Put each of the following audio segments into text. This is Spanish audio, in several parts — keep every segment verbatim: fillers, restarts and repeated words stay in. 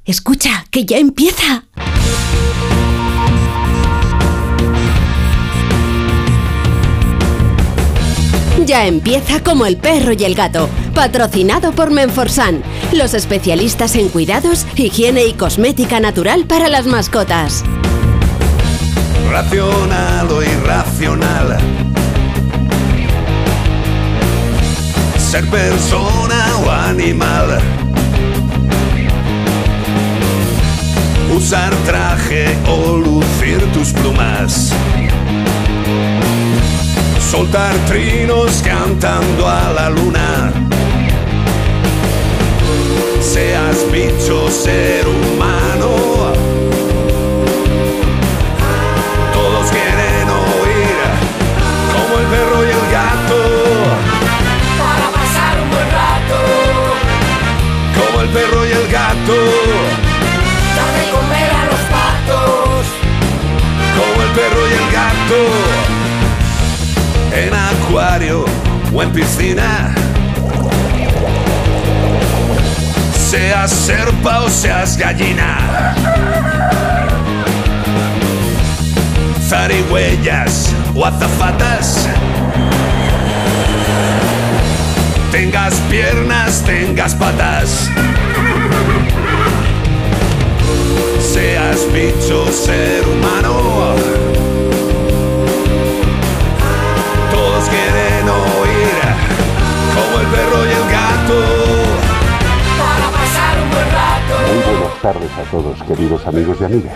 Escucha, que ya empieza. Ya empieza Como el perro y el gato, patrocinado por Menforsan, los especialistas en cuidados, higiene y cosmética natural para las mascotas. Racional o irracional, ser persona o animal, usar traje o lucir tus plumas, soltar trinos cantando a la luna. Seas bicho, ser humano, todos quieren oír como el perro y el gato, para pasar un buen rato. como el perro y el gato, Dar de comer a los patos, como el perro y el gato, en acuario o en piscina. Seas serpa o seas gallina, zarigüeyas o azafatas, tengas piernas, tengas patas, seas bicho, ser humano, todos quieren oír como el perro y el gato. Muy buenas tardes a todos, queridos amigos y amigas.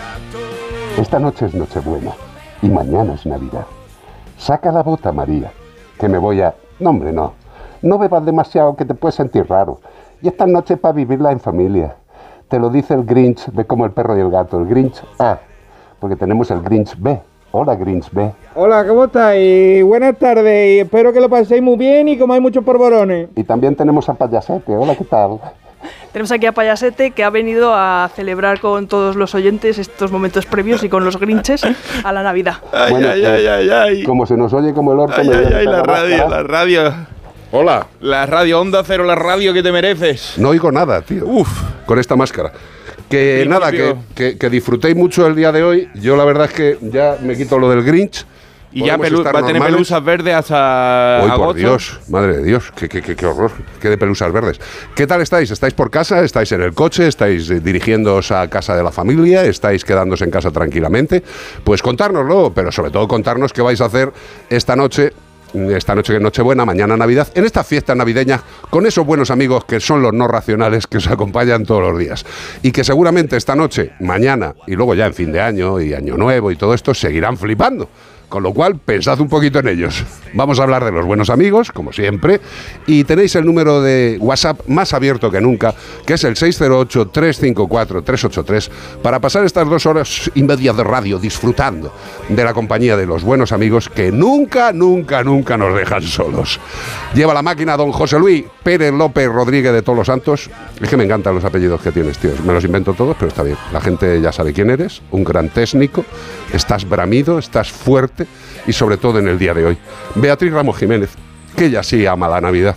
Esta noche es Nochebuena y mañana es Navidad. Saca la bota, María, que me voy a... No, hombre, no. No bebas demasiado, que te puedes sentir raro. Y esta noche es para vivirla en familia. Te lo dice el Grinch de Como el perro y el gato. El Grinch A, porque tenemos el Grinch B. Hola, Grinch B. Hola, ¿cómo estáis? Buenas tardes y espero que lo paséis muy bien y comáis muchos porborones. Y también tenemos a Payasete. Hola, ¿qué tal? Tenemos aquí a Payasete, que ha venido a celebrar con todos los oyentes estos momentos previos y con los grinches a la Navidad. Ay, Bueno, ay, eh, ay, ay, ay. Como se nos oye como el orto... Ay, me ay, voy a ay, la quitar radio, máscara. la radio. Hola. La radio, Onda Cero, la radio que te mereces. No oigo nada, tío. Uf. Con esta máscara. Que Principio. nada, que, que, que disfrutéis mucho el día de hoy. Yo la verdad es que ya me quito lo del Grinch. Y ya Podemos pelu- estar va a tener normales. pelusas verdes hasta Hoy, agosto. por Dios, madre de Dios, qué, qué, qué, qué horror, qué de pelusas verdes. ¿Qué tal estáis? ¿Estáis por casa? ¿Estáis en el coche? ¿Estáis eh, dirigiéndoos a casa de la familia? ¿Estáis quedándose en casa tranquilamente? Pues contárnoslo, pero sobre todo contarnos qué vais a hacer esta noche, esta noche que es Nochebuena, mañana Navidad, en estas fiestas navideñas, con esos buenos amigos que son los no racionales que os acompañan todos los días. Y que seguramente esta noche, mañana y luego ya en fin de año y año nuevo y todo esto, seguirán flipando. Con lo cual, pensad un poquito en ellos. Vamos a hablar de los buenos amigos, como siempre, y tenéis el número de WhatsApp más abierto que nunca, que es el seis cero ocho, tres cinco cuatro, tres ocho tres, para pasar estas dos horas y media de radio disfrutando de la compañía de los buenos amigos que nunca, nunca, nunca nos dejan solos. Lleva la máquina don José Luis Pérez López Rodríguez de Todos los Santos. Es que me encantan los apellidos que tienes, tío. Me los invento todos, pero está bien. La gente ya sabe quién eres, un gran técnico, estás bramido, estás fuerte, y sobre todo en el día de hoy. Beatriz Ramos Jiménez, que ella sí ama la Navidad,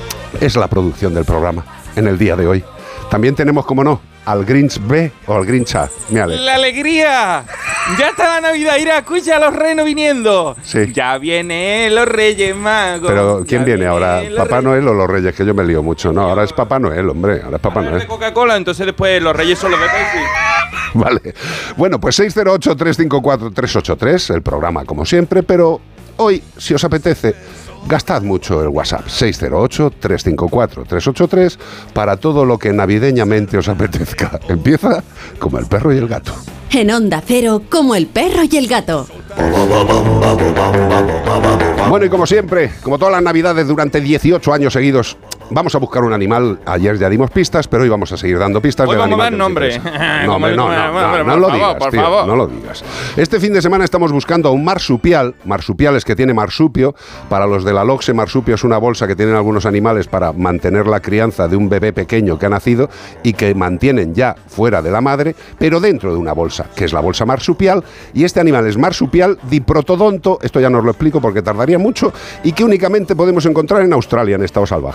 es la producción del programa en el día de hoy. También tenemos, como no, al Grinch B o al Grinch A. Mírale. ¡La alegría! ¡Ya está la Navidad! ¡Ira, escucha a los renos viniendo! Sí. Ya vienen los Reyes Magos. Pero ¿quién ya viene ahora? vienen los ¿Papá Reyes. Noel o los Reyes? Que yo me lío mucho. No, ahora es Papá Noel, hombre. Ahora es Papá Ahora es Noel. de Coca-Cola, entonces después los Reyes son los de Pepsi. Vale. Bueno, pues seis cero ocho, tres cinco cuatro, tres ocho tres, el programa como siempre, pero hoy, si os apetece, gastad mucho el WhatsApp seis cero ocho, tres cinco cuatro, tres ocho tres para todo lo que navideñamente os apetezca. Empieza como el perro y el gato. En Onda Cero, Como el perro y el gato. Bueno, y como siempre, como todas las navidades durante dieciocho años seguidos, vamos a buscar un animal. Ayer ya dimos pistas, pero hoy vamos a seguir dando pistas. Hoy del vamos a animal dar que os nombre. interesa. No, hombre, no, Como- no, como- no, pero no por lo favor, digas, por tío, favor. no lo digas. Este fin de semana estamos buscando a un marsupial. Marsupiales que tiene marsupio. Para los de la LOCSE, marsupio es una bolsa que tienen algunos animales para mantener la crianza de un bebé pequeño que ha nacido y que mantienen ya fuera de la madre, pero dentro de una bolsa, que es la bolsa marsupial. Y este animal es marsupial diprotodonto, esto ya no os lo explico porque tardaría mucho, y que únicamente podemos encontrar en Australia en estado salvaje. ¿eh? Eso tú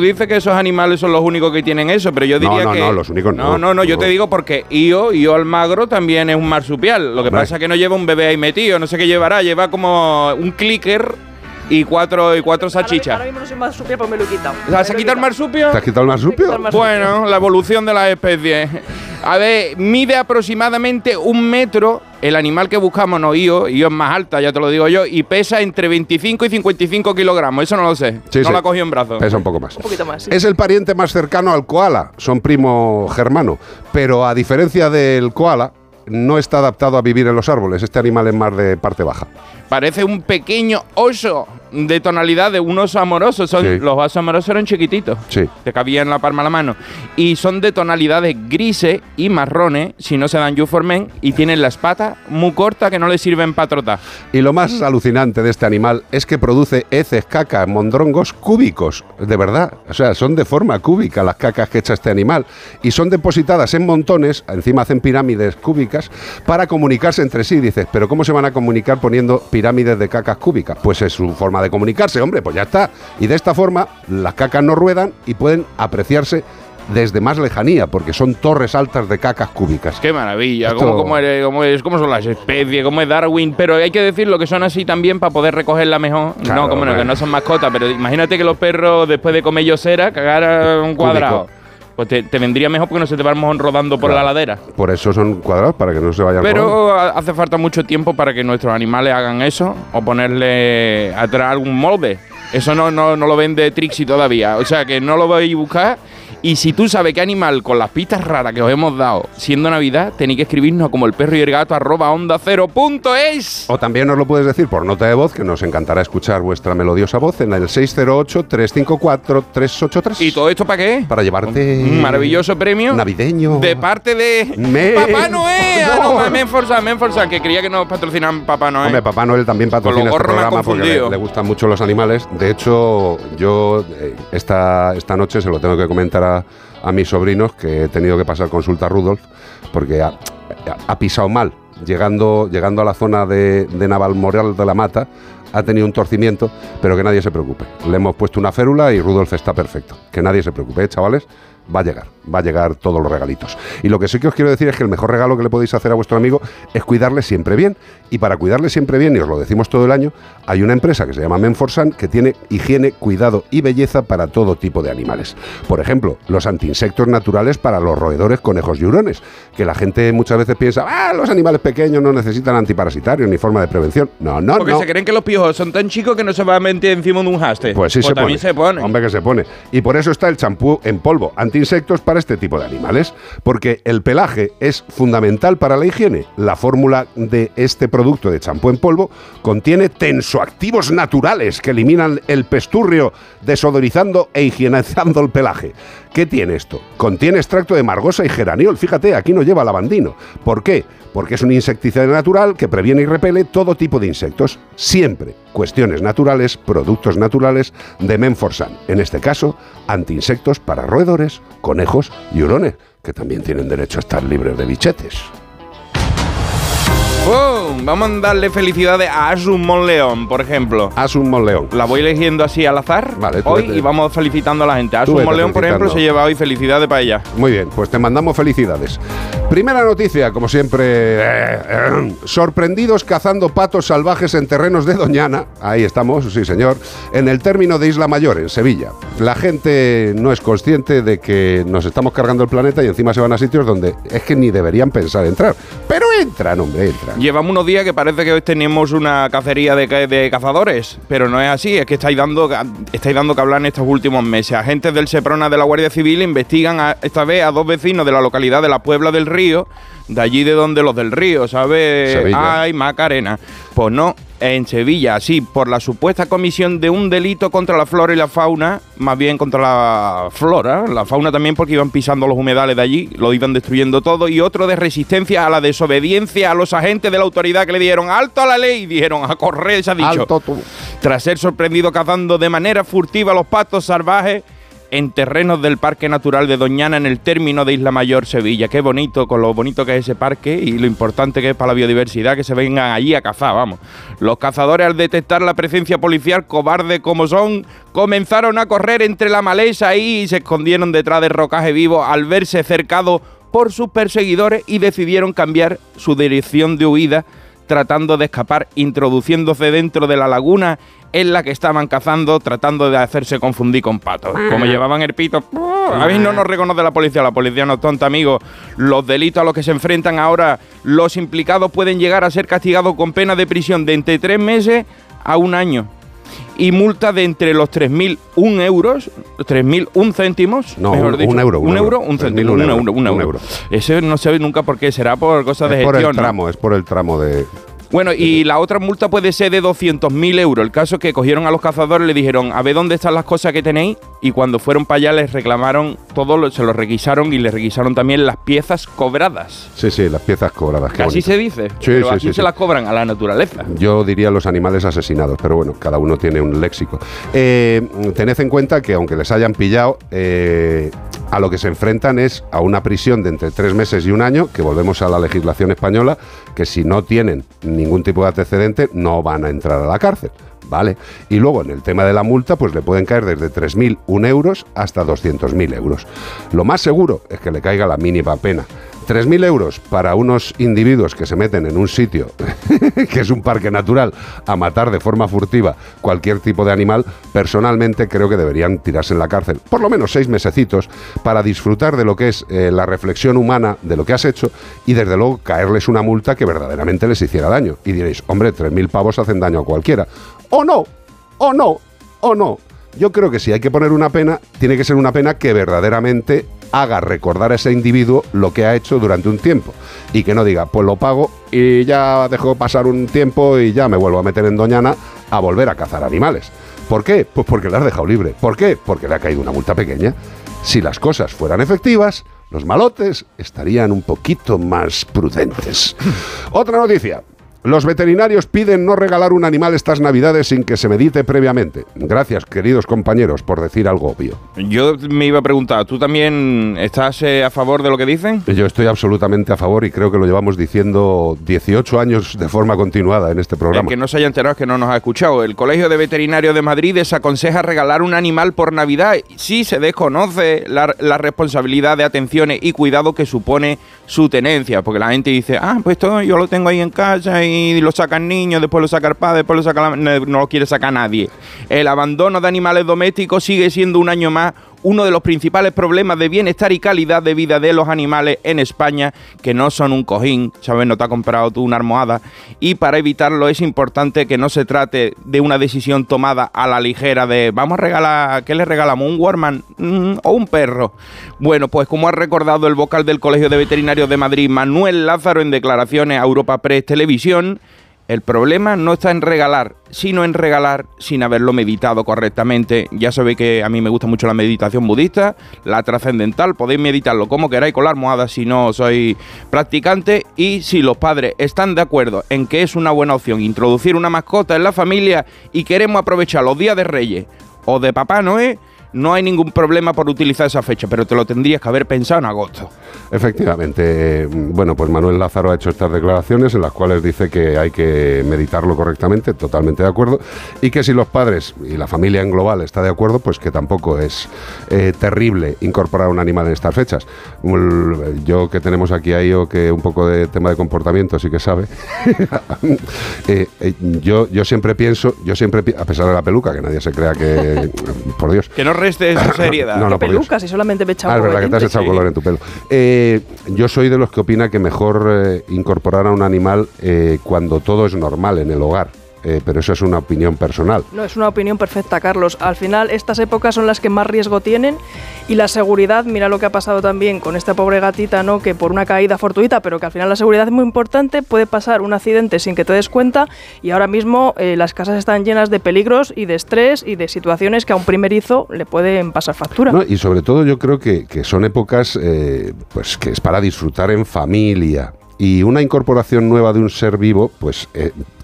dices que esos animales son los únicos que tienen eso, pero yo diría no, no, que... No, no, los únicos no. No, no, no, yo te digo porque Io, Io Almagro también es un marsupial. Lo que Hombre. pasa es que no lleva un bebé ahí metido, no sé qué llevará, lleva como un clicker y cuatro, y cuatro salchichas. Ahora mismo no soy marsupial, pues me lo he quitado. ¿Has quitado el marsupio? ¿Te has quitado el marsupio? Me he quitado el marsupio. Bueno, la evolución de las especies. A ver, mide aproximadamente un metro el animal que buscamos, no Io, Io es más alta, ya te lo digo yo, y pesa entre veinticinco y cincuenta y cinco kilogramos, eso no lo sé, Sí, no sí. la cogí en brazos. Pesa un poco más. Un poquito más, sí. Es el pariente más cercano al koala, son primo germano, pero a diferencia del koala, no está adaptado a vivir en los árboles. Este animal es más de parte baja. Parece un pequeño oso de tonalidad de un oso amoroso. Son, Sí. Los osos amorosos eran chiquititos. Sí. Te cabía en la palma de la mano. Y son de tonalidades grises y marrones, si no se dan Youformen, y tienen las patas muy cortas que no les sirven para trotar. Y lo más alucinante de este animal es que produce heces, cacas, mondrongos cúbicos, de verdad. O sea, son de forma cúbica las cacas que echa este animal y son depositadas en montones, encima hacen pirámides cúbicas, para comunicarse entre sí. Dices, ¿pero cómo se van a comunicar poniendo pirámides de cacas cúbicas? Pues es su forma de comunicarse, hombre, pues ya está. Y de esta forma las cacas no ruedan y pueden apreciarse desde más lejanía, porque son torres altas de cacas cúbicas. ¡Qué maravilla! Esto- ¿Cómo, cómo, eres- cómo es, ¿Cómo son las especies? ¿Cómo es Darwin? Pero hay que decirlo que son así también para poder recogerla mejor. Claro, no, como no, hombre. que no son mascotas, pero imagínate que los perros, después de comer yosera, cagaran un cuadrado. Pues te, te vendría mejor porque no se te va el mojón rodando por Claro. la ladera. Por eso son cuadrados, para que no se vayan rodando. Pero ha- hace falta mucho tiempo para que nuestros animales hagan eso o ponerle atrás algún molde. Eso no, no, no lo vende Trixie todavía. O sea que no lo vais a buscar. Y si tú sabes qué animal, con las pistas raras que os hemos dado, siendo Navidad, tenéis que escribirnos como el perro y el gato arroba onda cero punto es. O también nos lo puedes decir por nota de voz, que nos encantará escuchar vuestra melodiosa voz en el seis cero ocho, tres cinco cuatro, tres ocho tres. ¿Y todo esto para qué? Para llevarte Un maravilloso premio navideño. de parte de Me- Papá Noel. Ah, No. no, Menforsan, Menforsan, que creía que nos patrocinan Papá Noel. Hombre, Papá Noel también patrocina Con los este gorros me han programa porque le, confundido. le gustan mucho los animales. De hecho, yo eh, esta, esta noche se lo tengo que comentar a, a mis sobrinos, que he tenido que pasar consulta a Rudolf, porque ha, ha pisado mal. Llegando, llegando a la zona de, de Navalmoral de la Mata, ha tenido un torcimiento, pero que nadie se preocupe. Le hemos puesto una férula y Rudolf está perfecto. Que nadie se preocupe, ¿eh, chavales? Va a llegar, va a llegar todos los regalitos. Y lo que sí que os quiero decir es que el mejor regalo que le podéis hacer a vuestro amigo es cuidarle siempre bien. Y para cuidarle siempre bien, y os lo decimos todo el año, hay una empresa que se llama Menforsan que tiene higiene, cuidado y belleza para todo tipo de animales. Por ejemplo, los antiinsectos naturales para los roedores, conejos y hurones, que la gente muchas veces piensa, ah, los animales pequeños no necesitan antiparasitarios ni forma de prevención. No, no, Porque no. se creen que los piojos son tan chicos que no se van a meter encima de un haste. Pues sí se también pone. se pone. Hombre, que se pone. Y por eso está el champú en polvo anti-insectos para este tipo de animales. Porque el pelaje es fundamental para la higiene. La fórmula de este producto de champú en polvo contiene tensoactivos naturales que eliminan el pesturrio, desodorizando e higienizando el pelaje. ¿Qué tiene esto? Contiene extracto de margosa y geraniol. Fíjate, aquí no lleva lavandino. ¿Por qué? Porque es un insecticida natural que previene y repele todo tipo de insectos. Siempre cuestiones naturales, productos naturales de Menforsan. En este caso, antiinsectos para roedores, conejos y hurones, que también tienen derecho a estar libres de bichetes. ¡Pum! Vamos a darle felicidades a Asun Monleón, por ejemplo. Asun Monleón. La voy eligiendo así al azar Vale, tú hoy vete. y vamos felicitando a la gente. Tú Asun vete Monleón, por ejemplo, felicitando. se lleva hoy felicidades para ella. Muy bien, pues te mandamos felicidades. Primera noticia, como siempre, eh, eh, sorprendidos cazando patos salvajes en terrenos de Doñana, ahí estamos, sí señor, en el término de Isla Mayor, en Sevilla. La gente no es consciente de que nos estamos cargando el planeta y encima se van a sitios donde es que ni deberían pensar entrar. Pero entran, hombre, entran. Llevamos unos días que parece que hoy tenemos una cacería de, ca- de cazadores, pero no es así, es que estáis dando, estáis dando que hablar en estos últimos meses. Agentes del Seprona de la Guardia Civil investigan a- esta vez a dos vecinos de la localidad de la Puebla del Río, de allí de donde los del Río, ¿sabes? Sevilla. Ay, Macarena. Pues no, en Sevilla, sí, por la supuesta comisión de un delito contra la flora y la fauna, más bien contra la flora, la fauna también porque iban pisando los humedales de allí, lo iban destruyendo todo, y otro de resistencia a la desobediencia a los agentes de la autoridad que le dieron alto a la ley, dijeron a correr, se ha dicho. Alto tú. Tras ser sorprendido cazando de manera furtiva los patos salvajes en terrenos del Parque Natural de Doñana, en el término de Isla Mayor, Sevilla. Qué bonito, con lo bonito que es ese parque y lo importante que es para la biodiversidad, que se vengan allí a cazar, vamos. Los cazadores, al detectar la presencia policial, cobardes como son, comenzaron a correr entre la maleza ahí y se escondieron detrás del rocaje vivo al verse cercados por sus perseguidores y decidieron cambiar su dirección de huida, tratando de escapar, introduciéndose dentro de la laguna en la que estaban cazando, tratando de hacerse confundir con patos. Como llevaban el pito, a mí no nos reconoce la policía, la policía no es tonta, amigos. Los delitos a los que se enfrentan ahora los implicados pueden llegar a ser castigados con pena de prisión de entre tres meses a un año. Y multa de entre los tres mil un euros, tres mil un céntimos, no, mejor un, dicho. un euro. Un, un euro, un céntimo, un, un, euro, un, euro, un euro. Eso no se ve nunca porque será por cosas de gestión. Es por el tramo, ¿no? Es por el tramo de... Bueno, y la otra multa puede ser de doscientos mil euros. El caso es que cogieron a los cazadores, le dijeron, a ver dónde están las cosas que tenéis, y cuando fueron para allá les reclamaron todo, se lo requisaron y les requisaron también las piezas cobradas. Sí, sí, las piezas cobradas. Así bonito. Se dice, sí, pero sí, aquí sí, se sí. las cobran a la naturaleza. Yo diría los animales asesinados, pero bueno, cada uno tiene un léxico. Eh, tened en cuenta que aunque les hayan pillado, eh, a lo que se enfrentan es a una prisión de entre tres meses y un año, que volvemos a la legislación española, que si no tienen ningún tipo de antecedente no van a entrar a la cárcel, ¿vale? Y luego en el tema de la multa, pues le pueden caer desde tres mil un euros hasta doscientos mil euros. Lo más seguro es que le caiga la mínima pena. tres mil euros para unos individuos que se meten en un sitio que es un parque natural a matar de forma furtiva cualquier tipo de animal, personalmente creo que deberían tirarse en la cárcel por lo menos seis mesecitos para disfrutar de lo que es eh, la reflexión humana de lo que has hecho y desde luego caerles una multa que verdaderamente les hiciera daño. Y diréis, hombre, tres mil pavos hacen daño a cualquiera. ¡O no! ¡O no! ¡O no! Yo creo que si hay que poner una pena, tiene que ser una pena que verdaderamente haga recordar a ese individuo lo que ha hecho durante un tiempo y que no diga, pues lo pago y ya dejo pasar un tiempo y ya me vuelvo a meter en Doñana a volver a cazar animales. ¿Por qué? Pues porque le has dejado libre. ¿Por qué? Porque le ha caído una multa pequeña. Si las cosas fueran efectivas, los malotes estarían un poquito más prudentes. Otra noticia. Los veterinarios piden no regalar un animal estas navidades sin que se medite previamente. Gracias, queridos compañeros, por decir algo obvio. Yo me iba a preguntar, ¿tú también estás eh, a favor de lo que dicen? Yo estoy absolutamente a favor y creo que lo llevamos diciendo dieciocho años de forma continuada en este programa. El que no se haya enterado es que no nos ha escuchado. El Colegio de Veterinarios de Madrid desaconseja regalar un animal por Navidad si se desconoce la, la responsabilidad de atenciones y cuidado que supone su tenencia. Porque la gente dice, ah, pues todo yo lo tengo ahí en casa y y lo sacan niños, después lo saca el padre, después lo saca la, no, no lo quiere sacar nadie. El abandono de animales domésticos sigue siendo un año más uno de los principales problemas de bienestar y calidad de vida de los animales en España, que no son un cojín, ¿sabes? No te has comprado tú una almohada. Y para evitarlo es importante que no se trate de una decisión tomada a la ligera de vamos a regalar, ¿qué le regalamos? ¿Un Warman mm, o un perro? Bueno, pues como ha recordado el vocal del Colegio de Veterinarios de Madrid, Manuel Lázaro, en declaraciones a Europa Press Televisión, el problema no está en regalar, sino en regalar sin haberlo meditado correctamente. Ya sabéis que a mí me gusta mucho la meditación budista, la trascendental, podéis meditarlo como queráis con la almohada si no sois practicante. Y si los padres están de acuerdo en que es una buena opción introducir una mascota en la familia y queremos aprovechar los días de Reyes o de Papá Noel, no hay ningún problema por utilizar esa fecha, pero te lo tendrías que haber pensado en agosto. Efectivamente. Bueno, pues Manuel Lázaro ha hecho estas declaraciones en las cuales dice que hay que meditarlo correctamente, totalmente de acuerdo, y que si los padres y la familia en global está de acuerdo, pues que tampoco es eh, terrible incorporar un animal en estas fechas. Yo que tenemos aquí a Io, que un poco de tema de comportamiento sí que sabe, eh, eh, yo, yo siempre pienso, yo siempre pi- a pesar de la peluca, que nadie se crea que, por Dios, que no reste esa seriedad. No, no, ¿Qué pelucas? Si solamente me he echado Ah, es verdad que te has colorante. echado sí. color en tu pelo. Eh, yo soy de los que opina que mejor eh, incorporar a un animal eh, cuando todo es normal en el hogar. Eh, pero eso es una opinión personal. No, es una opinión perfecta, Carlos. Al final, estas épocas son las que más riesgo tienen y la seguridad, mira lo que ha pasado también con esta pobre gatita, ¿no? Que por una caída fortuita, pero que al final la seguridad es muy importante, puede pasar un accidente sin que te des cuenta y ahora mismo eh, las casas están llenas de peligros y de estrés y de situaciones que a un primerizo le pueden pasar factura. No, y sobre todo yo creo que, que son épocas eh, pues que es para disfrutar en familia. Y una incorporación nueva de un ser vivo, pues... Eh,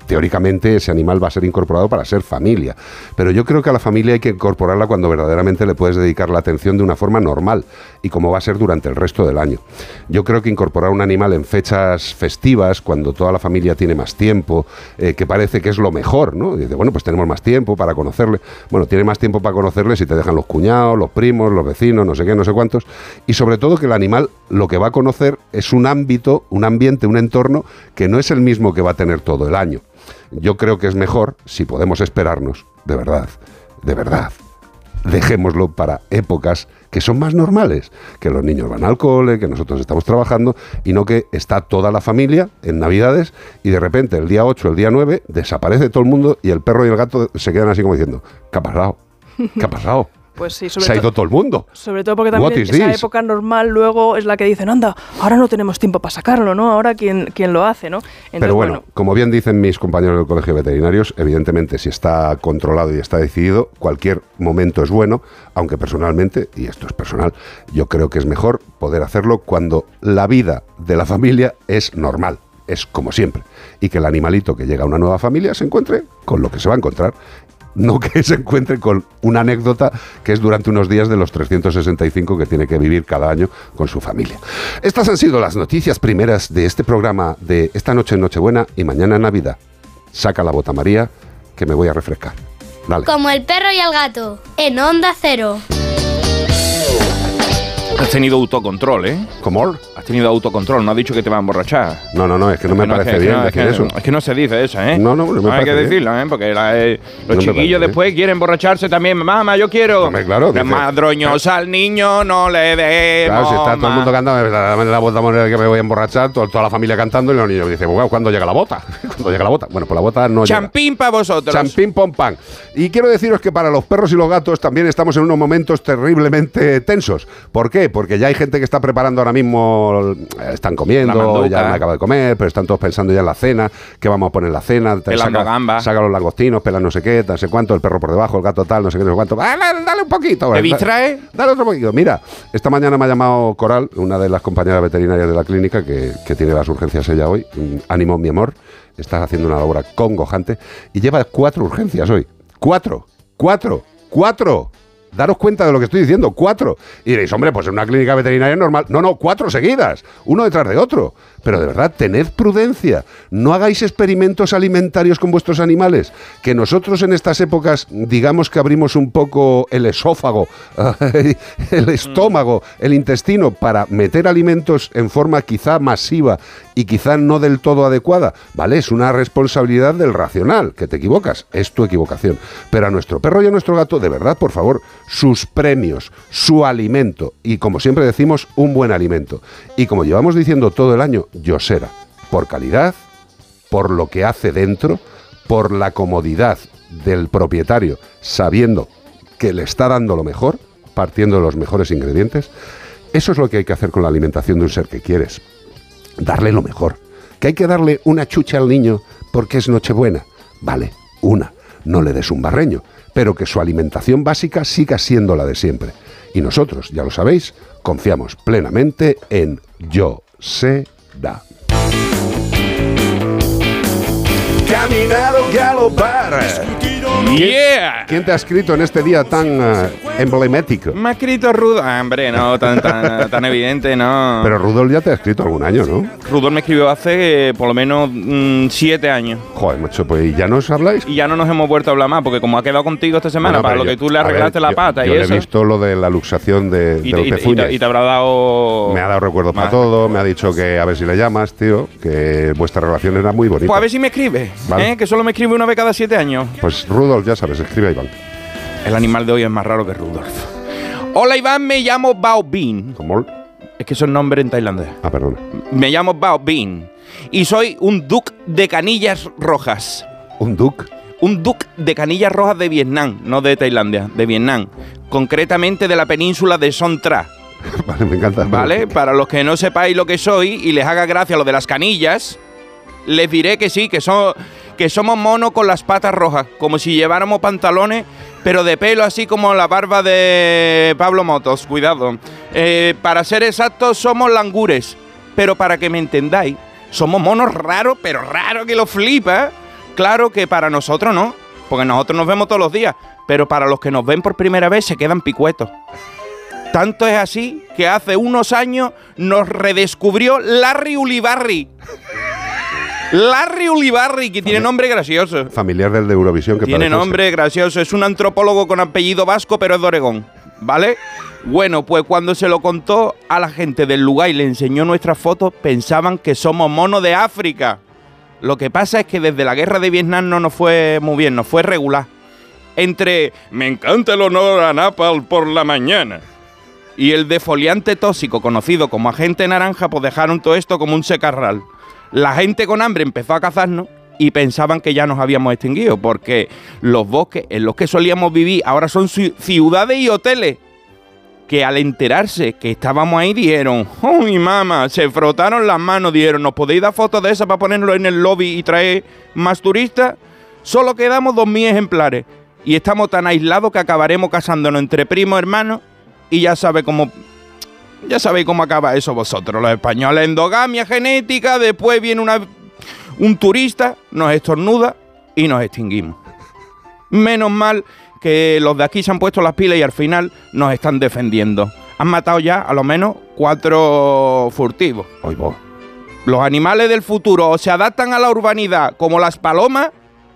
teóricamente ese animal va a ser incorporado para ser familia. Pero yo creo que a la familia hay que incorporarla cuando verdaderamente le puedes dedicar la atención de una forma normal y como va a ser durante el resto del año. Yo creo que incorporar un animal en fechas festivas, cuando toda la familia tiene más tiempo, eh, que parece que es lo mejor, ¿no? Dice, bueno, pues tenemos más tiempo para conocerle. Bueno, tiene más tiempo para conocerle si te dejan los cuñados, los primos, los vecinos, no sé qué, no sé cuántos. Y sobre todo que el animal lo que va a conocer es un ámbito, un ambiente, un entorno que no es el mismo que va a tener todo el año. Yo creo que es mejor, si podemos esperarnos, de verdad, de verdad, dejémoslo para épocas que son más normales, que los niños van al cole, que nosotros estamos trabajando y no que está toda la familia en Navidades y de repente el día ocho, el día nueve, desaparece todo el mundo y el perro y el gato se quedan así como diciendo, ¿qué ha pasado? ¿Qué ha pasado? Pues sí, sobre se ha ido todo el mundo. Sobre todo porque también esa this? época normal luego es la que dicen, anda, ahora no tenemos tiempo para sacarlo, ¿no? Ahora quién, quién lo hace, ¿no? Entonces, Pero bueno, bueno, como bien dicen mis compañeros del Colegio de Veterinarios, evidentemente si está controlado y está decidido, cualquier momento es bueno, aunque personalmente, y esto es personal, yo creo que es mejor poder hacerlo cuando la vida de la familia es normal. Es como siempre. Y que el animalito que llega a una nueva familia se encuentre con lo que se va a encontrar. No que se encuentre con una anécdota que es durante unos días de los trescientos sesenta y cinco que tiene que vivir cada año con su familia. Estas han sido las noticias primeras de este programa de esta noche en Nochebuena y mañana en Navidad. Saca la bota, María, que me voy a refrescar. Dale. Como el perro y el gato, en Onda Cero. Has tenido autocontrol, ¿eh? ¿Cómo? Has tenido autocontrol, no has dicho que te va a emborrachar. No, no, no, es que no me no, parece es que, bien no, decir es que, eso. Es que no se dice eso, ¿eh? No, no, no me no hay parece que bien. decirlo, ¿eh? Porque la, eh, los No me chiquillos parece después quieren emborracharse también. Mamá, yo quiero. Hombre, claro, que dice- madroñosa al niño no le demos. Claro, si está todo el mundo más. cantando, dame la bota moneda que me voy a emborrachar, toda, toda la familia cantando y los niños dicen, bueno, ¿cuándo llega la bota? ¿Cuándo llega la bota? Bueno, pues la bota no llega. Champín para vosotros. Champín pom pam. Y quiero deciros que para los perros y los gatos también estamos en unos momentos terriblemente tensos. ¿Por qué? Porque ya hay gente que está preparando ahora mismo, eh, están La comiendo, manduca. ya han acabado de comer, pero están todos pensando ya en la cena, qué vamos a poner en la cena. Pelando gamba. Saca los langostinos, pela no sé qué, no sé cuánto, el perro por debajo, el gato tal, no sé qué, no sé cuánto. Ah, dale, dale un poquito. ¿Te da- distrae? Dale otro poquito. Mira, esta mañana me ha llamado Coral, una de las compañeras veterinarias de la clínica, que, que tiene las urgencias ella hoy. Mm, Ánimo, mi amor, estás haciendo una labor congojante y lleva cuatro urgencias hoy. Cuatro, cuatro, cuatro. Daros cuenta de lo que estoy diciendo, cuatro. Y diréis, hombre, pues en una clínica veterinaria normal. No, no, cuatro seguidas, uno detrás de otro. Pero de verdad, tened prudencia. No hagáis experimentos alimentarios con vuestros animales. Que nosotros en estas épocas, digamos que abrimos un poco el esófago, el estómago, el intestino, para meter alimentos en forma quizá masiva y quizá no del todo adecuada. Vale, es una responsabilidad del racional. Que te equivocas, es tu equivocación. Pero a nuestro perro y a nuestro gato, de verdad, por favor, sus premios, su alimento y, como siempre decimos, un buen alimento. Y como llevamos diciendo todo el año, Yosera, por calidad, por lo que hace dentro, por la comodidad del propietario, sabiendo que le está dando lo mejor, partiendo de los mejores ingredientes. Eso es lo que hay que hacer con la alimentación de un ser que quieres. Darle lo mejor. Que hay que darle una chucha al niño porque es Nochebuena. Vale, una. No le des un barreño, pero que su alimentación básica siga siendo la de siempre. Y nosotros, ya lo sabéis, confiamos plenamente en Yosera. Caminar o galopar. Yeah. ¿Quién te ha escrito en este día tan uh, emblemático? Me ha escrito Rudolf. Ah, hombre, no, tan, tan, tan evidente, no. Pero Rudolf ya te ha escrito algún año, ¿no? Rudolf me escribió hace eh, por lo menos mm, siete años. Joder, macho, pues ¿y ya no os habláis? Y ya no nos hemos vuelto a hablar más, porque como ha quedado contigo esta semana, Bueno, para pero lo yo- que tú le a ver, arreglaste la yo- pata yo y le eso. he visto lo de la luxación de, y, de los te, y, te, y, pezuñas. te, y te habrá dado. Me ha dado recuerdos para Más. todo, me ha dicho que a ver si le llamas, tío, que vuestra relación era muy bonita. Pues a ver si me escribe, Vale. ¿eh? Que solo me escribe una vez cada siete años. Pues Rudolf, ya sabes, escribe a Iván. El animal de hoy es más raro que Rudolf. Hola Iván, me llamo Bao Bin. ¿Cómo? Es que son nombres en tailandés. Ah, perdona. Me llamo Bao Bin. Y soy un duque de canillas rojas. ¿Un duque? Un duque de canillas rojas de Vietnam, no de Tailandia, de Vietnam. Concretamente de la península de Son Tra. Vale, me encanta. ¿Vale? Para los que no sepáis lo que soy y les haga gracia lo de las canillas, les diré que sí, que, so- que somos monos con las patas rojas, como si lleváramos pantalones, pero de pelo así como la barba de Pablo Motos, cuidado. Eh, para ser exactos, somos langures, pero para que me entendáis, somos monos raros, pero raros que lo flipa, claro que para nosotros no, porque nosotros nos vemos todos los días, pero para los que nos ven por primera vez se quedan picuetos. Tanto es así que hace unos años nos redescubrió Larry Ulibarri. Larry Ulibarri, que tiene nombre gracioso. Familiar del de Eurovisión. Que tiene nombre ser. gracioso. Es un antropólogo con apellido vasco, pero es de Oregón, ¿vale? Bueno, pues cuando se lo contó a la gente del lugar y le enseñó nuestras fotos, pensaban que somos monos de África. Lo que pasa es que desde la guerra de Vietnam no nos fue muy bien, nos fue regular. Entre me encanta el honor a Napal por la mañana y el defoliante tóxico conocido como agente naranja, pues dejaron todo esto como un secarral. La gente con hambre empezó a cazarnos y pensaban que ya nos habíamos extinguido, porque los bosques en los que solíamos vivir ahora son ciudades y hoteles, que al enterarse que estábamos ahí dijeron, ¡uy, mamá! Se frotaron las manos, dijeron, ¿nos podéis dar fotos de esas para ponerlo en el lobby y traer más turistas? Solo quedamos dos mil ejemplares y estamos tan aislados que acabaremos casándonos entre primos hermanos y ya sabe cómo... Ya sabéis cómo acaba eso vosotros, los españoles. Endogamia genética, después viene una, un turista, nos estornuda y nos extinguimos. Menos mal que los de aquí se han puesto las pilas y al final nos están defendiendo. Han matado ya a lo menos cuatro furtivos. Ay, vos. Los animales del futuro o se adaptan a la urbanidad como las palomas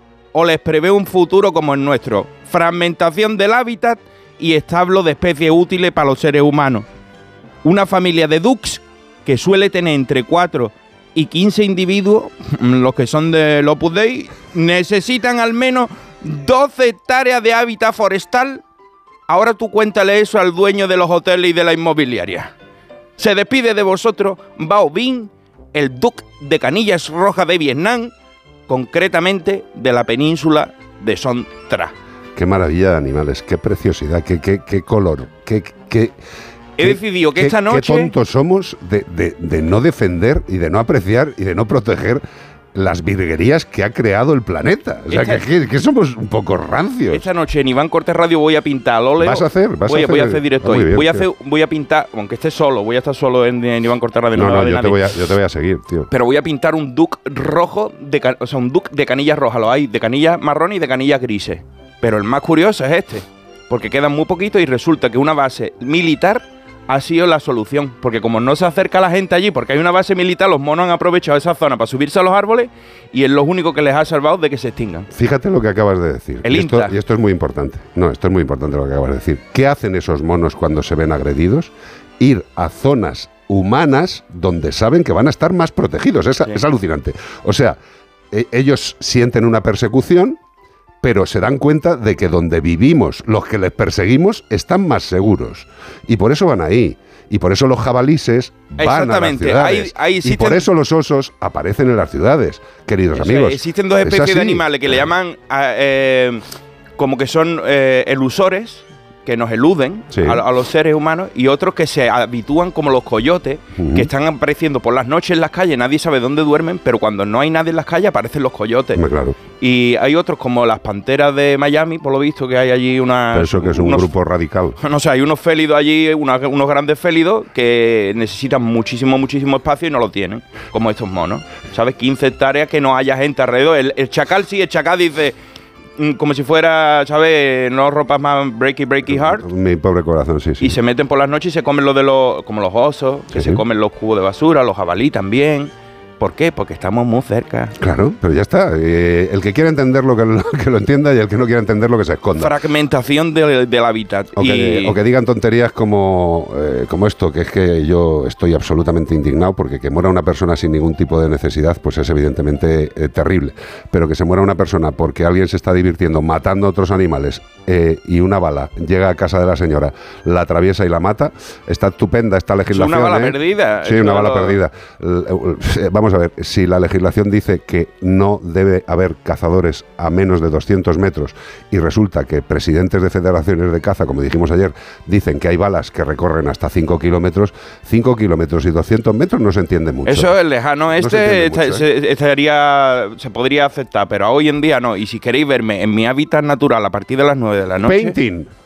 o les prevé un futuro como el nuestro. Fragmentación del hábitat y establo de especies útiles para los seres humanos. Una familia de ducks que suele tener entre cuatro y quince individuos, los que son del Opus Dei, necesitan al menos doce hectáreas de hábitat forestal. Ahora tú cuéntale eso al dueño de los hoteles y de la inmobiliaria. Se despide de vosotros Bao Binh, el duque de Canillas Rojas de Vietnam, concretamente de la península de Son Tra. Qué maravilla de animales, qué preciosidad, qué, qué, qué color, qué... qué He decidido que qué, esta noche... Qué tontos somos de, de, de no defender y de no apreciar y de no proteger las virguerías que ha creado el planeta. O sea, esta, que, que, que somos un poco rancios. Esta noche en Iván Cortés Radio voy a pintar al óleo. ¿Vas a hacer? ¿Vas voy, a hacer? Voy a hacer directo hoy. Bien, voy, a hacer, voy a pintar, aunque esté solo, voy a estar solo en, en Iván Cortés Radio. No, no, no yo, te voy a, yo te voy a seguir, tío. Pero voy a pintar un duck rojo, de, o sea, un duck de canillas rojas. Lo hay de canillas marrones y de canillas grises. Pero el más curioso es este, porque quedan muy poquitos y resulta que una base militar ha sido la solución, porque como no se acerca la gente allí, porque hay una base militar, los monos han aprovechado esa zona para subirse a los árboles y es lo único que les ha salvado de que se extingan. Fíjate lo que acabas de decir. El y, esto, INTA. y esto es muy importante. No, esto es muy importante lo que acabas de decir. ¿Qué hacen esos monos cuando se ven agredidos? Ir a zonas humanas donde saben que van a estar más protegidos. Es, sí. es alucinante. O sea, e- ellos sienten una persecución, pero se dan cuenta de que donde vivimos, los que les perseguimos, están más seguros. Y por eso van ahí. Y por eso los jabalíes van a las ciudades. Hay, hay existen... Y por eso los osos aparecen en las ciudades, queridos eso amigos. Es, existen dos especies de animales que le llaman eh, como que son eh, elusores, que nos eluden sí. a, a los seres humanos, y otros que se habitúan como los coyotes, uh-huh. que están apareciendo por las noches en las calles, nadie sabe dónde duermen, pero cuando no hay nadie en las calles aparecen los coyotes. Muy claro. Y hay otros como las panteras de Miami, por lo visto, que hay allí una... Eso que es un unos, grupo radical. No sé, hay unos félidos allí, una, unos grandes félidos que necesitan muchísimo, muchísimo espacio y no lo tienen, como estos monos. ¿Sabes? quince hectáreas que no haya gente alrededor. El, el chacal sí, el chacal dice... como si fuera, ¿sabes? No ropas más breaky, breaky heart. Mi pobre corazón, sí, sí. Y se meten por las noches y se comen lo de los, como los osos, que sí, se sí. comen los cubos de basura, los jabalí también. ¿Por qué? Porque estamos muy cerca. Claro, pero ya está. Eh, el que quiera entenderlo, que lo, que lo entienda, y el que no quiera entenderlo, que se esconda. Fragmentación de, del hábitat. O, y... que, o que digan tonterías como, eh, como esto, que es que yo estoy absolutamente indignado porque que muera una persona sin ningún tipo de necesidad, pues es evidentemente eh, terrible. Pero que se muera una persona porque alguien se está divirtiendo matando a otros animales eh, y una bala llega a casa de la señora, la atraviesa y la mata, está estupenda esta legislación. Es una bala ¿eh? perdida. Sí, una bala lo... perdida. Vamos a ver, si la legislación dice que no debe haber cazadores a menos de doscientos metros y resulta que presidentes de federaciones de caza, como dijimos ayer, dicen que hay balas que recorren hasta cinco kilómetros, cinco kilómetros y doscientos metros no se entiende mucho. Eso es lejano este, no se, mucho, ¿eh? se, estaría, se podría aceptar, pero hoy en día no. Y si queréis verme en mi hábitat natural a partir de las nueve de la noche... Painting.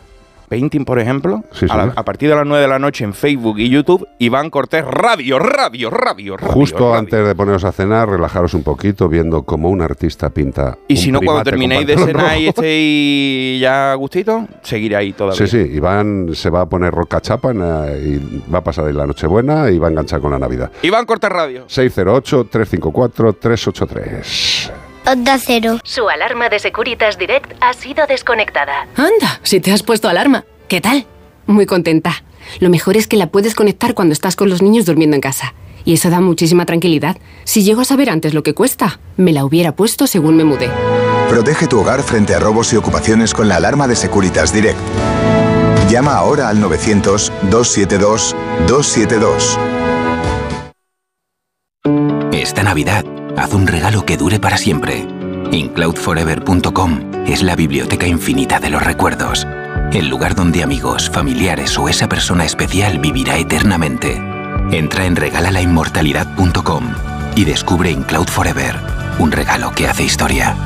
Painting, por ejemplo, Sí, a, la- señor. a partir de las nueve de la noche en Facebook y YouTube, Iván Cortés, radio, radio, radio, radio. Justo radio. antes de poneros a cenar, relajaros un poquito viendo cómo un artista pinta. Y un si no, cuando primate con terminéis de pantalón cenar y rojo. estéis ya a gustito, seguiré ahí todavía. Sí, sí, Iván se va a poner roca chapa en la- y va a pasar ahí la Nochebuena y va a enganchar con la Navidad. Iván Cortés Radio. seis cero ocho, tres cinco cuatro, tres ocho tres. Onda Cero. Su alarma de Securitas Direct ha sido desconectada. Anda, si te has puesto alarma. ¿Qué tal? Muy contenta. Lo mejor es que la puedes conectar cuando estás con los niños durmiendo en casa. Y eso da muchísima tranquilidad. Si llego a saber antes lo que cuesta, me la hubiera puesto según me mudé. Protege tu hogar frente a robos y ocupaciones con la alarma de Securitas Direct. Llama ahora al novecientos, doscientos setenta y dos, doscientos setenta y dos. Esta Navidad, haz un regalo que dure para siempre. incloud forever punto com es la biblioteca infinita de los recuerdos. El lugar donde amigos, familiares o esa persona especial vivirá eternamente. Entra en regala la inmortalidad punto com y descubre InCloud Forever, un regalo que hace historia.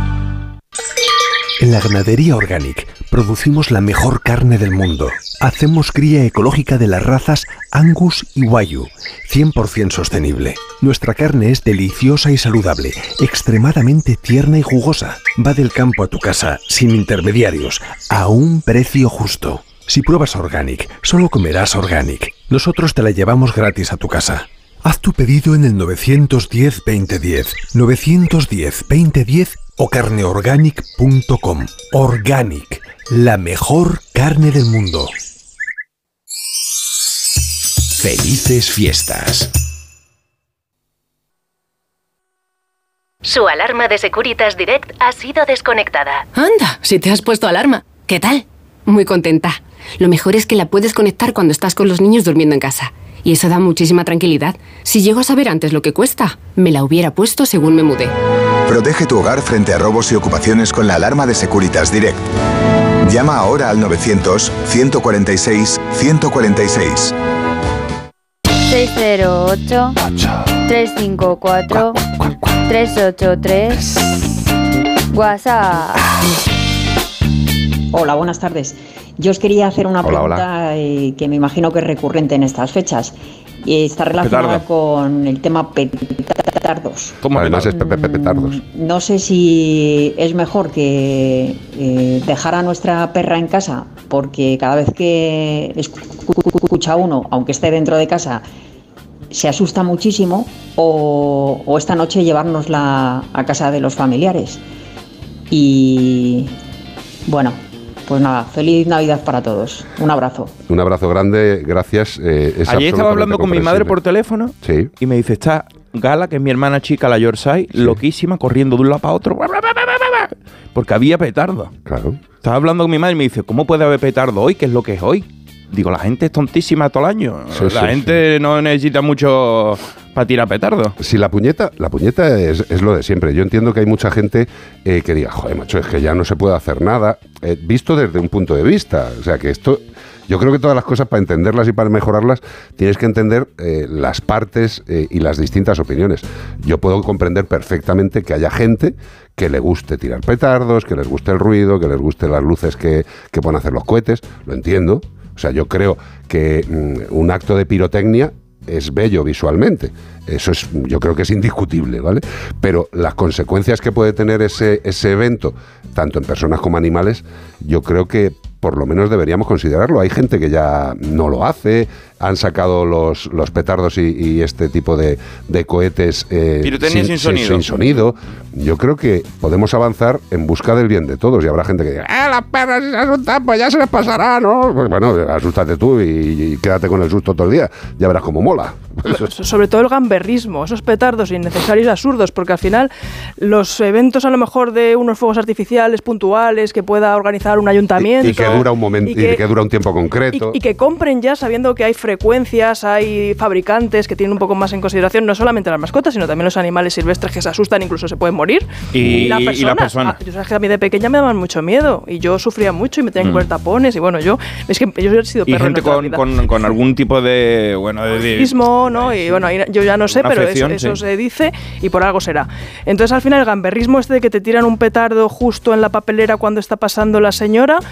En la ganadería Organic producimos la mejor carne del mundo. Hacemos cría ecológica de las razas Angus y Wagyu, cien por ciento sostenible. Nuestra carne es deliciosa y saludable, extremadamente tierna y jugosa. Va del campo a tu casa, sin intermediarios, a un precio justo. Si pruebas Organic, solo comerás Organic. Nosotros te la llevamos gratis a tu casa. Haz tu pedido en el novecientos diez, veinte diez, novecientos diez, veinte diez o carne organic punto com. Organic, la mejor carne del mundo. Felices fiestas. Su alarma de Securitas Direct ha sido desconectada. Anda, si te has puesto alarma. ¿Qué tal? Muy contenta. Lo mejor es que la puedes conectar cuando estás con los niños durmiendo en casa. Y eso da muchísima tranquilidad. Si llego a saber antes lo que cuesta, me la hubiera puesto según me mudé. Protege tu hogar frente a robos y ocupaciones con la alarma de Securitas Direct. Llama ahora al novecientos, ciento cuarenta y seis, ciento cuarenta y seis. seis cero ocho, tres cinco cuatro, tres ocho tres. WhatsApp. Hola, buenas tardes. Yo os quería hacer una Hola, pregunta eh, que me imagino que es recurrente en estas fechas. Y está relacionada Petardo. con el tema petardos. Además es Pepe Pepe Petardos. No sé si es mejor que eh, dejar a nuestra perra en casa, porque cada vez que escucha uno, aunque esté dentro de casa, se asusta muchísimo, o, o esta noche llevárnosla a casa de los familiares. Y bueno, pues nada, feliz Navidad para todos. Un abrazo. Un abrazo grande, gracias. eh, es Ayer estaba hablando absolutamente con mi madre comprensible. por teléfono Sí. y me dice, está Gala, que es mi hermana chica, la Yorkshire, loquísima, corriendo de un lado para otro, porque había petardo. Claro. Estaba hablando con mi madre y me dice, ¿cómo puede haber petardo hoy? ¿Qué es lo que es hoy? Digo, la gente es tontísima todo el año. Sí, la sí, gente no necesita mucho para tirar petardo. Si la puñeta, la puñeta es, es lo de siempre. Yo entiendo que hay mucha gente eh, que diga, joder, macho, es que ya no se puede hacer nada, eh, visto desde un punto de vista. O sea, que esto, yo creo que todas las cosas, para entenderlas y para mejorarlas, tienes que entender eh, las partes eh, y las distintas opiniones. Yo puedo comprender perfectamente que haya gente que le guste tirar petardos, que les guste el ruido, que les guste las luces que, que pueden hacer los cohetes, lo entiendo. O sea, yo creo que mm, un acto de pirotecnia es bello visualmente. Eso es, yo creo que es indiscutible, ¿vale? Pero las consecuencias que puede tener ese, ese evento, tanto en personas como animales, yo creo que por lo menos deberíamos considerarlo. Hay gente que ya no lo hace, han sacado los, los petardos y, y este tipo de, de cohetes eh, Pirotecnia sin sonido. sin sonido. Yo creo que podemos avanzar en busca del bien de todos y habrá gente que diga, ¡ah, las perras se asustan, pues ya se les pasará, ¿no? Pues bueno, asústate tú y, y quédate con el susto todo el día, ya verás cómo mola. Sobre todo el gamberrismo, esos petardos innecesarios y absurdos, porque al final los eventos a lo mejor de unos fuegos artificiales puntuales que pueda organizar un ayuntamiento Y, y que dura un momento, y que, y que dura un tiempo concreto. Y, y que compren ya sabiendo que hay frecuencias, hay fabricantes que tienen un poco más en consideración no solamente las mascotas, sino también los animales silvestres que se asustan, incluso se pueden morir. Y, las y personas. la persona. Ah, yo sabes que a mí de pequeña me daban mucho miedo y yo sufría mucho y me tenían que Mm. poner tapones y bueno, yo es que yo he sido Y perro gente en otra con, vida. con, con algún tipo de... bueno de, de- Autismo, ¿no? Y bueno, ahí yo ya no sé, Una pero eso, afección, eso sí. se dice y por algo será. Entonces al final el gamberrismo este de que te tiran un petardo justo en la papelera cuando está pasando la señora para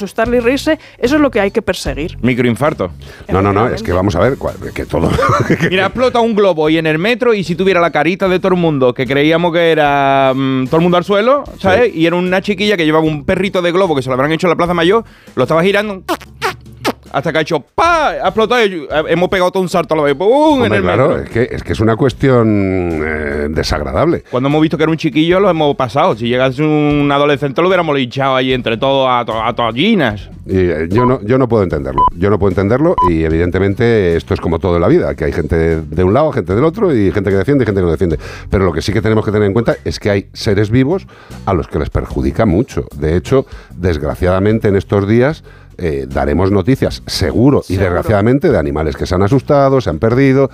asustarle y reírse, eso es lo que hay que perseguir. Microinfarto. No, no, no, es que vamos a ver, que todo... Mira, explota un globo y en el metro, y si tuviera la carita de todo el mundo, que creíamos que era mmm, todo el mundo al suelo, ¿sabes? Sí. Y era una chiquilla que llevaba un perrito de globo que se lo habrán hecho en la Plaza Mayor, lo estaba girando... hasta que ha hecho ¡pa! Ha explotado y hemos pegado todo un salto a la vez. ¡Pum! Hombre, en el claro, metro. es que, es que es una cuestión eh, desagradable. Cuando hemos visto que era un chiquillo, lo hemos pasado. Si llegase un adolescente, lo hubiéramos linchado ahí entre todos a, to a tollinas. Y, eh, yo, no, yo no puedo entenderlo. Yo no puedo entenderlo y evidentemente esto es como todo en la vida, que hay gente de, de un lado, gente del otro y gente que defiende y gente que no defiende. Pero lo que sí que tenemos que tener en cuenta es que hay seres vivos a los que les perjudica mucho. De hecho, desgraciadamente en estos días... Eh, daremos noticias, seguro, seguro, y desgraciadamente, de animales que se han asustado, se han perdido,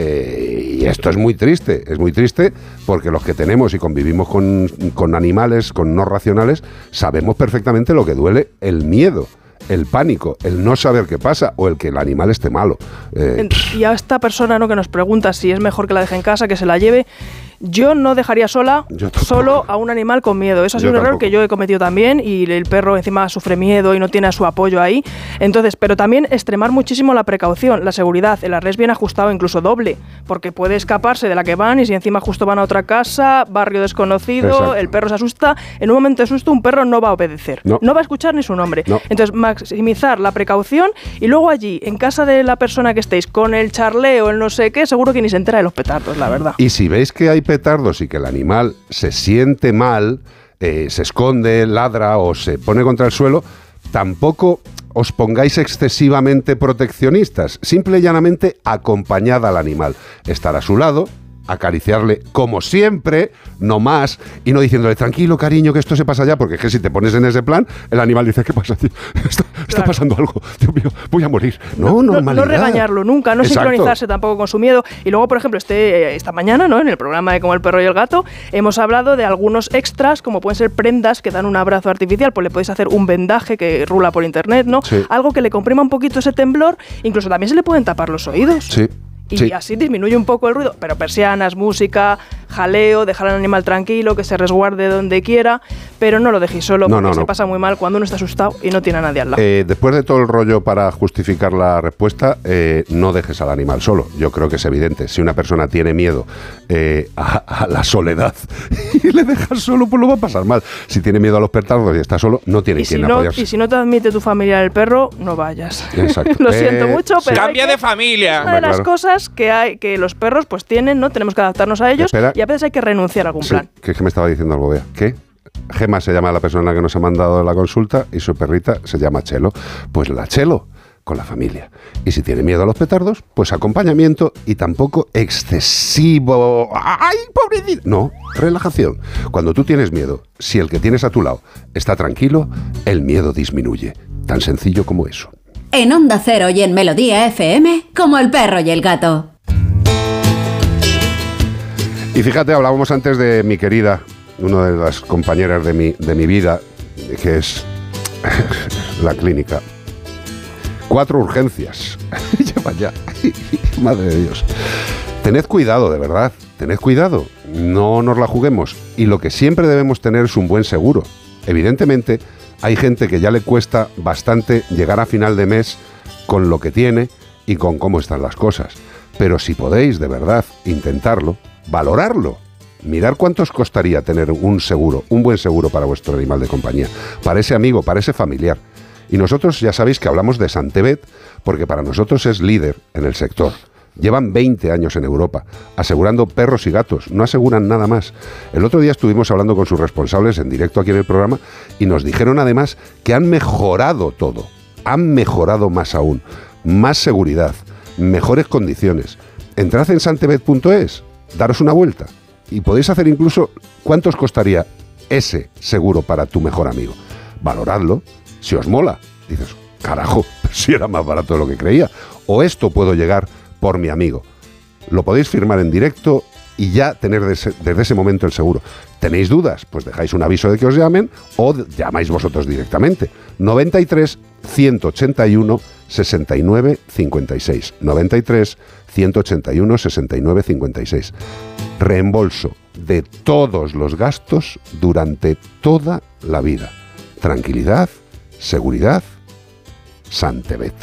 eh, y esto es muy triste, es muy triste porque los que tenemos y convivimos con, con animales, con no racionales, sabemos perfectamente lo que duele el miedo, el pánico, el no saber qué pasa o el que el animal esté malo. Eh, y a esta persona, ¿no?, que nos pregunta si es mejor que la deje en casa, que se la lleve... Yo no dejaría sola solo a un animal con miedo. Eso ha sido un error que yo he cometido también, y el perro encima sufre miedo y no tiene a su apoyo ahí. Entonces, pero también extremar muchísimo la precaución, la seguridad, el arnés bien ajustado, incluso doble, porque puede escaparse de la que van y si encima justo van a otra casa, barrio desconocido, exacto, el perro se asusta. En un momento de susto un perro no va a obedecer, no, no va a escuchar ni su nombre. No. Entonces, maximizar la precaución y luego allí, en casa de la persona que estéis, con el charleo, el no sé qué, seguro que ni se entera de los petardos, la verdad. Y si veis que hay petardos y que el animal se siente mal, eh, se esconde, ladra o se pone contra el suelo, tampoco os pongáis excesivamente proteccionistas. Simple y llanamente acompañad al animal. Estar a su lado, acariciarle como siempre, no más, y no diciéndole tranquilo, cariño, que esto se pasa ya, porque es que si te pones en ese plan, el animal dice, ¿qué pasa, tío? Está, claro. está pasando algo, Dios mío, voy a morir. No, no, normalidad. No, no regañarlo nunca, no Exacto. sincronizarse tampoco con su miedo. Y luego, por ejemplo, este, esta mañana, ¿no?, en el programa de Como el perro y el gato, hemos hablado de algunos extras, como pueden ser prendas que dan un abrazo artificial, pues le podéis hacer un vendaje que rula por internet, ¿no? Sí. Algo que le comprima un poquito ese temblor, incluso también se le pueden tapar los oídos. Sí. Y sí. así disminuye un poco el ruido, pero persianas, música, jaleo, dejar al animal tranquilo, que se resguarde donde quiera, pero no lo dejéis solo, no, porque no, se no. pasa muy mal cuando uno está asustado y no tiene a nadie al lado. Eh, después de todo el rollo para justificar la respuesta, eh, no dejes al animal solo. Yo creo que es evidente. Si una persona tiene miedo eh, a, a la soledad y le dejas solo, pues lo va a pasar mal. Si tiene miedo a los petardos y está solo, no tiene y quien si no, apoyarse. Y si no te admite tu familia el perro, no vayas. Exacto. Lo siento eh, mucho, pero cambia que, de familia. Es una de las claro. cosas que hay que los perros pues tienen, ¿no? Tenemos que adaptarnos a ellos. Espera. Y a veces hay que renunciar a algún Sí, plan. que es que me estaba diciendo algo, vea. ¿Qué? Gema se llama la persona que nos ha mandado la consulta y su perrita se llama Chelo. Pues la Chelo con la familia. Y si tiene miedo a los petardos, pues acompañamiento y tampoco excesivo. ¡Ay, pobrecito! No, relajación. Cuando tú tienes miedo, si el que tienes a tu lado está tranquilo, el miedo disminuye. Tan sencillo como eso. En Onda Cero y en Melodía F M, Como el perro y el gato. Y fíjate, hablábamos antes de mi querida, una de las compañeras de mi, de mi vida, que es la clínica. Cuatro urgencias. Lleva ya. Madre de Dios. Tened cuidado, de verdad. Tened cuidado. No nos la juguemos. Y lo que siempre debemos tener es un buen seguro. Evidentemente, hay gente que ya le cuesta bastante llegar a final de mes con lo que tiene y con cómo están las cosas. Pero si podéis, de verdad, intentarlo, valorarlo, mirar cuánto os costaría tener un seguro, un buen seguro para vuestro animal de compañía, para ese amigo, para ese familiar. Y nosotros ya sabéis que hablamos de Santebet porque para nosotros es líder en el sector. Llevan veinte años en Europa, asegurando perros y gatos, no aseguran nada más. El otro día estuvimos hablando con sus responsables en directo aquí en el programa y nos dijeron además que han mejorado todo, han mejorado más aún, más seguridad, mejores condiciones. Entrad en santebet punto es, daros una vuelta y podéis hacer incluso cuánto os costaría ese seguro para tu mejor amigo. Valoradlo, si os mola, dices, carajo, si era más barato de lo que creía, o esto puedo llegar por mi amigo. Lo podéis firmar en directo y ya tener desde, desde ese momento el seguro. ¿Tenéis dudas? Pues dejáis un aviso de que os llamen o llamáis vosotros directamente. noventa y tres, ciento ochenta y uno, sesenta y nueve, cincuenta y seis. noventa y tres, ciento ochenta y uno, sesenta y nueve, cincuenta y seis. Reembolso de todos los gastos durante toda la vida. Tranquilidad, seguridad, Santebet.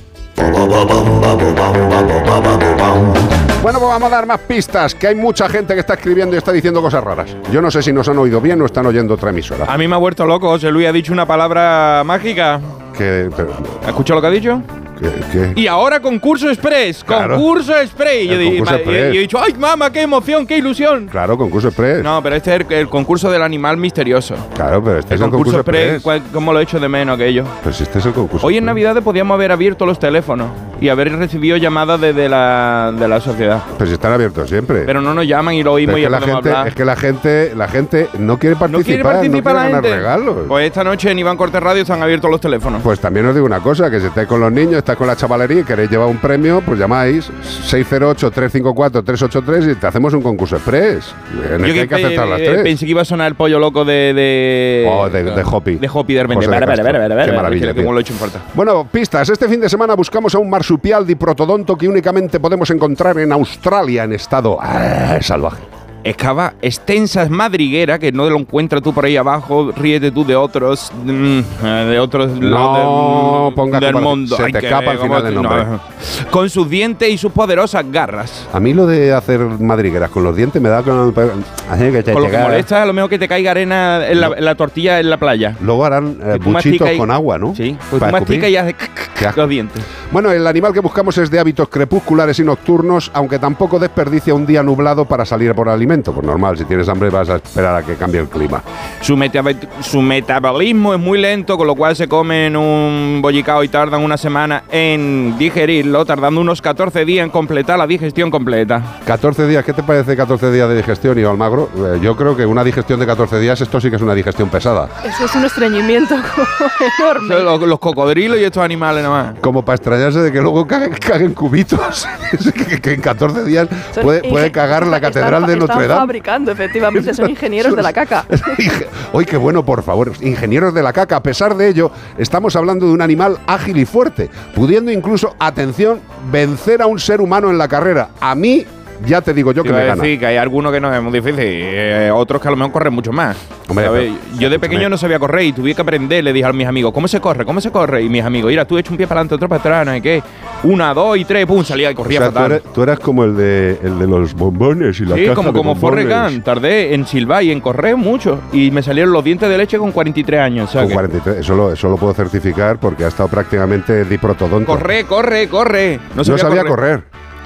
Bueno, pues vamos a dar más pistas, que hay mucha gente que está escribiendo y está diciendo cosas raras. Yo no sé si nos han oído bien o están oyendo otra emisora. A mí me ha vuelto loco, José Luis ha dicho una palabra mágica. ¿Qué? Pero, ¿has escuchado lo que ha dicho? ¿Qué, qué? Y ahora concurso express, Claro. concurso express. Y yo, El di- concurso ma- express. y- y he dicho, ¡ay, mamá, qué emoción, qué ilusión! Claro, concurso express. No, pero este es el, el concurso del animal misterioso. Claro, pero este El es el concurso concurso express, express. cuál- ¿cómo lo he hecho de menos aquello? Pero si este es el concurso Hoy en express. Navidades podíamos haber abierto los teléfonos y haber recibido llamadas desde la, de la sociedad. Pero si están abiertos siempre. Pero no nos llaman y lo Pero oímos es y que ya la podemos gente, hablar. es que la gente, la gente no quiere participar, ¿No quiere participar no quiere la ganar gente? regalos. Pues esta noche en Iván Cortés Radio están abiertos los teléfonos. Pues también os digo una cosa, que si estáis con los niños, estáis con la chavalería y queréis llevar un premio, pues llamáis seis cero ocho, tres cinco cuatro, tres ocho tres y te hacemos un concurso express. En el Yo que hay que pe- aceptar las eh, tres. pensé que iba a sonar el pollo loco de... de Oh, de, de Hopi. De Hopi de repente. José de Vale, vale, Castro. vale, vale, Qué vale, maravilla, que- tío. como lo he hecho en falta. Bueno, pistas. Este fin de semana buscamos a un marsupial diprotodonto que únicamente podemos encontrar en Australia en estado ah, salvaje. Excava extensas madrigueras que no lo encuentras tú por ahí abajo, ríete tú de otros, mm, de otros No, lados del, ponga tu del par- mundo. se Ay, te que- escapa al como- final del no. nombre. Con sus dientes y sus poderosas garras. A mí lo de hacer madrigueras con los dientes me da con... Así que te Con lo que llega- molesta, a lo mejor que te caiga arena en la, en la tortilla en la playa. Luego harán eh, Que tú buchitos masticas y- con agua, ¿no? Sí, pues Para tú masticas escupir. y haces Qué asco. los dientes. Bueno, el animal que buscamos es de hábitos crepusculares y nocturnos, aunque tampoco desperdicia un día nublado para salir por alimento. Pues normal, si tienes hambre vas a esperar a que cambie el clima. Su, metaba- su metabolismo es muy lento, con lo cual se comen un bollicao y tardan una semana en digerirlo, tardando unos catorce días en completar la digestión completa. catorce días, ¿qué te parece catorce días de digestión, Iván Almagro? Eh, yo creo que una digestión de catorce días, esto sí que es una digestión pesada. Eso es un estreñimiento enorme. Los, los cocodrilos y estos animales nada más. Como para extrañarse de que luego caguen, caguen cubitos. que, que en catorce días Son puede, inge- puede cagar la están- catedral de están Notre Dame. fabricando, efectivamente, son ingenieros de la caca. ¡Uy, qué bueno, por favor! Ingenieros de la caca. A pesar de ello, estamos hablando de un animal ágil y fuerte, pudiendo incluso, atención, vencer a un ser humano en la carrera. A mí, ya te digo yo que Iba me a gana. decir que hay algunos que no es muy difícil, eh, otros que a lo mejor corren mucho más. Hombre, ¿sabes? pero- Yo de pequeño no sabía correr y tuve que aprender, le dije a mis amigos, ¿cómo se corre? ¿Cómo se corre? Y mis amigos, mira, tú echas un pie para adelante, otro para atrás, no sé qué. Una, dos y tres, pum, salía y O corría sea, tú fatal. eras, tú eras como el de, el de los bombones y la Sí, caja como, de como Forrest bombones. Gump, tardé en silbar y en correr mucho. Y me salieron los dientes de leche con cuarenta y tres años. O sea Con que- cuarenta y tres, eso, lo, eso lo puedo certificar porque ha estado prácticamente diprotodonto. corre, corre, corre. No sabía, correr.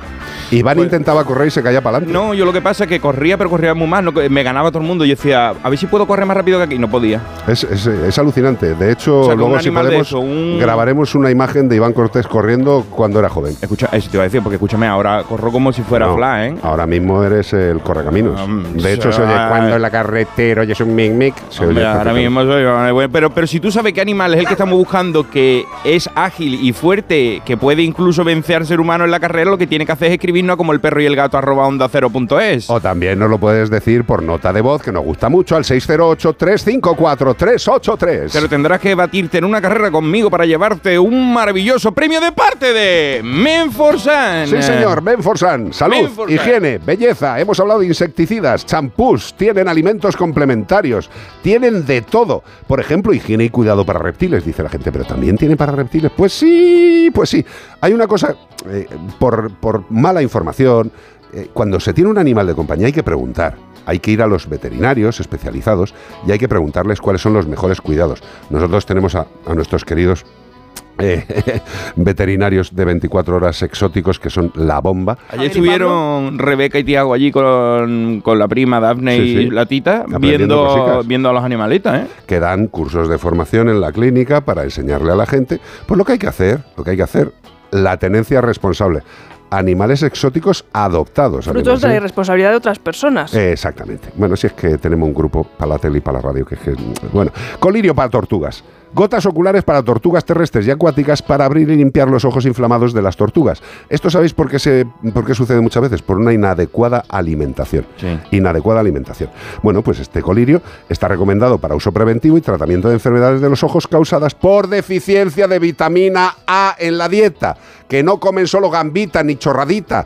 Iván intentaba correr y se caía para adelante. No, yo lo que pasa es que corría, pero corría muy mal. no- me ganaba todo el mundo. Y decía, a ver si puedo correr más rápido que aquí. No podía. Es, es- es alucinante. De hecho, O sea, que luego un si animal de podemos, eso, un- grabaremos una imagen de Iván Cortés corriendo cuando era joven. Escucha, eso te iba a decir, porque escúchame, ahora corro como si fuera No, Flash, ¿eh? Ahora mismo eres el correcaminos. Um, de hecho, se oye ah, cuando en la carretera oyes un mic mic. Se Hombre, oye ahora perfectamente. mismo soy, bueno, pero, pero si tú sabes qué animal es el que estamos buscando, que es ágil y fuerte, que puede incluso vencer al ser humano en la carrera, lo que tiene que hacer es escribirnos como el perro y el gato arroba onda cero punto es. O también nos lo puedes decir por nota de voz, que nos gusta mucho, al seis cero ocho, tres cinco cuatro, tres ocho tres. Pero tendrás que batirte en una carrera conmigo para llevarte un maravilloso premio de parte de Menforsan. Sí, señor, Menforsan. Salud, Menforsan. higiene, belleza. Hemos hablado de insecticidas, champús, tienen alimentos complementarios, tienen de todo. Por ejemplo, higiene y cuidado para reptiles, dice la gente, pero también tiene para reptiles. Pues sí, pues sí. Hay una cosa, eh, por, por mala información, eh, cuando se tiene un animal de compañía hay que preguntar. Hay que ir a los veterinarios especializados y hay que preguntarles cuáles son los mejores cuidados. Nosotros tenemos a, a nuestros queridos eh, veterinarios de veinticuatro horas exóticos que son la bomba. Ayer estuvieron Rebeca y Tiago allí con, con la prima Dafne Sí, y sí. la tita Aprendiendo viendo, cositas. viendo a los animalitos, ¿eh? Que dan cursos de formación en la clínica para enseñarle a la gente pues lo que hay que hacer, lo que hay que hacer, la tenencia responsable. Animales exóticos adoptados. Frutos además, de la ¿eh? irresponsabilidad de otras personas. Eh, Exactamente. Bueno, si es que tenemos un grupo para la tele y para la radio que es que... Bueno, colirio para tortugas. Gotas oculares para tortugas terrestres y acuáticas para abrir y limpiar los ojos inflamados de las tortugas. Esto sabéis por qué, se, por qué sucede muchas veces, por una inadecuada alimentación. Sí. Inadecuada alimentación. Bueno, pues este colirio está recomendado para uso preventivo y tratamiento de enfermedades de los ojos causadas por deficiencia de vitamina A en la dieta. Que no comen solo gambita ni chorradita.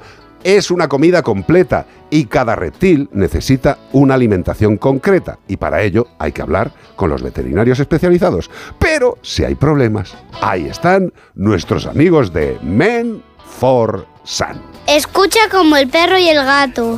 es una comida completa y cada reptil necesita una alimentación concreta y para ello hay que hablar con los veterinarios especializados. Pero si hay problemas, ahí están nuestros amigos de Menforsan. Escucha como el perro y el gato.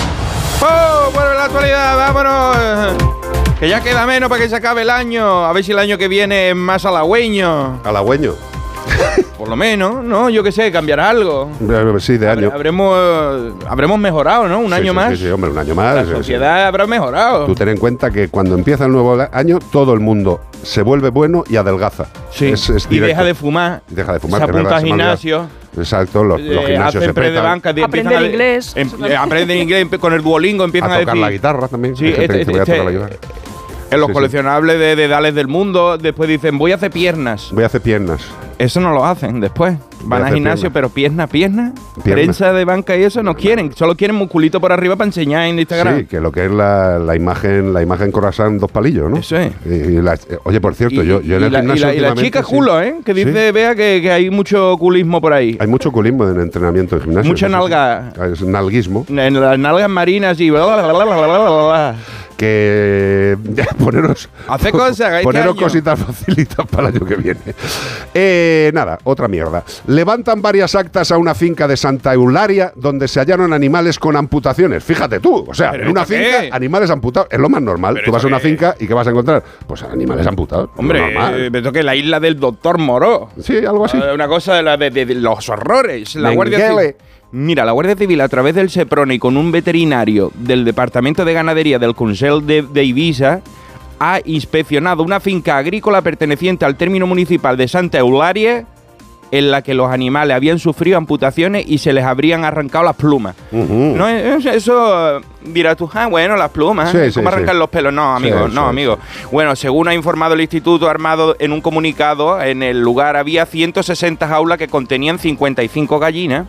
¡Oh! Vuelve la actualidad, vámonos. Que ya queda menos para que se acabe el año. A ver si el año que viene es más halagüeño. ¿Halagüeño? Por lo menos, ¿no? Yo qué sé, cambiará algo. Sí, de año. Habremos, habremos mejorado, ¿no? Un sí, año sí, más. Sí, sí, hombre, un año más. La sociedad sí. habrá mejorado. Tú ten en cuenta que cuando empieza el nuevo año, todo el mundo se vuelve bueno y adelgaza. Sí, es, es y deja de fumar. Deja de fumar. Se apunta al gimnasio. Exacto, los, los eh, gimnasios se de banca, aprende el inglés. Em, aprenden inglés, con el Duolingo empiezan a a tocar decir, la guitarra también. Sí, este, este, voy a tocar este, la guitarra. En los sí, coleccionables sí. de dedales del mundo, después dicen, voy a hacer piernas. Voy a hacer piernas. Eso no lo hacen después. Van al gimnasio, pierna. pero pierna, pierna, pierna. Prensa de banca y eso no quieren. Solo quieren musculito por arriba para enseñar en Instagram. Sí, que lo que es la, la imagen la imagen croissant dos palillos, ¿no? Eso es. Y, y la, oye, por cierto, y, yo, yo en el la, gimnasio Y la, y la chica sí. culo, ¿eh? Que dice, ¿Sí? vea que, que hay mucho culismo por ahí. Hay mucho culismo en el entrenamiento en gimnasio. Mucha nalga. Sí. Es nalguismo. En las nalgas marinas y bla, bla, bla, bla, bla, bla, bla. Que poneros, Hace cosas, poneros este cositas facilitas para el año que viene. Eh, nada, otra mierda. Levantan varias actas a una finca de Santa Eularia donde se hallaron animales con amputaciones. Fíjate tú, o sea, en una finca, qué? animales amputados. Es lo más normal. Pero tú vas a una qué? finca y ¿qué vas a encontrar? Pues animales amputados. Hombre, eh, me toque la isla del Doctor Moró. Sí, algo así. Una cosa de, la, de, de, de los horrores. La Menguele. Guardia Civil. Mira, la Guardia Civil, a través del Seprona y con un veterinario del Departamento de Ganadería del Consell de, de Ibiza, ha inspeccionado una finca agrícola perteneciente al término municipal de Santa Eularia, en la que los animales habían sufrido amputaciones y se les habrían arrancado las plumas. Uh-huh. No, eso dirás tú, ah, bueno, las plumas, sí, ¿cómo sí, arrancar sí. los pelos? No, amigo, sí, no, sí, amigo. Sí. Bueno, según ha informado el Instituto Armado en un comunicado, en el lugar había ciento sesenta jaulas que contenían cincuenta y cinco gallinas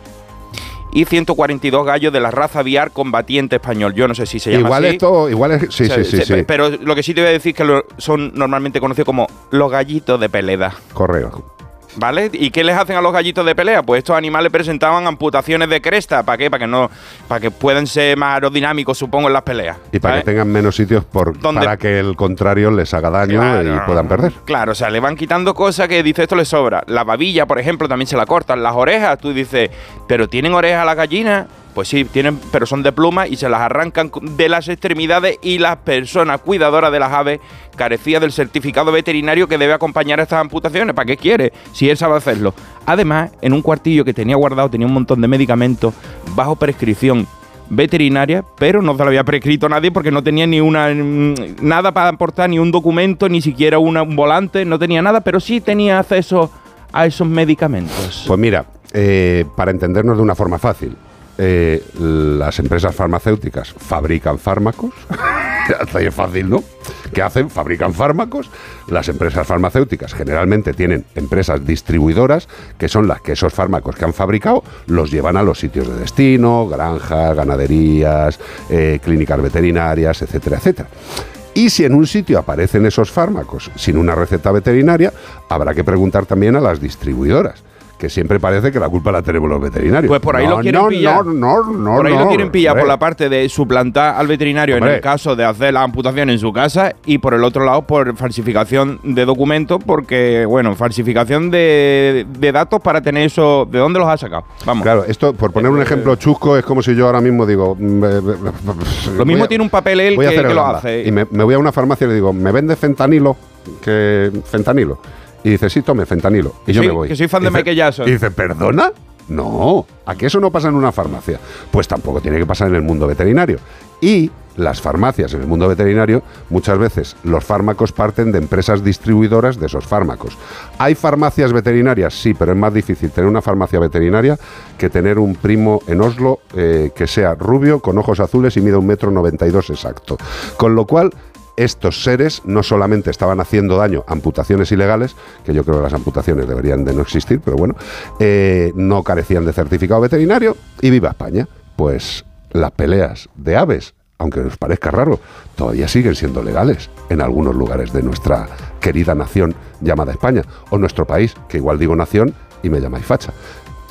y ciento cuarenta y dos gallos de la raza aviar combatiente español. Yo no sé si se llama igual así. Esto, igual es, sí, se, sí, se, sí, sí. Pero lo que sí te voy a decir es que lo, son normalmente conocidos como los gallitos de pelea. Correcto. ¿Vale? ¿Y qué les hacen a los gallitos de pelea? Pues estos animales presentaban amputaciones de cresta. ¿Para qué? Para que no, para que puedan ser más aerodinámicos, supongo, en las peleas. Y para ¿sabes? que tengan menos sitios por, para que el contrario les haga daño claro, y puedan perder. Claro, o sea, le van quitando cosas que dice esto les sobra. La babilla, por ejemplo, también se la cortan. Las orejas, tú dices, ¿pero tienen orejas las gallinas? Pues sí, tienen, pero son de pluma y se las arrancan de las extremidades y las personas cuidadoras de las aves carecían del certificado veterinario que debe acompañar a estas amputaciones. ¿Para qué quiere? Si él sabe hacerlo. Además, en un cuartillo que tenía guardado tenía un montón de medicamentos bajo prescripción veterinaria, pero no se lo había prescrito nadie porque no tenía ni una nada para aportar, ni un documento, ni siquiera una, un volante, no tenía nada, pero sí tenía acceso a esos medicamentos. Pues mira, eh, para entendernos de una forma fácil, Eh, las empresas farmacéuticas fabrican fármacos. Así es fácil, ¿no? ¿Qué hacen? Fabrican fármacos. Las empresas farmacéuticas generalmente tienen empresas distribuidoras que son las que esos fármacos que han fabricado los llevan a los sitios de destino, granjas, ganaderías, eh, clínicas veterinarias, etcétera, etcétera. Y si en un sitio aparecen esos fármacos sin una receta veterinaria, habrá que preguntar también a las distribuidoras, que siempre parece que la culpa la tenemos los veterinarios. Pues por ahí no, lo quieren no, pillar. No, no, no, por ahí no, lo quieren pillar, hombre. por la parte de suplantar al veterinario hombre. en el caso de hacer la amputación en su casa, y por el otro lado por falsificación de documentos, porque, bueno, falsificación de, de datos para tener eso. ¿De dónde los ha sacado? Vamos. Claro, esto, por poner un ejemplo chusco, es como si yo ahora mismo digo... Lo mismo a, tiene un papel él que, que lo hace. Y me, me voy a una farmacia y le digo, ¿me vende fentanilo? Que fentanilo. Y dice, sí, tome fentanilo. Y sí, yo me voy. Que soy fan y de dice, Michael Jackson. Y dice, ¿perdona? No, ¿a qué eso no pasa en una farmacia? Pues tampoco tiene que pasar en el mundo veterinario. Y las farmacias en el mundo veterinario, muchas veces los fármacos parten de empresas distribuidoras de esos fármacos. ¿Hay farmacias veterinarias? Sí, pero es más difícil tener una farmacia veterinaria que tener un primo en Oslo eh, que sea rubio, con ojos azules y mida un metro noventa y dos exacto. Con lo cual... estos seres no solamente estaban haciendo daño, amputaciones ilegales, que yo creo que las amputaciones deberían de no existir, pero bueno, eh, no carecían de certificado veterinario y viva España. Pues las peleas de aves, aunque os parezca raro, todavía siguen siendo legales en algunos lugares de nuestra querida nación llamada España, o nuestro país, que igual digo nación y me llamáis facha.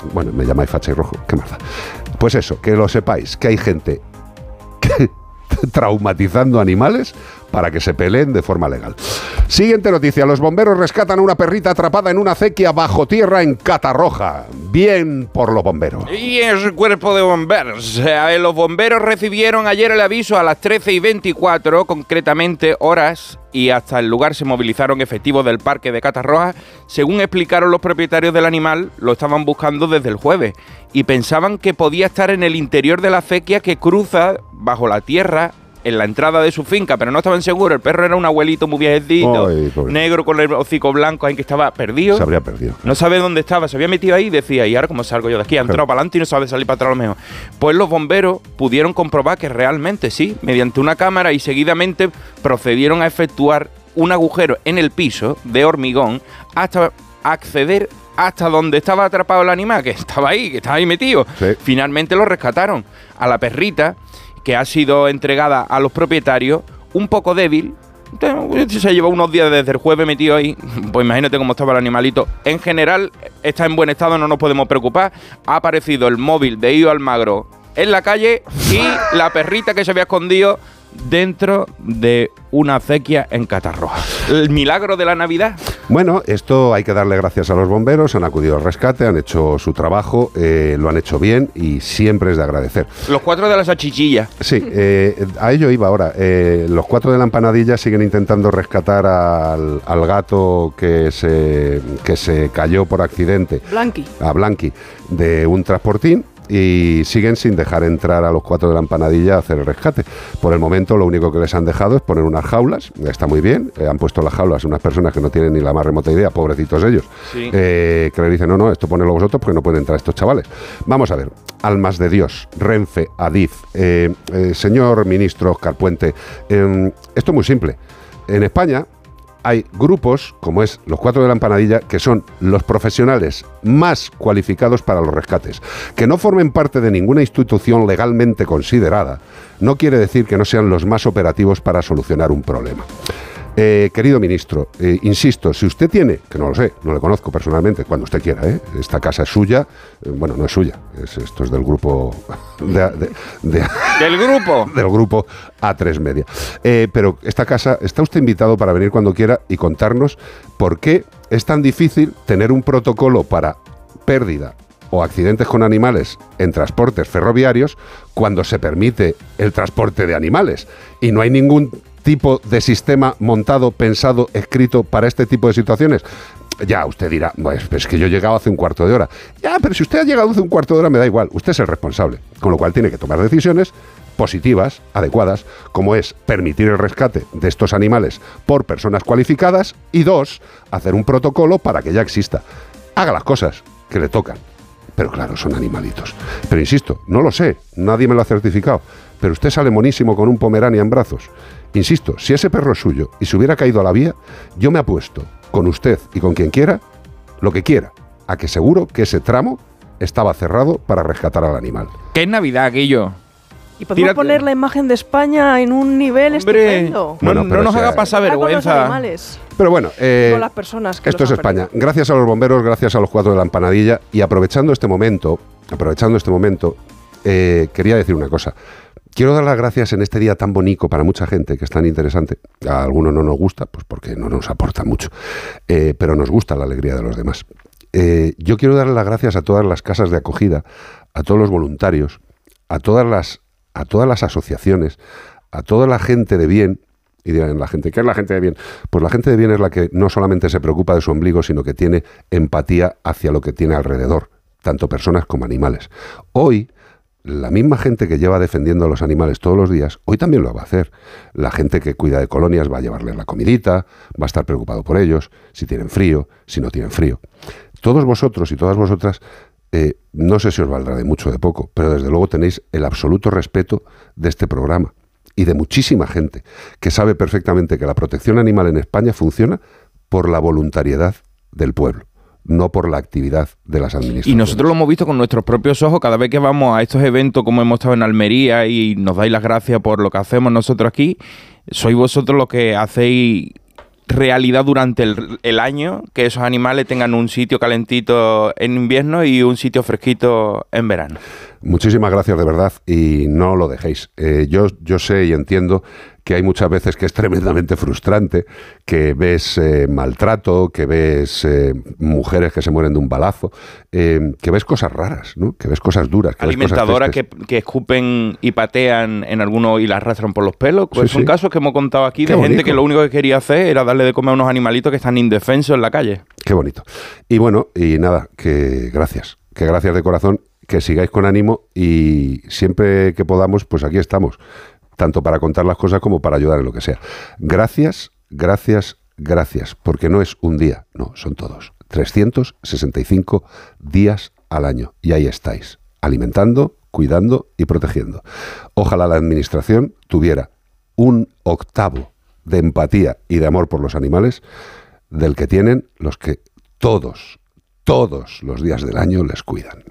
Bueno, me llamáis facha y rojo, qué más da. Pues eso, que lo sepáis, que hay gente que traumatizando animales para que se peleen de forma legal. Siguiente noticia, los bomberos rescatan a una perrita atrapada en una acequia bajo tierra en Catarroja. Bien por los bomberos. Y en su cuerpo de bomberos. Eh, los bomberos recibieron ayer el aviso a las trece y veinticuatro, concretamente horas, y hasta el lugar se movilizaron efectivos del parque de Catarroja. Según explicaron los propietarios del animal, lo estaban buscando desde el jueves y pensaban que podía estar en el interior de la acequia que cruza bajo la tierra en la entrada de su finca, pero no estaban seguros. El perro era un abuelito muy viejecito, Ay, negro con el hocico blanco, ahí que estaba perdido. Se habría perdido. No sabe dónde estaba, se había metido ahí y decía, ¿y ahora cómo salgo yo de aquí? Ha entrado para adelante y no sabe salir para atrás a lo mejor. Pues los bomberos pudieron comprobar que realmente sí, mediante una cámara, y seguidamente procedieron a efectuar un agujero en el piso de hormigón hasta acceder hasta donde estaba atrapado el animal, que estaba ahí, que estaba ahí metido. Sí. Finalmente lo rescataron. A la perrita, que ha sido entregada a los propietarios, un poco débil, se llevó unos días desde el jueves metido ahí, pues imagínate cómo estaba el animalito. En general está en buen estado, no nos podemos preocupar. Ha aparecido el móvil de Ío Almagro en la calle y la perrita que se había escondido dentro de una acequia en Catarroja. El milagro de la Navidad. Bueno, esto hay que darle gracias a los bomberos, han acudido al rescate, han hecho su trabajo, eh, lo han hecho bien y siempre es de agradecer. Los cuatro de las achichillas. Sí, eh, a ello iba ahora. Eh, los cuatro de la empanadilla siguen intentando rescatar al, al gato que se, que se cayó por accidente. Blanqui. A Blanqui, de un transportín. Y siguen sin dejar entrar a los cuatro de la empanadilla a hacer el rescate. Por el momento lo único que les han dejado es poner unas jaulas, está muy bien, eh, han puesto las jaulas unas personas que no tienen ni la más remota idea, pobrecitos ellos, sí. eh, que le dicen, no, no, esto ponelo vosotros porque no pueden entrar estos chavales. Vamos a ver, almas de Dios, Renfe, Adif, eh, eh, señor ministro Óscar Puente, eh, esto es muy simple. En España hay grupos, como es los cuatro de la empanadilla, que son los profesionales más cualificados para los rescates. Que no formen parte de ninguna institución legalmente considerada no quiere decir que no sean los más operativos para solucionar un problema. Eh, querido ministro, eh, insisto, si usted tiene, que no lo sé, no le conozco personalmente, cuando usted quiera, ¿eh? Esta casa es suya, eh, bueno, no es suya, es, esto es del grupo... De, de, de, ¿Del grupo? Del grupo A tres Media. Eh, pero esta casa, está usted invitado para venir cuando quiera y contarnos por qué es tan difícil tener un protocolo para pérdida o accidentes con animales en transportes ferroviarios cuando se permite el transporte de animales y no hay ningún tipo de sistema montado, pensado, escrito para este tipo de situaciones. Ya, usted dirá, pues es que yo he llegado hace un cuarto de hora. Ya, pero si usted ha llegado hace un cuarto de hora me da igual, usted es el responsable, con lo cual tiene que tomar decisiones positivas, adecuadas, como es permitir el rescate de estos animales por personas cualificadas y dos, hacer un protocolo para que ya exista. Haga las cosas que le tocan. Pero claro, son animalitos. Pero insisto, no lo sé, nadie me lo ha certificado, pero usted sale monísimo con un Pomerania en brazos. Insisto, si ese perro es suyo y se hubiera caído a la vía, yo me apuesto con usted y con quien quiera, lo que quiera, a que seguro que ese tramo estaba cerrado para rescatar al animal. ¿Qué es Navidad, Guillo? Y podemos Tírate. poner la imagen de España en un nivel Hombre, estupendo. Bueno, no, no nos sea, haga pasar vergüenza. Pero bueno, eh, con las personas que esto es España. Perdido. Gracias a los bomberos, gracias a los cuatro de la empanadilla y aprovechando este momento, aprovechando este momento, eh, quería decir una cosa. Quiero dar las gracias en este día tan bonito para mucha gente, que es tan interesante. A algunos no nos gusta, pues porque no nos aporta mucho, eh, pero nos gusta la alegría de los demás. Eh, yo quiero dar las gracias a todas las casas de acogida, a todos los voluntarios, a todas las, a todas las asociaciones, a toda la gente de bien. Y dirán, la gente, ¿qué es la gente de bien? Pues la gente de bien es la que no solamente se preocupa de su ombligo, sino que tiene empatía hacia lo que tiene alrededor, tanto personas como animales. Hoy, la misma gente que lleva defendiendo a los animales todos los días, hoy también lo va a hacer. La gente que cuida de colonias va a llevarles la comidita, va a estar preocupado por ellos, si tienen frío, si no tienen frío. Todos vosotros y todas vosotras, eh, no sé si os valdrá de mucho o de poco, pero desde luego tenéis el absoluto respeto de este programa y de muchísima gente que sabe perfectamente que la protección animal en España funciona por la voluntariedad del pueblo, no por la actividad de las administraciones. Y nosotros lo hemos visto con nuestros propios ojos cada vez que vamos a estos eventos, como hemos estado en Almería, y nos dais las gracias por lo que hacemos nosotros aquí. Sois vosotros los que hacéis realidad durante el, el año, que esos animales tengan un sitio calentito en invierno y un sitio fresquito en verano. Muchísimas gracias, de verdad, y no lo dejéis. Eh, yo, yo sé y entiendo que hay muchas veces que es tremendamente frustrante, que ves eh, maltrato, que ves eh, mujeres que se mueren de un balazo, eh, que ves cosas raras, ¿no? Que ves cosas duras. Que Alimentadoras ves que, que escupen y patean en algunos y las arrastran por los pelos. Pues Sí, son sí. casos que hemos contado aquí Qué de gente bonito. que lo único que quería hacer era darle de comer a unos animalitos que están indefensos en la calle. Qué bonito. Y bueno, y nada, que gracias, que gracias de corazón, que sigáis con ánimo y siempre que podamos, pues aquí estamos, tanto para contar las cosas como para ayudar en lo que sea. Gracias, gracias, gracias, porque no es un día, no, son todos. trescientos sesenta y cinco días al año y ahí estáis, alimentando, cuidando y protegiendo. Ojalá la administración tuviera un octavo de empatía y de amor por los animales del que tienen los que todos, todos los días del año les cuidan.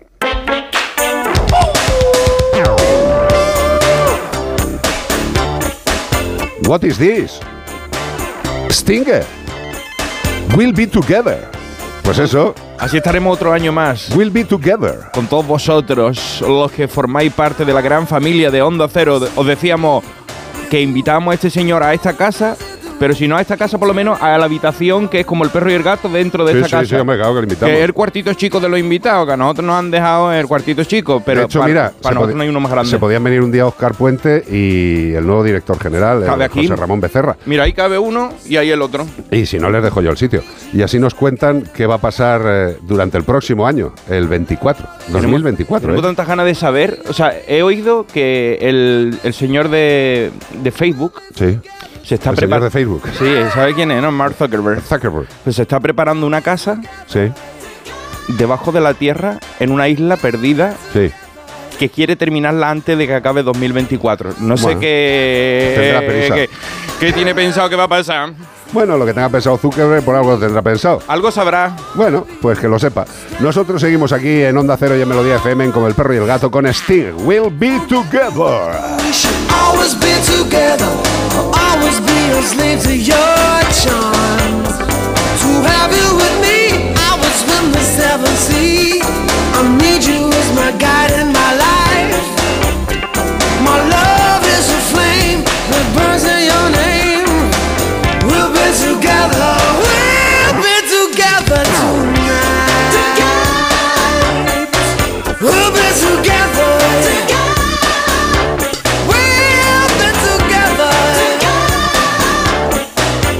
What is this? Stinger. We'll be together. Pues eso. Así estaremos otro año más. We'll be together. Con todos vosotros, los que formáis parte de la gran familia de Onda Cero. Os decíamos que invitábamos a este señor a esta casa, pero si no a esta casa, por lo menos a la habitación que es como el perro y el gato dentro de Sí, esta sí, casa. sí, hombre, claro que lo invitamos. Que es el cuartito chico de los invitados, que a nosotros nos han dejado el cuartito chico, pero de hecho, para, mira, para nosotros no hay uno más grande. Se podían venir un día Óscar Puente y el nuevo director general, Cabe eh, aquí. José Ramón Becerra. Mira, ahí cabe uno y ahí el otro. Y si no, les dejo yo el sitio. Y así nos cuentan qué va a pasar eh, durante el próximo año, el veinticuatro, dos mil veinticuatro. Tengo ¿eh? tantas ganas de saber. O sea, he oído que el, el señor de, de Facebook Sí. se está El señor preparando. de Facebook. Sí, ¿sabe quién es, no? Mark Zuckerberg. Zuckerberg. Pues se está preparando una casa Sí, debajo de la tierra en una isla perdida sí. que quiere terminarla antes de que acabe dos mil veinticuatro. No sé Bueno, qué, tendrá prisa. qué, qué tiene pensado que va a pasar. Bueno, lo que tenga pensado Zuckerberg, por algo tendrá pensado. Algo sabrá. Bueno, pues que lo sepa. Nosotros seguimos aquí en Onda Cero y en Melodía F M en Como el Perro y el Gato con Sting. We'll be together. We should always be together, always be a slave to your charms. To have you with me, I would swim the seven seas. I need you as my guide in my life. My love is a flame that burns in your name. We'll be together, we'll be together tonight. We'll be together. We'll be together.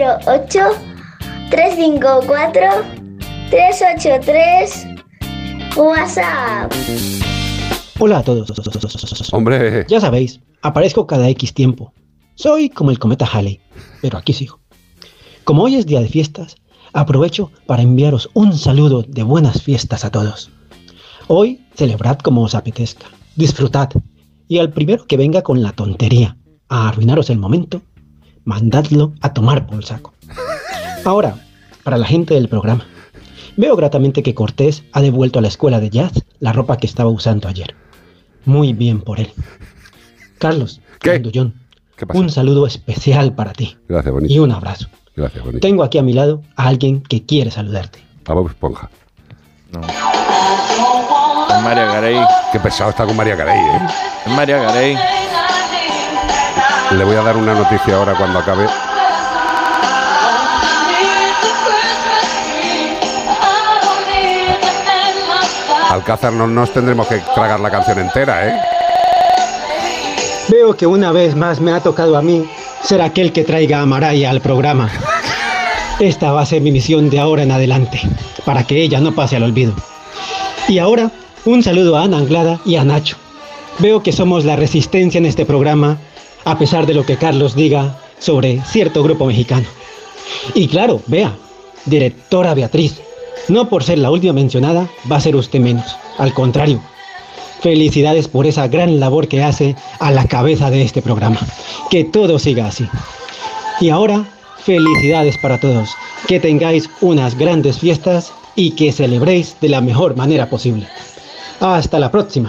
cero ocho, tres cinco cuatro, tres ocho tres. WhatsApp. Hola a todos. Hombre. Ya sabéis, aparezco cada X tiempo. Soy como el cometa Halley, pero aquí sigo. Como hoy es día de fiestas, aprovecho para enviaros un saludo de buenas fiestas a todos. Hoy celebrad como os apetezca, disfrutad, y al primero que venga con la tontería a arruinaros el momento, mandadlo a tomar por el saco. Ahora, para la gente del programa, veo gratamente que Cortés ha devuelto a la escuela de jazz la ropa que estaba usando ayer. Muy bien por él. Carlos, ¿Qué? John, ¿Qué pasa? un saludo especial para ti. Gracias, bonito. Y un abrazo. Gracias, bonito. Tengo aquí a mi lado a alguien que quiere saludarte. A Bob Esponja. No. Es María Carey. Qué pesado está con María Carey, ¿eh? Es María Carey. Le voy a dar una noticia ahora cuando acabe. Alcázar, no nos tendremos que tragar la canción entera, ¿eh? Veo que una vez más me ha tocado a mí ser aquel que traiga a Maraya al programa. Esta va a ser mi misión de ahora en adelante, para que ella no pase al olvido. Y ahora, un saludo a Ana Anglada y a Nacho. Veo que somos la resistencia en este programa, a pesar de lo que Carlos diga sobre cierto grupo mexicano. Y claro, vea, directora Beatriz, no por ser la última mencionada va a ser usted menos, al contrario. Felicidades por esa gran labor que hace a la cabeza de este programa. Que todo siga así. Y ahora, felicidades para todos. Que tengáis unas grandes fiestas y que celebréis de la mejor manera posible. Hasta la próxima.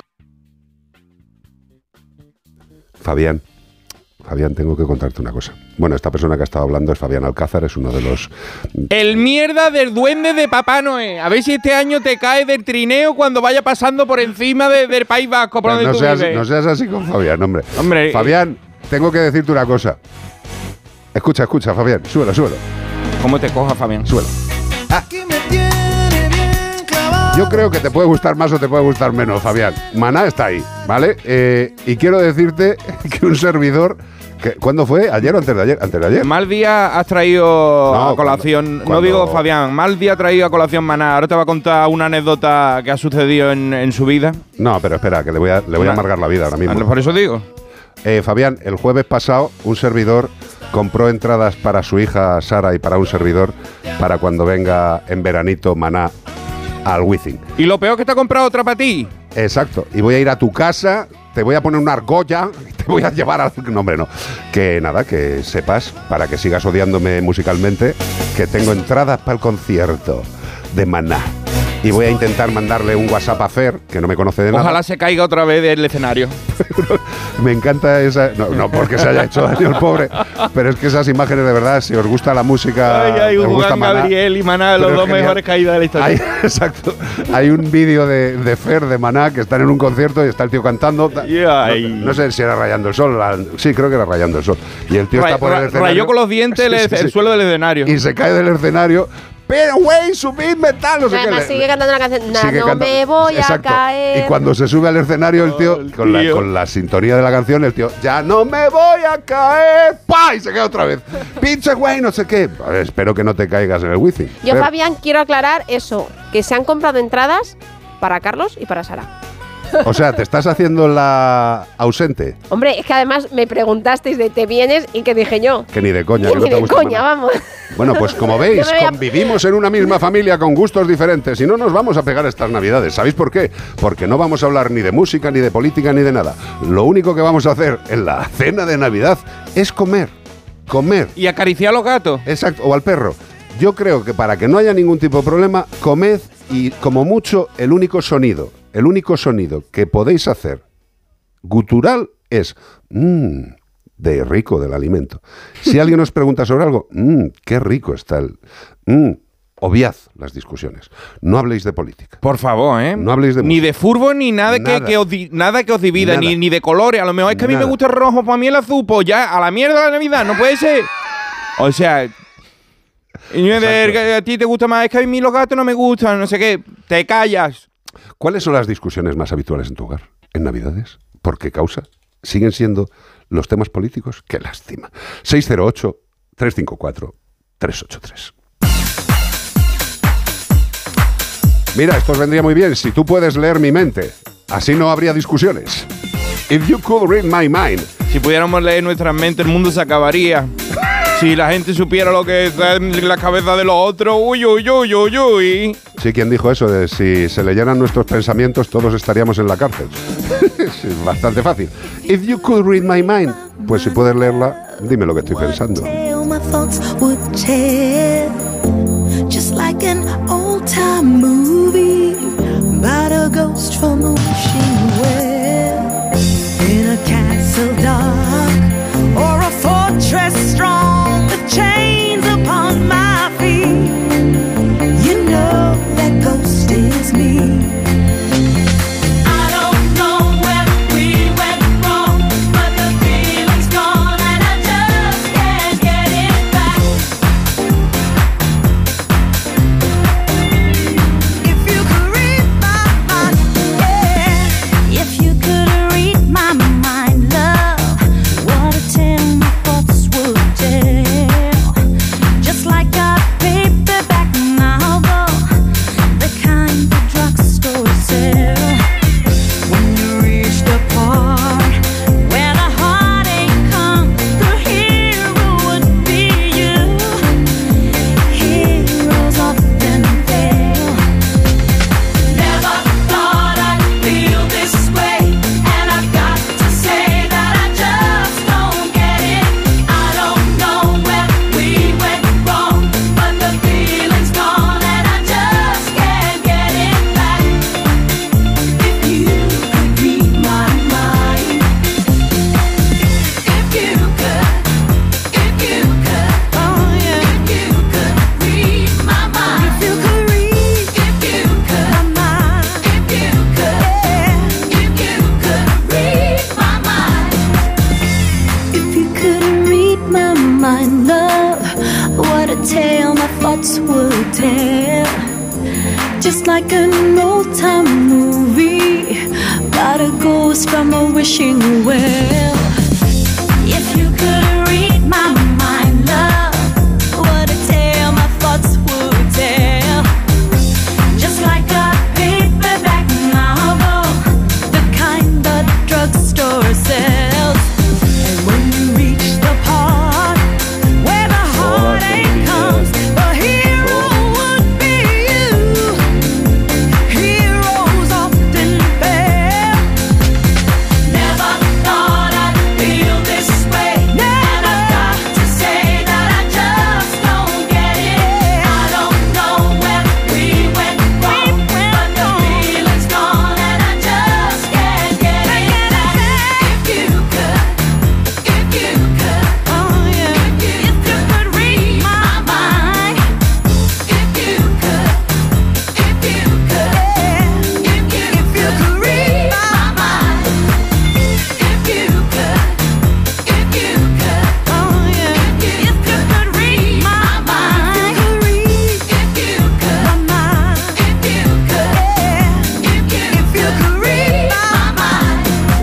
Fabián. Fabián, tengo que contarte una cosa. Bueno, esta persona que ha estado hablando es Fabián Alcázar, es uno de los... El mierda del duende de Papá Noé. A ver si este año te cae del trineo cuando vaya pasando por encima de, del País Vasco, por donde no tú seas, vives. no seas así con Fabián, hombre. Hombre, Fabián, tengo que decirte una cosa. Escucha, escucha, Fabián, súbelo, súbelo. ¿Cómo te coja, Fabián? Súbelo. Ah. Yo creo que te puede gustar más o te puede gustar menos, Fabián. Maná está ahí, ¿vale? Eh, y quiero decirte que un servidor... Que, ¿cuándo fue? ¿Ayer o antes de ayer? Antes de ayer. Mal día has traído No, a colación, cuando- no cuando- digo Fabián, mal día ha traído a colación Maná. Ahora te va a contar una anécdota que ha sucedido en, en su vida. No, pero espera, que le voy a, le voy a amargar la vida ahora mismo. Por eso digo. Eh, Fabián, el jueves pasado un servidor compró entradas para su hija Sara y para un servidor para cuando venga en veranito Maná al Wizzing. Y lo peor que te ha comprado otra para ti. Exacto. Y voy a ir a tu casa, te voy a poner una argolla, te voy a llevar al... No, hombre, no. Que nada, que sepas, para que sigas odiándome musicalmente, que tengo entradas para el concierto de Maná. Y voy a intentar mandarle un WhatsApp a Fer, que no me conoce de nada. Ojalá se caiga otra vez del escenario. Me encanta esa... No, no porque se haya hecho daño el pobre, pero es que esas imágenes de verdad, si os gusta la música... Ay, ay, os gusta Juan Maná, Gabriel y Maná, los pero es dos genial. mejores caídas de la historia. Hay, exacto. Hay un vídeo de, de Fer, de Maná, que están en un concierto y está el tío cantando. Ay. No, no sé si era Rayando el Sol. la- sí, creo que era Rayando el Sol. Y el tío Ra- está por el ra- escenario. rayó con los dientes el- el suelo del escenario. Y se cae del escenario. Pero, güey, subidme tal, no sé qué. Además Le- sigue cantando la canción. "Na, sigue no cantando. me voy Exacto. a caer". Y cuando se sube al escenario, el tío, con, La, tío. con la sintonía de la canción, el tío, ya no me voy a caer. ¡Pah! Y se cae otra vez. Pinche güey, no sé qué. A ver, espero que no te caigas en el wifi. Yo, Fabián, quiero aclarar eso, que se han comprado entradas para Carlos y para Sara. O sea, ¿te estás haciendo la ausente? Hombre, es que además me preguntasteis de te vienes y que dije yo. Que ni de coña. Y que no ni te de gusta coña, Maná. vamos. Bueno, pues como veis, Yo me voy a- convivimos en una misma familia con gustos diferentes y no nos vamos a pegar estas navidades. ¿Sabéis por qué? Porque no vamos a hablar ni de música, ni de política, ni de nada. Lo único que vamos a hacer en la cena de Navidad es comer. Comer. Y acariciar a los gatos. Exacto, o al perro. Yo creo que para que no haya ningún tipo de problema, comed y como mucho el único sonido, el único sonido que podéis hacer gutural es mmm, de rico del alimento. Si alguien os pregunta sobre algo, mmm, qué rico está el... Mmm, obviad las discusiones. No habléis de política. Por favor, ¿eh? No habléis de Ni de fútbol, ni nada, Nada. Que, que os di- nada que os divida, Nada. ni, ni de colores. A lo mejor es que a mí me Nada. gusta el rojo, para mí el azul, pues ya, a la mierda la Navidad, no puede ser. O sea, y yo de- que a ti te gusta más, es que a mí los gatos no me gustan, no sé qué, te callas. ¿Cuáles son las discusiones más habituales en tu hogar en Navidades? ¿Por qué causa? ¿Siguen siendo los temas políticos? ¡Qué lástima! seis cero ocho, tres cinco cuatro, tres ocho tres. Mira, esto os vendría muy bien si tú puedes leer mi mente. Así no habría discusiones. If you could read my mind. Si pudiéramos leer nuestras mentes, el mundo se acabaría. Si la gente supiera lo que está en la cabeza de los otros, uy, uy, uy, uy, uy. Sí, ¿quién dijo eso? De si se leyeran nuestros pensamientos, todos estaríamos en la cárcel. Es bastante fácil. If you could read my mind. Pues si puedes leerla, dime lo que estoy pensando. Just like an old-time movie about a ghost from a wishing well, in a castle dark or a fortress strong with chains upon my feet. You know that ghost is me. Like an old-time movie about a ghost from a wishing well. If you could read my mind, love, what a tale my thoughts would tell. Just like a paperback novel, the kind the drugstore sells. And when you reach the part where the heartache comes, the hero would be you. Heroes often fail. Never thought I'd feel this way. And I've got to say that I just don't get it. I don't know where we went wrong, but the feeling's gone and I just can't get it back. If you could, if you could, oh yeah, if you could read my mind. If you could, if you could, if you if you could read my mind. If you could, if you could, oh yeah, if you could read my mind. If you could, my mind. If you could, if you if you could read my mind.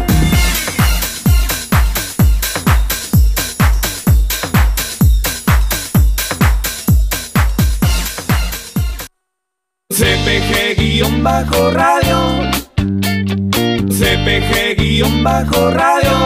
C P G-radio, C P G-radio.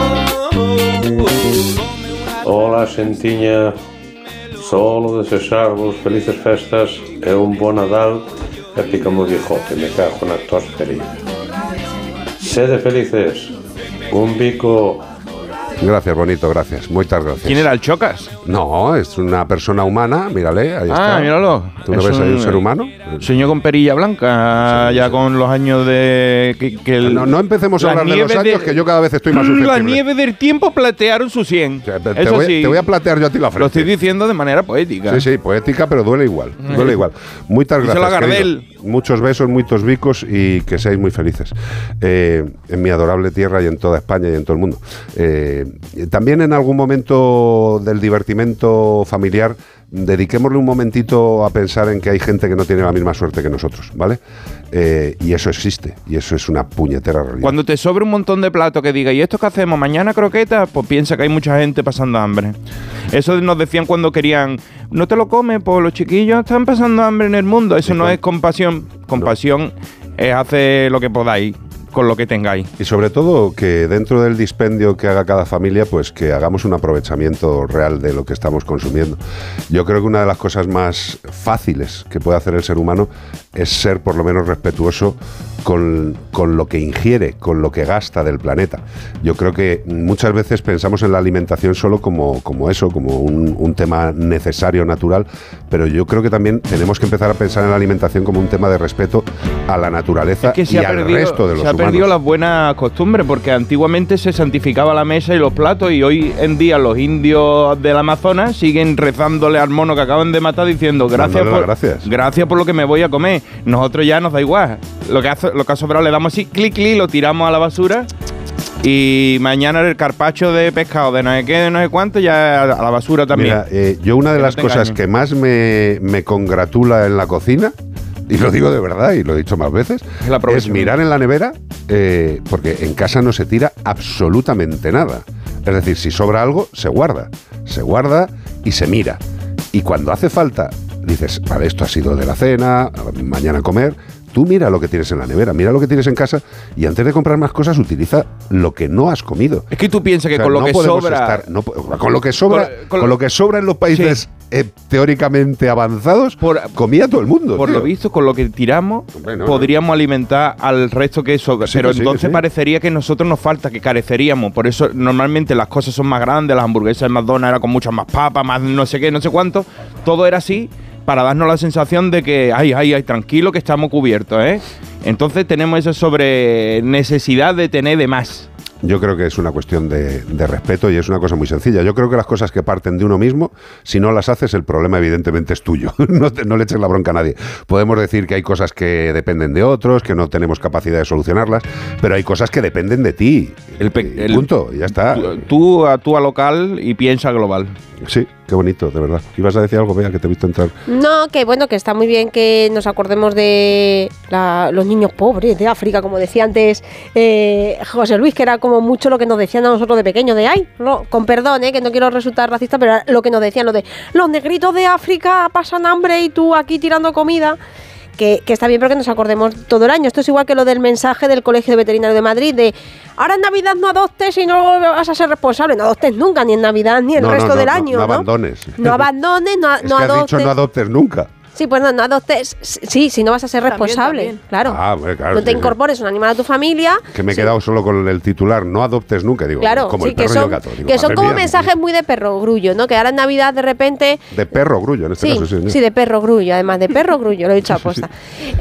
Ola, xentiña, solo desexarvos felices festas e un bo Nadal e pícame o bigote, me cago na tos querida. Sede felices, un bico. Gracias, bonito, gracias. Muchas gracias. ¿Quién era el Chocas? No, es una persona humana, mírale, ahí está. Ah, míralo. ¿Tú no Es ves ahí un un- ser humano? Sueño con perilla blanca, ya con los años de... Que, que el- No, no empecemos a la hablar de los nieve años, que yo cada vez estoy más susceptible. La nieve del tiempo platearon su cien. Te, te Eso voy, sí, te voy a platear yo a ti la frente. lo estoy diciendo de manera poética. Sí, sí, poética, pero duele igual. Duele igual. Muchas Díselo gracias. a Gardel. querido. Muchos besos, muchos bicos y que seáis muy felices. Eh, en mi adorable tierra y en toda España y en todo el mundo. Eh, también en algún momento del divertimento familiar dediquémosle un momentito a pensar en que hay gente que no tiene la misma suerte que nosotros, ¿vale? Eh, y eso existe, y eso es una puñetera realidad. Cuando te sobre un montón de platos que diga, ¿y esto qué hacemos? ¿Mañana croquetas? Pues piensa que hay mucha gente pasando hambre. Eso nos decían cuando querían, no te lo comes, pues los chiquillos están pasando hambre en el mundo. Eso no con... es compasión. Compasión no. es hacer lo que podáis con lo que tengáis. Y sobre todo que dentro del dispendio que haga cada familia, pues que hagamos un aprovechamiento real de lo que estamos consumiendo. Yo creo que una de las cosas más fáciles que puede hacer el ser humano es ser por lo menos respetuoso con, con lo que ingiere, con lo que gasta del planeta. Yo creo que muchas veces pensamos en la alimentación solo como, como eso, como un, un tema necesario, natural, pero yo creo que también tenemos que empezar a pensar en la alimentación como un tema de respeto a la naturaleza es que y al perdido, resto de los se ha humanos. perdido las buenas costumbres, porque antiguamente se santificaba la mesa y los platos, y hoy en día los indios del Amazonas siguen rezándole al mono que acaban de matar diciendo gracias por, gracias. gracias por lo que me voy a comer. Nosotros ya nos da igual. Lo que, hace, lo que ha sobrado le damos así, clic, clic, lo tiramos a la basura y mañana el carpaccio de pescado de no sé qué, de no sé cuánto, ya a la basura también. Mira, eh, yo una de que las no cosas engañen. que más me, me congratula en la cocina, y lo digo de verdad y lo he dicho más veces, es mirar en la nevera, eh, porque en casa no se tira absolutamente nada. Es decir, si sobra algo, se guarda. Se guarda y se mira. Y cuando hace falta, dices, vale, esto ha sido de la cena, mañana comer. Tú mira lo que tienes en la nevera, mira lo que tienes en casa y antes de comprar más cosas utiliza lo que no has comido. Es que tú piensas que O sea, con lo no que podemos sobra... estar- no po- con lo que sobra, Con- con, con- lo que sobra en los países Sí. eh, teóricamente avanzados, comía todo el mundo. Por tío. lo visto, con lo que tiramos, Hombre, no, podríamos alimentar al resto que sobra. Sí, Pero que sí, entonces que sí. parecería que nosotros nos falta, que careceríamos. Por eso normalmente las cosas son más grandes, las hamburguesas de McDonald's era con muchas más papas, más no sé qué, no sé cuánto. Todo era así para darnos la sensación de que, ay, ay, ay, tranquilo que estamos cubiertos, ¿eh? Entonces tenemos eso sobre necesidad de tener de más. Yo creo que es una cuestión de, de respeto y es una cosa muy sencilla. Yo creo que las cosas que parten de uno mismo, si no las haces, el problema evidentemente es tuyo. No, te- no le eches la bronca a nadie. Podemos decir que hay cosas que dependen de otros, que no tenemos capacidad de solucionarlas, pero hay cosas que dependen de ti. El, pe- Y el- punto, ya está. Tú, tú actúa local y piensa global. Sí, qué bonito, de verdad. ¿Ibas a decir algo, Bea, que te he visto entrar? No, que bueno, que está muy bien que nos acordemos de la- los niños pobres de África, como decía antes eh, José Luis, que era como mucho lo que nos decían a nosotros de pequeños, de ay, no, con perdón, eh, que no quiero resultar racista, pero era lo que nos decían, lo de los negritos de África pasan hambre y tú aquí tirando comida. Que, que está bien, pero que nos acordemos todo el año. Esto es igual que lo del mensaje del Colegio de Veterinario de Madrid de ahora en Navidad no adoptes y no vas a ser responsable. No adoptes nunca, ni en Navidad ni el No, no, resto no, del no, año. no ¿no? abandones. No abandones, no, Es no que has adoptes. dicho no adoptes nunca. Sí, pues no, no adoptes. Sí, si no vas a ser También, responsable. también. Claro. Ah, hombre, claro. no te sí, sí. incorpores un animal a tu familia. Que me he Sí. quedado solo con el titular, no adoptes nunca. Digo, Claro, como sí, el que perro y son, el gato. Digo, que son madre como mía, mensajes muy de perro grullo, ¿no? Que ahora en Navidad de repente. De perro grullo, en este Sí, caso, sí. sí, de perro grullo, además de perro grullo, lo he dicho a posta.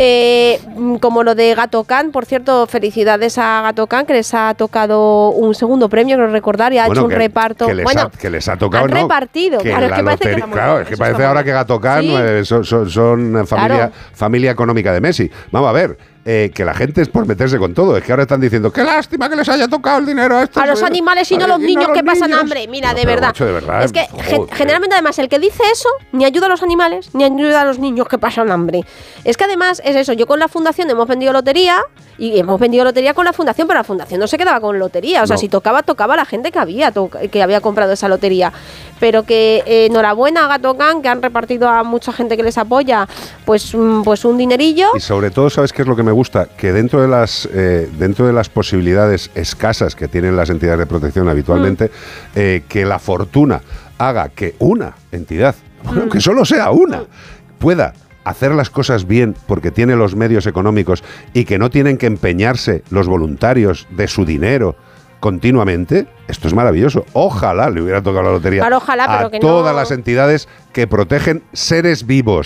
Eh, mm, como lo de Gato Can, por cierto, felicidades a Gato Can, que les ha tocado un segundo premio, creo recordar, y ha Bueno, hecho un que- reparto. Que les, bueno, ha, que les ha tocado, han ¿no? repartido, Que claro, es la que parece que lotería- está muy claro, bien, es que eso parece está ahora muy que Gato Can Sí. eh, son, son- son familia, Claro. familia económica de Messi. Vamos a ver, eh, que la gente es por meterse con todo. Es que ahora están diciendo, qué lástima que les haya tocado el dinero a estos. a los eh, animales y no a los y niños los que pasan niños". hambre. Mira, No, de pero, verdad. macho, de verdad, Es que gen- joder. generalmente además el que dice eso ni ayuda a los animales ni ayuda a los niños que pasan hambre. Es que además es eso, yo con la fundación hemos vendido lotería y hemos vendido lotería con la fundación, pero la fundación no se quedaba con lotería. O sea, No. si tocaba, tocaba la gente que había, to- que había comprado esa lotería. Pero que eh, enhorabuena a Gato Can, que han repartido a mucha gente que les apoya pues, mm, pues un dinerillo. Y sobre todo, ¿sabes qué es lo que me gusta? Que dentro de las eh, dentro de las posibilidades escasas que tienen las entidades de protección habitualmente, eh, que la fortuna haga que una entidad, bueno, que solo sea una, pueda hacer las cosas bien porque tiene los medios económicos y que no tienen que empeñarse los voluntarios de su dinero continuamente, esto es maravilloso. Ojalá le hubiera tocado la lotería Claro, ojalá, a pero que no- todas las entidades que protegen seres vivos.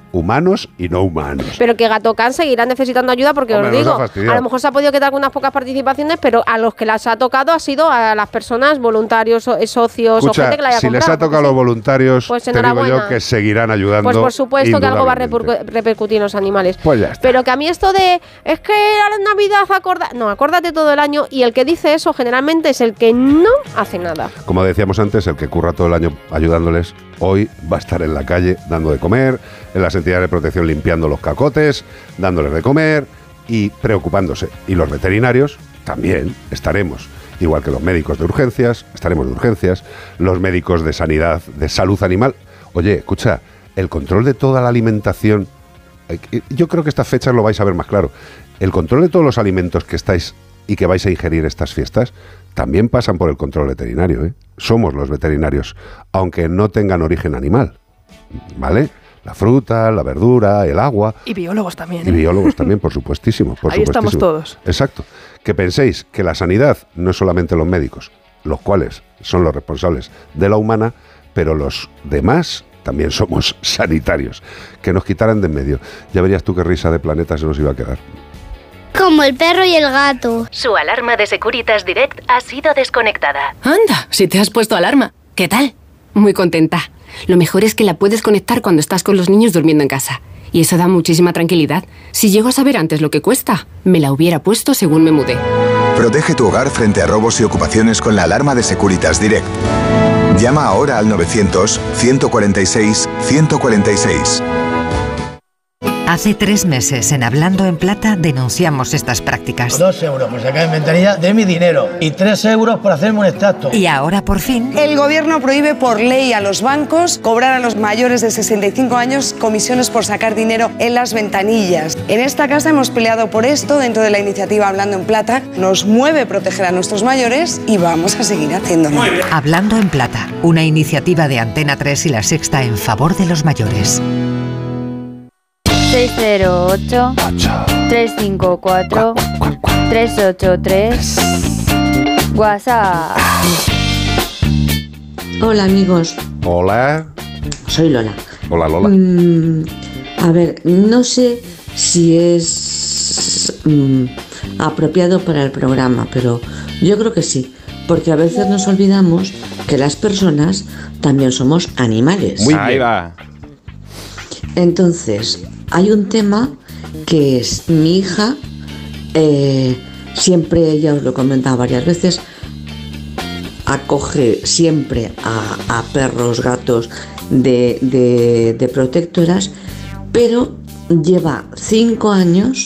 humanos y no humanos. Pero que Gatocan seguirá necesitando ayuda porque Hombre, os digo, nos ha fastidiado. a lo mejor se ha podido quedar con unas pocas participaciones, pero a los que las ha tocado ha sido a las personas, voluntarios, so- socios Escucha, o gente que la haya si comprado. les ha tocado a los voluntarios, Pues te digo enhorabuena. yo que seguirán ayudando. Pues por supuesto que algo va a indudablemente. repercu- repercutir en los animales. Pues ya está. Pero que a mí esto de es que a la Navidad acorda, no, acórdate todo el año, y el que dice eso generalmente es el que no hace nada. Como decíamos antes, el que curra todo el año ayudándoles, hoy va a estar en la calle dando de comer, en las entidades de protección limpiando los cacotes, dándoles de comer y preocupándose. Y los veterinarios también estaremos, igual que los médicos de urgencias, estaremos de urgencias, los médicos de sanidad, de salud animal. Oye, escucha, el control de toda la alimentación, eh, yo creo que estas fechas lo vais a ver más claro. El control de todos los alimentos que estáis y que vais a ingerir estas fiestas también pasan por el control veterinario, ¿eh? Somos los veterinarios, aunque no tengan origen animal, ¿vale? La fruta, la verdura, el agua. Y biólogos también. Y ¿eh? biólogos también, por supuestísimo. Por Ahí estamos supuestísimo. todos. Exacto. Que penséis que la sanidad no es solamente los médicos, los cuales son los responsables de la humana, pero los demás también somos sanitarios. Que nos quitaran de en medio. Ya verías tú qué risa de planeta se nos iba a quedar. Como el perro y el gato. Su alarma de Securitas Direct ha sido desconectada. Anda, si te has puesto alarma. ¿Qué tal? Muy contenta. Lo mejor es que la puedes conectar cuando estás con los niños durmiendo en casa. Y eso da muchísima tranquilidad. Si llego a saber antes lo que cuesta, me la hubiera puesto según me mudé. Protege tu hogar frente a robos y ocupaciones con la alarma de Securitas Direct. Llama ahora al novecientos, ciento cuarenta y seis, ciento cuarenta y seis. Hace tres meses en Hablando en Plata denunciamos estas prácticas. Dos euros por sacar en ventanilla de mi dinero y tres euros por hacerme un extracto. Y ahora por fin... El gobierno prohíbe por ley a los bancos cobrar a los mayores de sesenta y cinco años comisiones por sacar dinero en las ventanillas. En esta casa hemos peleado por esto dentro de la iniciativa Hablando en Plata. Nos mueve proteger a nuestros mayores y vamos a seguir haciéndolo. Hablando en Plata, una iniciativa de Antena tres y La Sexta en favor de los mayores. seis cero ocho, tres cinco cuatro, tres ocho tres. WhatsApp. Hola amigos, Hola. soy Lola. Hola, Lola. Mm, a ver, no sé si es mm, apropiado para el programa, pero yo creo que sí, porque a veces nos olvidamos que las personas también somos animales. Muy Ahí va. Entonces, hay un tema que es mi hija, eh, siempre, ya os lo he comentado varias veces, acoge siempre a, a perros, gatos de, de, de protectoras, pero lleva cinco años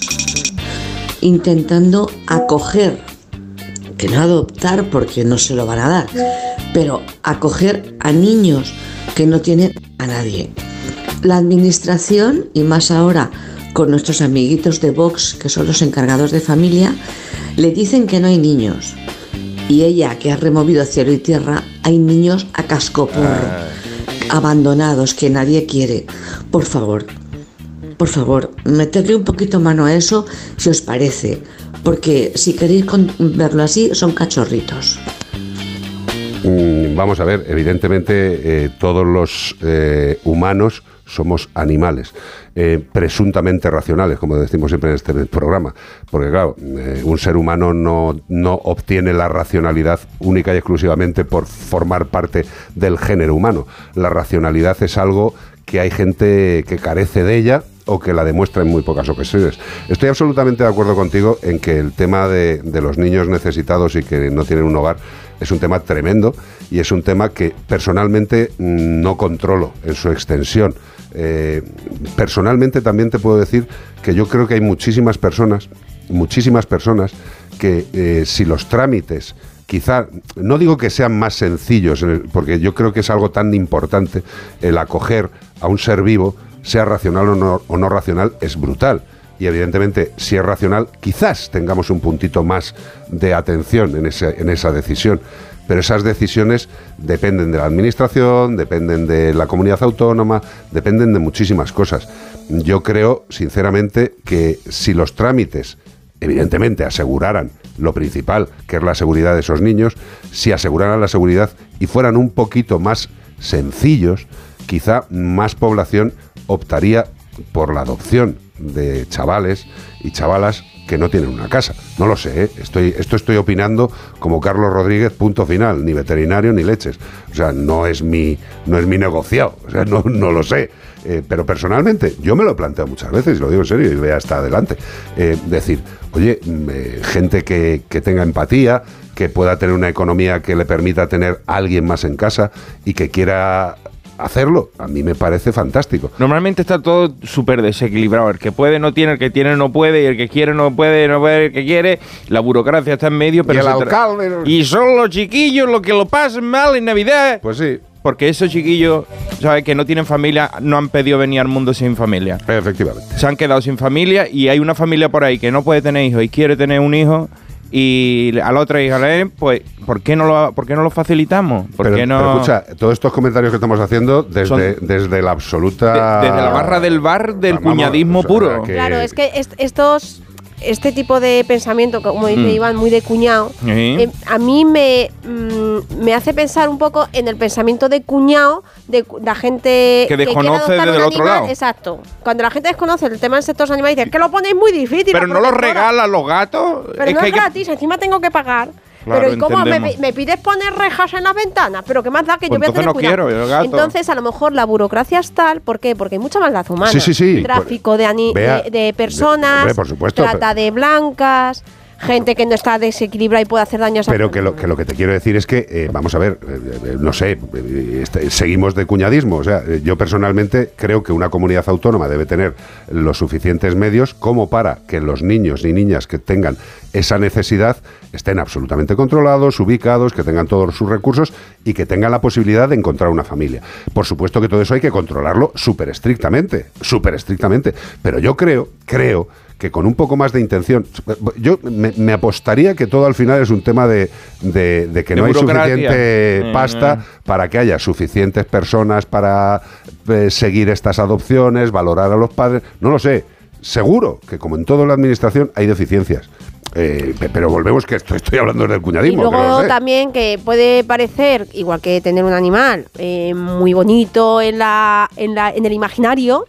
intentando acoger, que no adoptar porque no se lo van a dar, pero acoger a niños que no tienen a nadie. La administración, y más ahora con nuestros amiguitos de Vox, que son los encargados de familia, le dicen que no hay niños. Y ella, que ha removido cielo y tierra, hay niños a cascoporro, abandonados, que nadie quiere. Por favor, por favor, meterle un poquito mano a eso, si os parece, porque si queréis con- verlo así, son cachorritos. Mm, vamos a ver, evidentemente eh, todos los eh, humanos somos animales, eh, presuntamente racionales, como decimos siempre en este programa, porque claro, eh, un ser humano no, no obtiene la racionalidad única y exclusivamente por formar parte del género humano. La racionalidad es algo que hay gente que carece de ella o que la demuestra en muy pocas ocasiones. Estoy absolutamente de acuerdo contigo en que el tema de, de los niños necesitados y que no tienen un hogar es un tema tremendo y es un tema que personalmente mm, no controlo en su extensión. Eh, personalmente también te puedo decir que yo creo que hay muchísimas personas, muchísimas personas que eh, si los trámites, quizá, no digo que sean más sencillos, en el- porque yo creo que es algo tan importante el acoger a un ser vivo, sea racional o no, o no racional, es brutal. Y evidentemente, si es racional, quizás tengamos un puntito más de atención en, ese, en esa decisión. Pero esas decisiones dependen de la administración, dependen de la comunidad autónoma, dependen de muchísimas cosas. Yo creo, sinceramente, que si los trámites, evidentemente, aseguraran lo principal, que es la seguridad de esos niños, si aseguraran la seguridad y fueran un poquito más sencillos, quizá más población optaría por la adopción de chavales y chavalas que no tienen una casa. No lo sé, ¿eh? estoy, esto estoy opinando como Carlos Rodríguez, punto final, ni veterinario ni leches. O sea, no es mi, no es mi negociado, o sea, no, no lo sé. Eh, pero personalmente, yo me lo he planteado muchas veces, y lo digo en serio, y voy hasta adelante. Eh, decir, oye, eh, gente que, que tenga empatía, que pueda tener una economía que le permita tener a alguien más en casa y que quiera hacerlo, a mí me parece fantástico. Normalmente está todo súper desequilibrado. El que puede no tiene, el que tiene no puede, y el que quiere no puede, no puede, el que quiere. La burocracia está en medio, pero y el se alcalde... tra- Y son los chiquillos los que lo pasan mal en Navidad. Pues sí. Porque esos chiquillos, ¿sabes? Que no tienen familia, no han pedido venir al mundo sin familia. Efectivamente. Se han quedado sin familia y hay una familia por ahí que no puede tener hijos y quiere tener un hijo. Y a la otra hija, pues, ¿por qué no lo, por qué no lo facilitamos? ¿Por Pero, qué no? pero escucha, todos estos comentarios que estamos haciendo desde, Son- desde la absoluta... De- desde la barra del bar del Vamos, cuñadismo o sea, puro. que- Claro, es que est- estos este tipo de pensamiento, como dice Mm. Iván, muy de cuñado, Sí. eh, a mí me, mm, me hace pensar un poco en el pensamiento de cuñado de cu- la gente Que desconoce quiere adoptar desde un el otro animal. lado. Exacto. Cuando la gente desconoce el tema del sector animal, dice, es que lo ponéis muy difícil. Pero la no los protectora". regalan los gatos. Pero es no que es hay que- gratis, encima tengo que pagar. Claro, pero ¿y cómo me, entendemos. me pides poner rejas en las ventanas? Pero ¿qué más da que Pues yo voy a entonces tener no cuidado? quiero, el gato. Entonces, a lo mejor la burocracia es tal, ¿por qué? Porque hay mucha maldad humana. Sí, sí, sí. Tráfico de, ani- Vea, de, de personas, hombre, por supuesto, trata de blancas, gente que no está desequilibrada y puede hacer daño a esa Pero que lo, que lo que te quiero decir es que, eh, vamos a ver, eh, eh, no sé, eh, este- seguimos de cuñadismo. O sea, eh, yo personalmente creo que una comunidad autónoma debe tener los suficientes medios como para que los niños y niñas que tengan esa necesidad estén absolutamente controlados, ubicados, que tengan todos sus recursos y que tengan la posibilidad de encontrar una familia. Por supuesto que todo eso hay que controlarlo súper estrictamente, súper estrictamente. Pero yo creo, creo... que con un poco más de intención, yo me, me apostaría que todo al final es un tema de, de, de que De no hay burocracia. suficiente Mm, pasta mm. para que haya suficientes personas para eh, seguir estas adopciones, valorar a los padres, no lo sé, seguro que como en toda la administración hay deficiencias. Eh, pe- pero volvemos que esto, estoy hablando del Y cuñadismo. que no luego lo sé. también que puede parecer, igual que tener un animal, eh, muy bonito en, la, en, la, en el imaginario,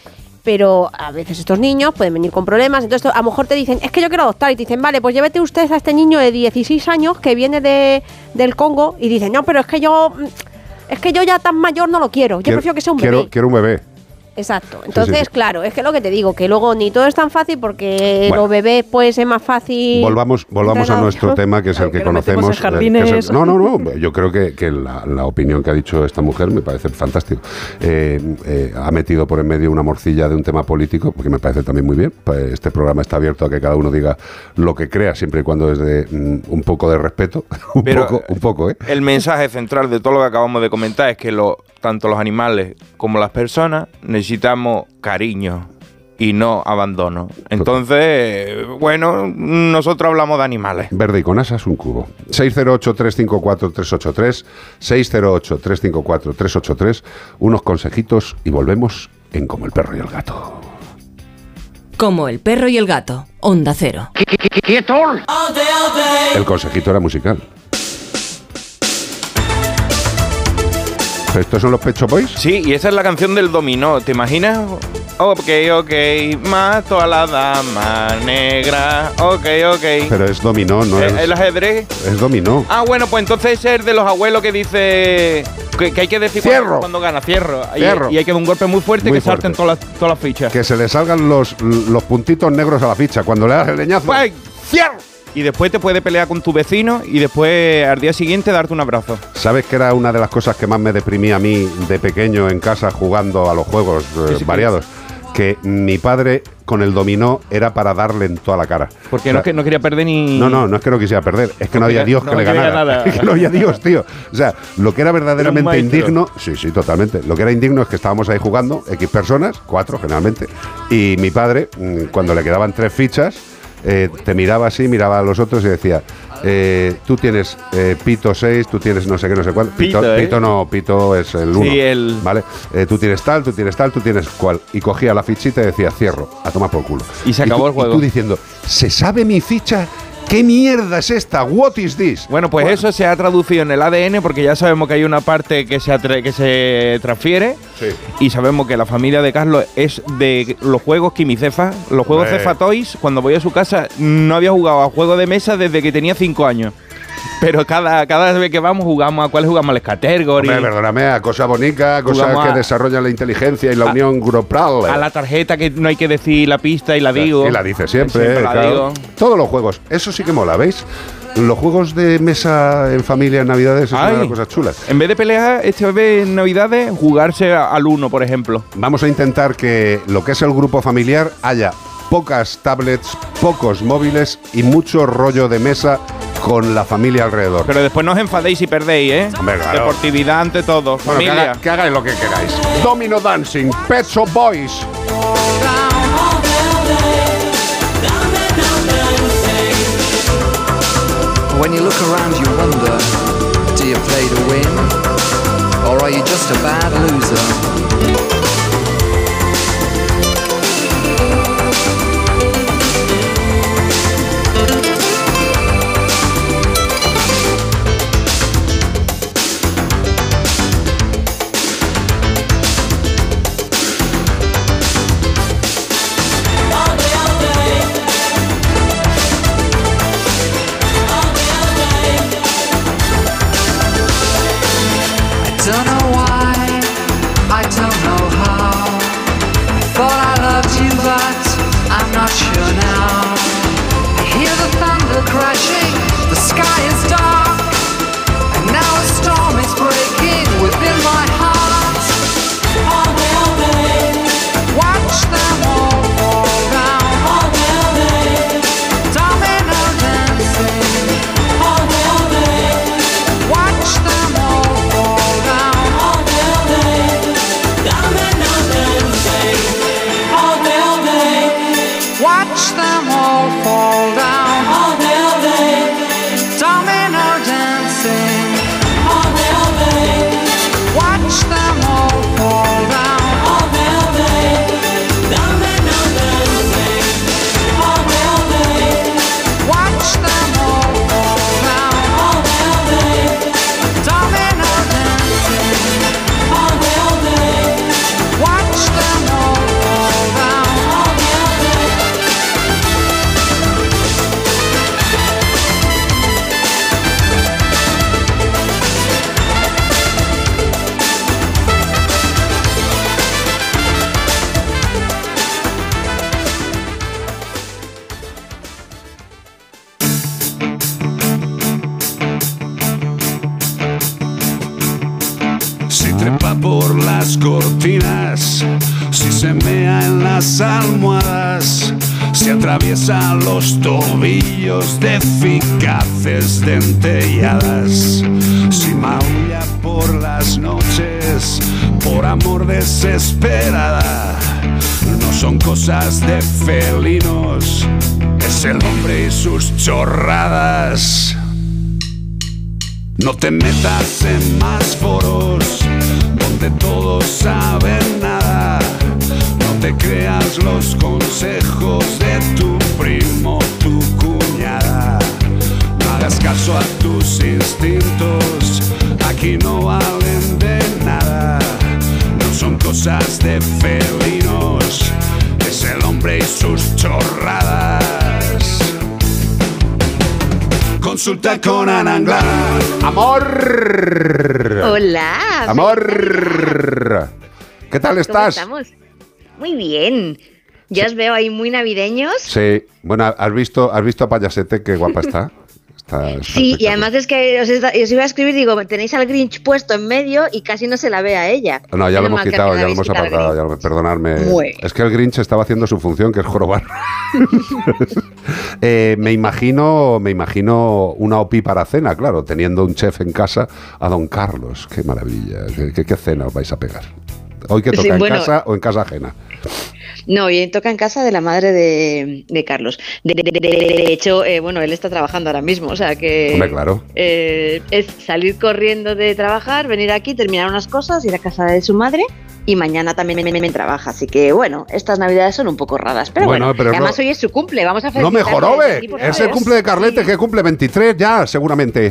pero a veces estos niños pueden venir con problemas. Entonces a lo mejor te dicen, es que yo quiero adoptar, y te dicen, vale, pues llévete usted a este niño de dieciséis años que viene de, del Congo, y dicen, no, pero es que yo es que yo ya tan mayor no lo quiero, yo Quiero- prefiero que sea un quiero, bebé. Quiero un bebé. Exacto. Entonces, sí, sí. claro, es que lo que te digo, que luego ni todo es tan fácil porque Bueno. los bebés pues es más fácil. Volvamos, volvamos a entrar nuestro adopción. tema, que es el que Que lo metemos conocemos. en eh, que es el- jardines. no, no, no. Yo creo que, que la, la opinión que ha dicho esta mujer me parece fantástico. Eh, eh, ha metido por en medio una morcilla de un tema político, porque me parece también muy bien. Pues este programa está abierto a que cada uno diga lo que crea, siempre y cuando es de mm, un poco de respeto. un Pero, poco, un poco, ¿eh? El mensaje central de todo lo que acabamos de comentar es que lo, tanto los animales como las personas necesitamos cariño y no abandono. Entonces, bueno, nosotros hablamos de animales. Verde y con asas, un cubo. seis cero ocho, tres cinco cuatro, tres ocho tres, seis cero ocho, tres cinco cuatro, tres ocho tres, unos consejitos y volvemos en Como el perro y el gato. Como el perro y el gato. Onda Cero. El consejito era musical. ¿Estos son los Pet Shop Boys? Sí, y esa es la canción del dominó, ¿te imaginas? Ok, ok, mato a la dama negra, ok, ok. Pero es dominó, no ¿El, es... el ajedrez? Es dominó. Ah, bueno, pues entonces ese es de los abuelos que dice que, que hay que decir cuando, Fierro. cuando gana, fierro. Y- Fierro. Y, hay que dar un golpe muy fuerte Muy que salten fuerte. todas las, todas las fichas. Que se le salgan los, los puntitos negros a la ficha cuando le das el leñazo. ¡Ay! ¡Fierro! Y después te puede pelear con tu vecino y después al día siguiente darte un abrazo. ¿Sabes que era una de las cosas que más me deprimía a mí de pequeño en casa jugando a los juegos eh, Sí, sí, variados? Que mi padre con el dominó era para darle en toda la cara. Porque O sea, no, es que no quería perder ni... No, no, no es que no quisiera perder, es que no Porque había Dios no que le quería ganara. nada. Es que no había Dios, tío. O sea, lo que era verdaderamente Era un maestro. indigno, sí, sí, totalmente. Lo que era indigno es que estábamos ahí jugando, X personas, cuatro generalmente, y mi padre, mm, cuando le quedaban tres fichas, eh, te miraba así, miraba a los otros y decía, eh, tú tienes eh, pito seis, tú tienes no sé qué, no sé cuál. Pito, Pito, ¿eh? pito no, pito es el uno. Sí, el- ¿Vale? Eh, tú tienes tal, tú tienes tal, tú tienes cual. Y cogía la fichita y decía, cierro, a tomar por culo. Y se acabó tú- el juego. Y tú diciendo, ¿se sabe mi ficha? ¿Qué mierda es esta? What is this? Bueno, pues bueno. Eso se ha traducido en el A D N porque ya sabemos que hay una parte que se, atre- que se transfiere sí. Y sabemos que la familia de Carlos es de los juegos Quimicefa, los juegos Hombre. Cefa Toys. Cuando voy a su casa no había jugado a juegos de mesa desde que tenía cinco años. Pero cada, cada vez que vamos jugamos a cuáles jugamos al Category. Hombre, perdóname, a cosas bonitas, cosas que a, desarrollan la inteligencia y la a, unión grupal. A la tarjeta que no hay que decir la pista y la digo. Y la dice siempre, siempre la claro. digo. Todos los juegos, eso sí que mola, ¿veis? Los juegos de mesa en familia en Navidades es una de las cosas chulas. En vez de pelear este vez en Navidades, jugarse al uno, por ejemplo. Vamos a intentar que lo que es el grupo familiar haya pocas tablets, pocos móviles y mucho rollo de mesa con la familia alrededor. Pero después no os enfadéis si perdéis, ¿eh? Hombre, claro. Deportividad ante todo, bueno, familia. Que, haga, que hagáis lo que queráis. Domino Dancing, Pet Shop Boys. When you look around you wonder, do you play to win? Or are you just a bad loser? Crashing, the sky is dark, and now a storm is breaking within my heart. All day, all day, watch them all fall down. All day, all day, domino dancing. All day, all day, watch them all fall down. All day, all day, domino dancing. All day, all day, watch them all fall down. Por las cortinas, si se mea en las almohadas, si atraviesa los tobillos de eficaces dentelladas, si maulla por las noches por amor desesperada, no son cosas de felinos, es el hombre y sus chorradas. No te metas en más foros donde todos saben nada. No te creas los consejos de tu primo, tu cuñada. No hagas caso a tus instintos, aquí no valen de nada. No son cosas de felinos, es el hombre y sus chorradas. Consulta con Ana Anglada. Amor. Hola. Amor. ¿Qué tal estás? ¿Cómo estamos? Muy bien. Ya os veo ahí muy navideños. Sí. Bueno, ¿has visto, has visto a Payasete? Qué guapa está. Está, está sí, y además es que os, os iba a escribir, digo, tenéis al Grinch puesto en medio y casi no se la ve a ella. No, ya lo hemos quitado, ya lo hemos apartado, ya lo, perdonadme. Muy. Es que el Grinch estaba haciendo su función, que es jorobar. eh, me imagino, me imagino una O P I para cena, claro, teniendo un chef en casa a don Carlos. Qué maravilla. ¿Qué, qué, qué cena os vais a pegar? ¿Hoy que toca sí, bueno, en casa o en casa ajena? No, y toca en casa de la madre de, de Carlos. De, de, de, de hecho, eh, bueno, él está trabajando ahora mismo, o sea que... Hombre, claro. Eh, es salir corriendo de trabajar, venir aquí, terminar unas cosas, ir a casa de su madre y mañana también me, me, me trabaja. Así que bueno, estas navidades son un poco raras. Pero bueno, bueno pero además no, hoy es su cumple, vamos a felicitarle. No me jorobe, es el cumple de Carlete, sí. Que cumple veintitrés ya, seguramente.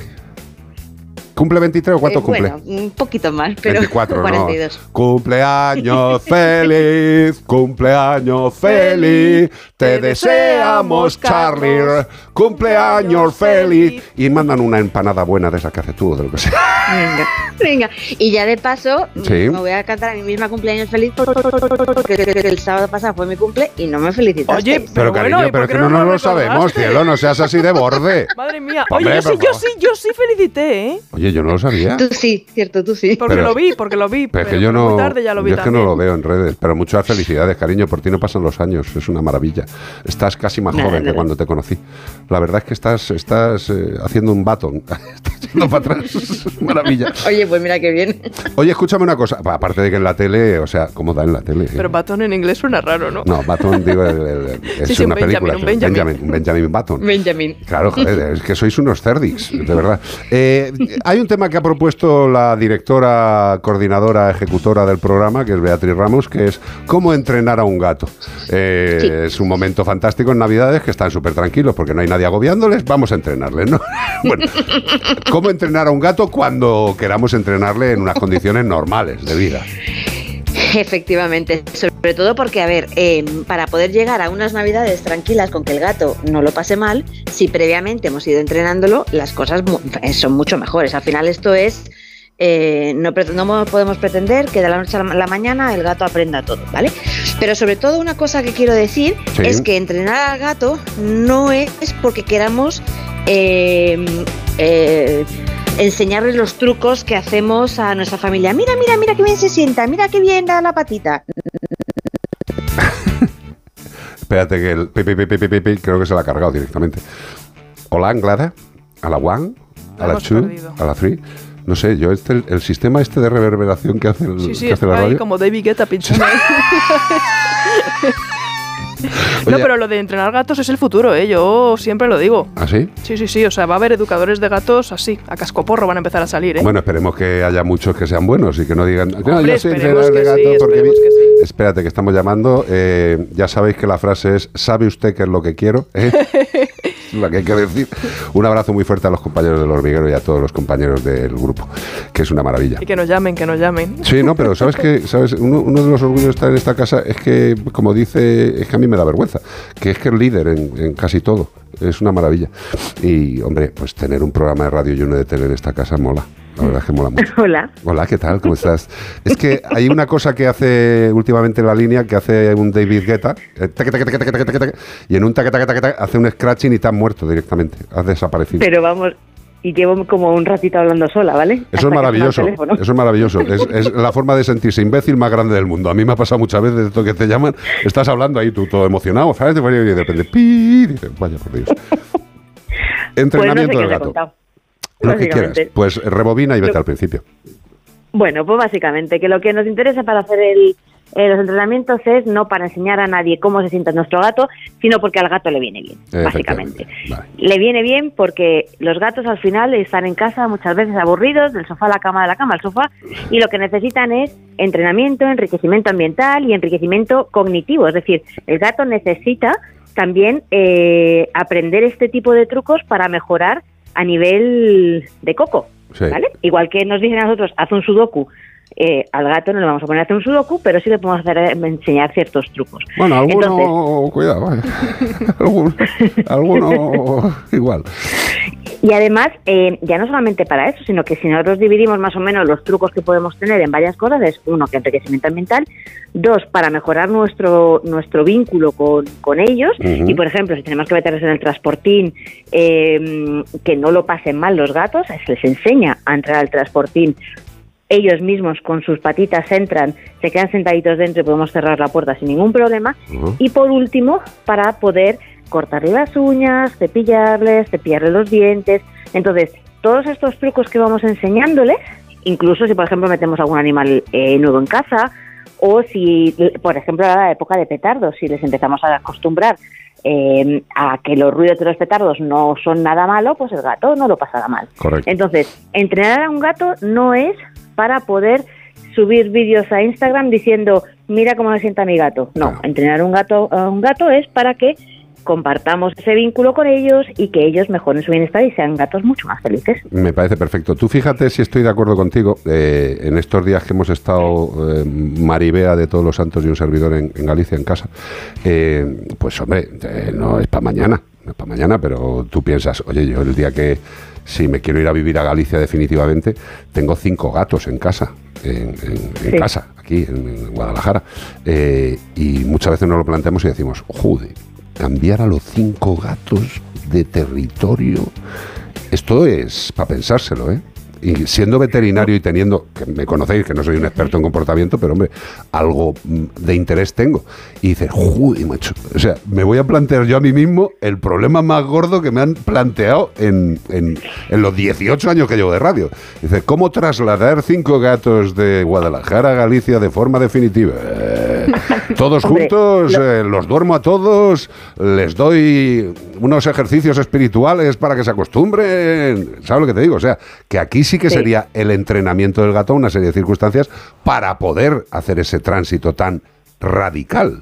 ¿Cumple veintitrés o cuánto eh, bueno, cumple? Un poquito más, pero veinticuatro, cuarenta y dos. No. Cumpleaños feliz, cumpleaños feliz, te deseamos, Charlie, cumpleaños feliz. Y mandan una empanada buena de esa que haces tú, de lo que sea. Venga, venga. Y ya de paso, sí. me voy a cantar a mí misma cumpleaños feliz porque el sábado pasado fue mi cumple y no me felicitaste. Oye, pero, pero cariño, bueno, pero que no, no lo sabemos, cielo, no seas así de borde. Madre mía. Hombre, Oye, yo sí, yo sí, yo sí felicité, ¿eh? Oye, yo no lo sabía. Tú sí, cierto, tú sí. Porque pero, lo vi, porque lo vi. Pero es que yo no, tarde ya lo vi yo es que también. no lo veo en redes. Pero muchas felicidades, cariño. Por ti no pasan los años. Es una maravilla. Estás casi más nada, joven nada. que cuando te conocí. La verdad es que estás, estás eh, haciendo un baton. Estás yendo para atrás. Maravilla. Oye, pues mira qué bien. Oye, escúchame una cosa. Aparte de que en la tele, o sea, ¿cómo da en la tele? Pero baton en inglés suena raro, ¿no? No, baton, digo, el, el, el, es sí, sí, una un película. Benjamin, un Benjamin. Benjamin, un Benjamin Button. Benjamin. Claro, joder, es que sois unos cerdix, de verdad. Eh, hay un tema que ha propuesto la directora, coordinadora, ejecutora del programa, que es Beatriz Ramos, que es cómo entrenar a un gato. Eh, sí. Es un momento fantástico en Navidades, que están súper tranquilos porque no hay nadie agobiándoles, vamos a entrenarles, ¿no? Bueno, cómo entrenar a un gato cuando queramos entrenarle en unas condiciones normales de vida. Efectivamente, sobre todo porque, a ver, eh, para poder llegar a unas navidades tranquilas con que el gato no lo pase mal, si previamente hemos ido entrenándolo, las cosas mu- son mucho mejores. Al final esto es, eh, no, pre- no podemos pretender que de la noche a la mañana el gato aprenda todo, ¿vale? Pero sobre todo una cosa que quiero decir sí. es que entrenar al gato no es porque queramos... Eh, eh, enseñarles los trucos que hacemos a nuestra familia. Mira, mira, mira qué bien se sienta, mira qué bien da la patita. Espérate que el pi, pi, pi, pi, pi, pi, creo que se la ha cargado directamente. Hola, Anglada, a la one, a la two, a la three. No sé, yo este, el, el sistema este de reverberación que hace, el, sí, sí, que hace la radio. Sí, como David Guetta pinchando. No, pero lo de entrenar gatos es el futuro, ¿eh? Yo siempre lo digo. ¿Ah, sí? Sí, sí, sí. O sea, va a haber educadores de gatos así, a cascoporro van a empezar a salir, ¿eh? Bueno, esperemos que haya muchos que sean buenos y que no digan... No, Hombre, yo soy entrenador de gatos sí, porque... Vi... Que sí. Espérate, que estamos llamando. Eh, ya sabéis que la frase es ¿sabe usted qué es lo que quiero? ¿Eh? Lo que hay que decir. Un abrazo muy fuerte a los compañeros del hormiguero y a todos los compañeros del grupo, que es una maravilla. Y que nos llamen, que nos llamen. Sí, no, pero ¿sabes qué? ¿Sabes? Uno, uno de los orgullos de estar en esta casa es que, como dice, es que a mí me da vergüenza, que es que es líder en, en casi todo. Es una maravilla. Y, hombre, pues tener un programa de radio y uno de tele en esta casa mola. La verdad es que mola mucho. Hola. Hola, ¿qué tal? ¿Cómo estás? Es que hay una cosa que hace últimamente en la línea, que hace un David Guetta, eh, tac, tac, tac, tac, tac, tac, tac, y en un tac, tac, tac, tac, hace un scratching y te has muerto directamente. Has desaparecido. Pero vamos, y llevo como un ratito hablando sola, ¿vale? Eso es maravilloso. Eso es maravilloso. Es, es la forma de sentirse imbécil más grande del mundo. A mí me ha pasado muchas veces de esto que te llaman, estás hablando ahí tú todo emocionado, ¿sabes? Y de repente, ¡pi! Dices, vaya por Dios. Entrenamiento pues no sé del gato. Lo que quieras. Pues rebobina y vete lo, al principio. Bueno, pues básicamente que lo que nos interesa para hacer el, eh, los entrenamientos es no para enseñar a nadie cómo se sienta nuestro gato, sino porque al gato le viene bien, básicamente. Vale. Le viene bien porque los gatos al final están en casa muchas veces aburridos, del sofá a la cama, de la cama al sofá, y lo que necesitan es entrenamiento, enriquecimiento ambiental y enriquecimiento cognitivo. Es decir, el gato necesita también eh, aprender este tipo de trucos para mejorar a nivel de coco, sí. ¿Vale? Igual que nos dicen a nosotros, haz un sudoku, eh, al gato no le vamos a poner a hacer un sudoku, pero sí le podemos hacer, enseñar ciertos trucos. Bueno, alguno, Entonces, cuidado, vaya. alguno, alguno igual. Y además, eh, ya no solamente para eso, sino que si nosotros dividimos más o menos los trucos que podemos tener en varias cosas, es uno, que enriquecimiento ambiental, dos, para mejorar nuestro nuestro vínculo con, con ellos, uh-huh. Y por ejemplo, si tenemos que meterles en el transportín, eh, que no lo pasen mal los gatos, se les enseña a entrar al transportín, ellos mismos con sus patitas entran, se quedan sentaditos dentro y podemos cerrar la puerta sin ningún problema, uh-huh. Y por último, para poder cortarle las uñas, cepillarles, cepillarle los dientes. Entonces, todos estos trucos que vamos enseñándoles, incluso si por ejemplo metemos algún animal eh, nuevo en casa, o si, por ejemplo, a la época de petardos, si les empezamos a acostumbrar eh, a que los ruidos de los petardos no son nada malo, pues el gato no lo pasará mal. Correcto. Entonces, entrenar a un gato no es para poder subir vídeos a Instagram diciendo, mira cómo se sienta mi gato. No, claro. Entrenar un gato a un gato es para que compartamos ese vínculo con ellos y que ellos mejoren su bienestar y sean gatos mucho más felices. Me parece perfecto. Tú fíjate si estoy de acuerdo contigo. Eh, en estos días que hemos estado eh, Maribea de Todos los Santos y un servidor en, en Galicia, en casa, eh, pues hombre, eh, no es para mañana, no es para mañana, pero tú piensas, oye, yo el día que si me quiero ir a vivir a Galicia definitivamente, tengo cinco gatos en casa. En, en, en sí. casa, aquí en, en Guadalajara. Eh, y muchas veces nos lo planteamos y decimos, joder, cambiar a los cinco gatos de territorio, esto es para pensárselo, ¿eh? Y siendo veterinario y teniendo, que me conocéis, que no soy un experto en comportamiento, pero hombre, algo de interés tengo. Y dices, joder, macho, o sea, me voy a plantear yo a mí mismo el problema más gordo que me han planteado en, en, en los dieciocho años que llevo de radio. Dice, ¿cómo trasladar cinco gatos de Guadalajara a Galicia de forma definitiva? Eh, todos juntos, eh, los duermo a todos, les doy unos ejercicios espirituales para que se acostumbren. ¿Sabes lo que te digo? O sea, que aquí sí que sí. sería el entrenamiento del gato, una serie de circunstancias para poder hacer ese tránsito tan radical.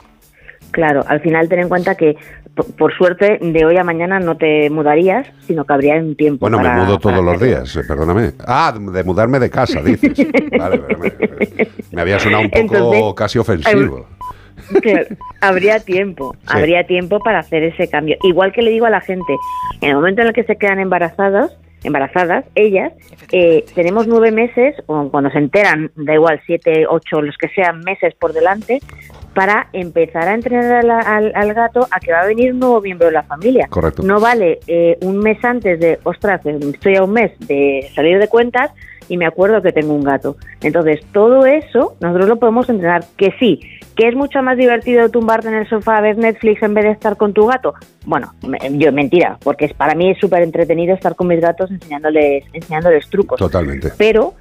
Claro, al final ten en cuenta que, por, por suerte, de hoy a mañana no te mudarías, sino que habría un tiempo. Bueno, para, me mudo todos los días, eh, perdóname. Ah, de mudarme de casa, dices. Vale, pero me, me había sonado un poco Entonces, casi ofensivo. Claro, habría tiempo, sí. habría tiempo para hacer ese cambio. Igual que le digo a la gente, en el momento en el que se quedan embarazadas, embarazadas, ellas, eh, tenemos nueve meses, o cuando se enteran, da igual, siete, ocho, los que sean meses por delante, para empezar a entrenar al, al, al gato a que va a venir un nuevo miembro de la familia. Correcto. No vale eh, un mes antes de, ostras, estoy a un mes de salir de cuentas y me acuerdo que tengo un gato. Entonces, todo eso nosotros lo podemos entrenar. Que sí, que es mucho más divertido tumbarte en el sofá a ver Netflix en vez de estar con tu gato. Bueno, yo mentira, porque es, para mí es súper entretenido estar con mis gatos enseñándoles, enseñándoles trucos. Totalmente. Pero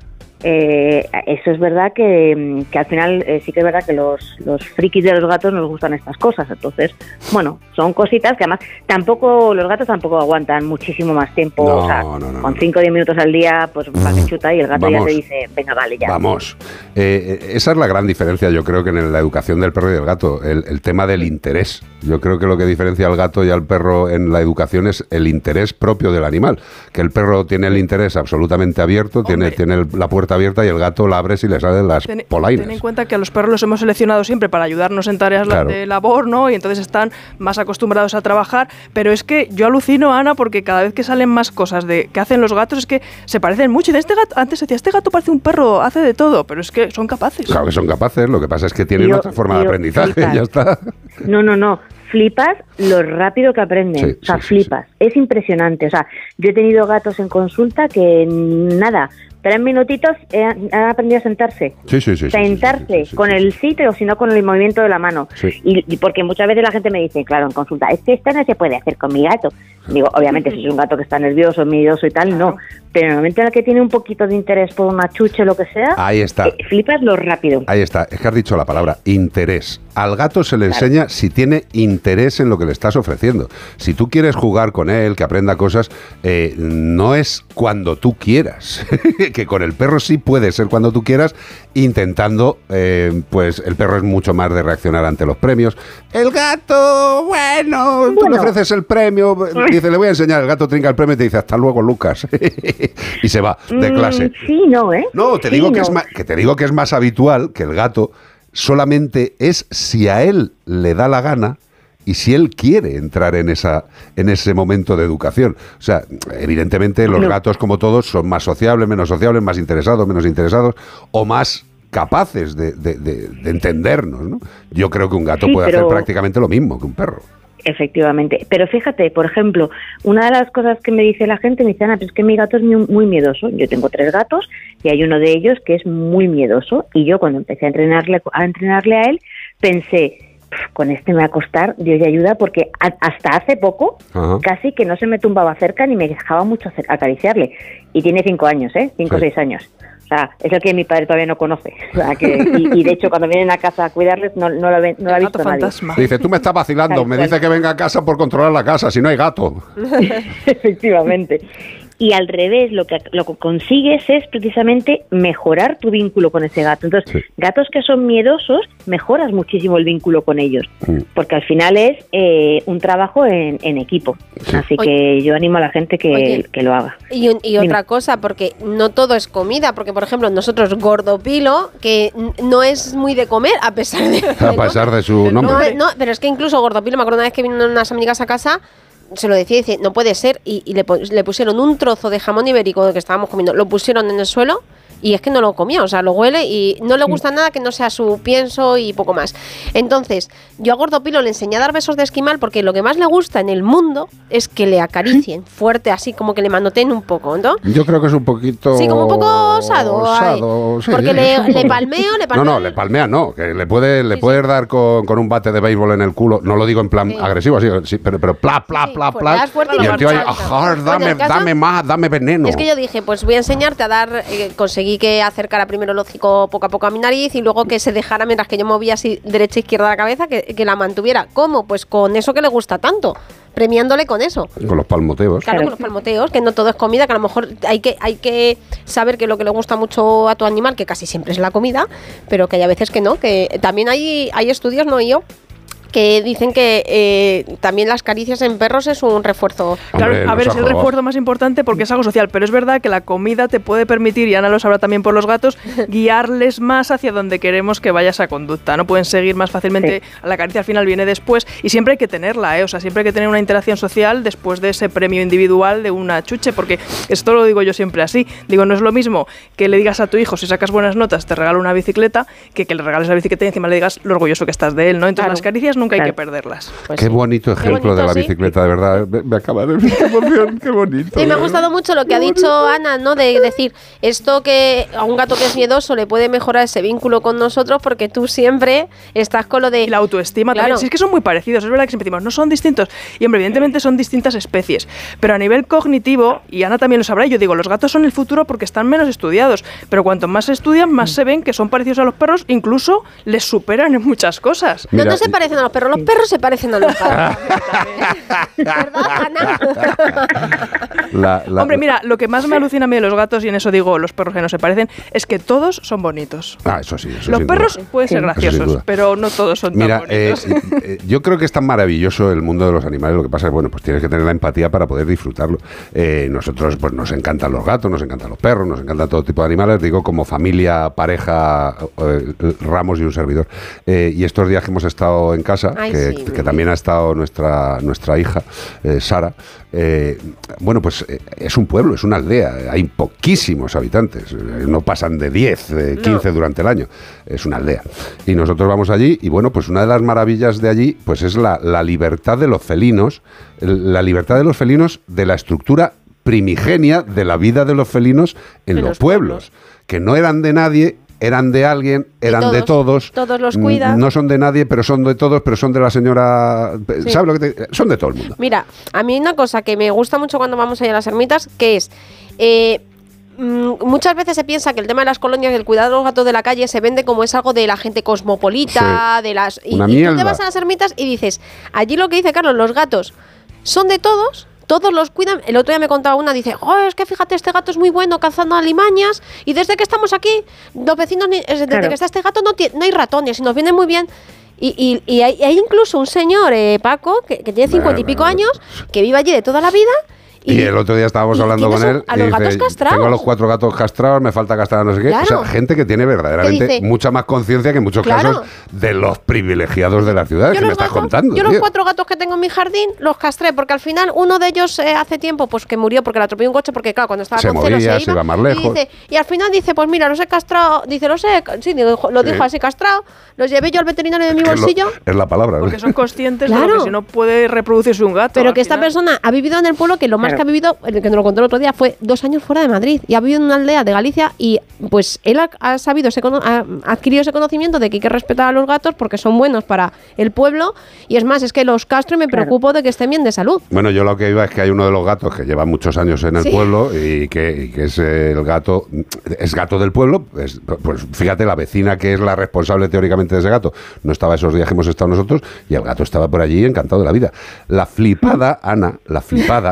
eh, eso es verdad que, que al final eh, sí que es verdad que los, los frikis de los gatos nos gustan estas cosas. Entonces, bueno, son cositas que además tampoco, los gatos tampoco aguantan muchísimo más tiempo. No, o sea, no, no, con no. cinco o diez minutos al día, pues va que chuta y el gato Vamos. ya te dice, venga, vale, ya. Vamos. Eh, esa es la gran diferencia, yo creo, que en la educación del perro y del gato, el, el tema del interés. Yo creo que lo que diferencia al gato y al perro en la educación es el interés propio del animal. Que el perro tiene el interés absolutamente abierto, tiene, tiene el, la puerta abierta y el gato la abres y le salen las ten, polainas. Ten en cuenta que a los perros los hemos seleccionado siempre para ayudarnos en tareas claro. de labor, ¿no? Y entonces están más acostumbrados a trabajar. Pero es que yo alucino, Ana, porque cada vez que salen más cosas de que hacen los gatos es que se parecen mucho. Y de este gato, antes decía, este gato parece un perro, hace de todo, pero es que son capaces. Claro que son capaces, lo que pasa es que tienen yo, otra forma yo, de aprendizaje, flipas. ya está. No, no, no. Flipas lo rápido que aprenden. Sí, o sea, sí, sí, flipas. Sí. Es impresionante. O sea, yo he tenido gatos en consulta que nada, tres minutitos han, han aprendido a sentarse. Sí, sí, sí. Sentarse sí, sí, sí, sí, con sí, el sitio o si no con el movimiento de la mano. Sí. Y, y porque muchas veces la gente me dice, claro, en consulta, es que esto no se puede hacer con mi gato. Digo, obviamente, si es un gato que está nervioso, miedoso y tal, no. Pero en el momento en el que tiene un poquito de interés por una chuche o lo que sea, ahí está. Eh, flipas lo rápido. Ahí está. Es que has dicho la palabra interés. Al gato se le Claro. enseña si tiene interés en lo que le estás ofreciendo. Si tú quieres jugar con él, que aprenda cosas, eh, no es cuando tú quieras. Que con el perro sí puede ser cuando tú quieras, intentando, eh, pues el perro es mucho más de reaccionar ante los premios. El gato, bueno, tú Bueno. le ofreces el premio, dice, le voy a enseñar, el gato trinca el premio y te dice, hasta luego, Lucas. Y se va de clase. Mm, sí, no, ¿eh? No, te Sí, digo que no. es más, que te digo que es más habitual que el gato solamente es si a él le da la gana y si él quiere entrar en esa en ese momento de educación. O sea, evidentemente los No. gatos, como todos, son más sociables, menos sociables, más interesados, menos interesados, o más capaces de, de, de, de entendernos, ¿no? Yo creo que un gato Sí, puede pero- hacer prácticamente lo mismo que un perro. Efectivamente. Pero fíjate, por ejemplo, una de las cosas que me dice la gente, me dice, Ana, pero es que mi gato es muy, muy miedoso. Yo tengo tres gatos y hay uno de ellos que es muy miedoso. Y yo cuando empecé a entrenarle a, entrenarle a él, pensé, "Pf, con este me va a costar, Dios y ayuda", porque a, hasta hace poco Ajá. casi que no se me tumbaba cerca ni me dejaba mucho acer- acariciarle. Y tiene cinco años, ¿eh? Cinco o Sí. seis años. O sea, es el que mi padre todavía no conoce. O sea, que, y, y de hecho, cuando vienen a casa a cuidarles, no, no, lo, ven, no lo ha visto nadie. Dice, tú me estás vacilando, Tal me cual. dice que venga a casa por controlar la casa, si no hay gato. Efectivamente. y al revés, lo que, lo que consigues es precisamente mejorar tu vínculo con ese gato. Entonces, sí. gatos que son miedosos, mejoras muchísimo el vínculo con ellos, mm. porque al final es eh, un trabajo en, en equipo. Sí. Así Oye. que yo animo a la gente que, Oye. que lo haga. Y, y otra cosa, porque no todo es comida, porque por ejemplo nosotros Gordopilo, que no es muy de comer, a pesar de... A pesar de su nombre. No, no, pero es que incluso Gordopilo, me acuerdo una vez que vinieron unas amigas a casa, se lo decía y dice, no puede ser, y, y le, le pusieron un trozo de jamón ibérico que estábamos comiendo, lo pusieron en el suelo y es que no lo comía, o sea, lo huele y no le gusta nada que no sea su pienso y poco más. Entonces, yo a Gordopilo le enseñé a dar besos de esquimal porque lo que más le gusta en el mundo es que le acaricien fuerte, así como que le manoteen un poco, ¿no? Yo creo que es un poquito... Sí, como un poco osado. osado sí, porque le, le palmeo, le palmeo... No, no, le palmea no, que le, puede, le sí, puedes sí. dar con, con un bate de béisbol en el culo, no lo digo en plan sí. agresivo, así, sí, pero, pero pla, pla, sí, pla, pla, fuerte y el tío ahí, ajá, dame, caso, dame más, dame veneno. Es que yo dije, pues voy a enseñarte a dar, eh, conseguí que acercara primero el hocico poco a poco a mi nariz y luego que se dejara mientras que yo movía así derecha e izquierda la cabeza, que, que la mantuviera. ¿Cómo? Pues con eso que le gusta tanto, premiándole con eso. Con los palmoteos. Claro, con los palmoteos, que no todo es comida, que a lo mejor hay que, hay que saber que lo que le gusta mucho a tu animal, que casi siempre es la comida, pero que hay a veces que no, que también hay, hay estudios, no yo, que dicen que eh, también las caricias en perros es un refuerzo. Claro, Hombre, a ver, es el refuerzo más importante porque es algo social, pero es verdad que la comida te puede permitir, y Ana lo sabrá también por los gatos, guiarles más hacia donde queremos que vaya esa conducta, ¿no? Pueden seguir más fácilmente, sí. la caricia al final viene después, y siempre hay que tenerla, ¿eh? O sea, siempre hay que tener una interacción social después de ese premio individual de una chuche, porque esto lo digo yo siempre así, digo, no es lo mismo que le digas a tu hijo, si sacas buenas notas, te regalo una bicicleta, que que le regales la bicicleta y encima le digas lo orgulloso que estás de él, ¿no? Entonces claro. las caricias nunca hay claro. que perderlas. Pues qué sí. bonito ejemplo qué bonito, de la ¿sí? bicicleta, de verdad. Me, me acaba de qué emoción, qué bonito. Sí, me ha gustado mucho lo que ha dicho Ana, ¿no? De decir, esto que a un gato que es miedoso le puede mejorar ese vínculo con nosotros porque tú siempre estás con lo de... Y la autoestima claro. también. Si es que son muy parecidos, es verdad que siempre decimos, no son distintos. Y hombre, evidentemente son distintas especies. Pero a nivel cognitivo, y Ana también lo sabrá, yo digo, los gatos son el futuro porque están menos estudiados. Pero cuanto más se estudian, más mm. se ven que son parecidos a los perros, incluso les superan en muchas cosas. Mira, no, no se parecen a los perros, los perros se parecen a los gatos. ¿Verdad, Ana? La, la, Hombre, mira, lo que más me alucina a mí de los gatos, y en eso digo los perros que no se parecen, es que todos son bonitos. Ah, eso sí. Eso los perros duda. pueden ser graciosos, pero no todos son mira, tan bonitos. Eh, eh, yo creo que es tan maravilloso el mundo de los animales, lo que pasa es, bueno, pues tienes que tener la empatía para poder disfrutarlo. Eh, nosotros, pues nos encantan los gatos, nos encantan los perros, nos encantan todo tipo de animales, digo, como familia, pareja, eh, Ramos y un servidor. Eh, y estos días que hemos estado en casa, Ay, que, sí, que también ha estado nuestra, nuestra hija, eh, Sara, eh, bueno, pues eh, es un pueblo, es una aldea, hay poquísimos habitantes, eh, no pasan de diez, eh, quince no. durante el año, es una aldea. Y nosotros vamos allí y bueno, pues una de las maravillas de allí pues es la, la libertad de los felinos, la libertad de los felinos de la estructura primigenia de la vida de los felinos en los, los pueblos, pueblos, que no eran de nadie, eran de alguien, eran todos, de todos. Todos los cuidan. No son de nadie, pero son de todos, pero son de la señora... Sí. ¿Sabes lo que te...? Son de todo el mundo. Mira, a mí una cosa que me gusta mucho cuando vamos allá a las ermitas, que es... Eh, muchas veces se piensa que el tema de las colonias y el cuidado de los gatos de la calle se vende como es algo de la gente cosmopolita, sí. de las... Y, y tú te vas a las ermitas y dices, allí lo que dice Carlos, los gatos son de todos... Todos los cuidan. El otro día me contaba una, dice, oh, es que fíjate, este gato es muy bueno cazando alimañas y desde que estamos aquí, los vecinos, desde claro. que está este gato no, no hay ratones y nos viene muy bien. Y, y, y hay, hay incluso un señor, eh, Paco, que, que tiene cincuenta y pico años, que vive allí de toda la vida. Y, y el otro día estábamos hablando con él a y los dice, gatos castrados. tengo a los cuatro gatos castrados, me falta castrar no sé qué. Claro. O sea, gente que tiene verdaderamente dice, mucha más conciencia que en muchos claro. casos de los privilegiados de la ciudad, que me estás gatos, contando. Yo tío. los cuatro gatos que tengo en mi jardín los castré, porque al final uno de ellos eh, hace tiempo pues que murió porque le atropelló un coche, porque claro, cuando estaba se con movía, celo se iba, se iba más lejos. Y, dice, y al final dice, pues mira, los he castrado, dice, los he, sí, lo dijo sí. así, castrado, los llevé yo al veterinario de mi es bolsillo. Lo, es la palabra. Porque son conscientes claro. de lo que si no puede reproducirse un gato. Pero que esta final. persona ha vivido en el pueblo, que lo más claro. que ha vivido, el que nos lo contó el otro día, fue dos años fuera de Madrid y ha vivido en una aldea de Galicia y pues él ha, ha sabido, ese, ha adquirido ese conocimiento de que hay que respetar a los gatos porque son buenos para el pueblo y es más, es que los castro y me claro. preocupo de que estén bien de salud. Bueno, yo lo que iba es que hay uno de los gatos que lleva muchos años en el sí. pueblo y que, y que es el gato, es gato del pueblo, es, pues fíjate, la vecina que es la responsable teóricamente de ese gato, no estaba esos días que hemos estado nosotros y el gato estaba por allí encantado de la vida. La flipada, Ana, la flipada, la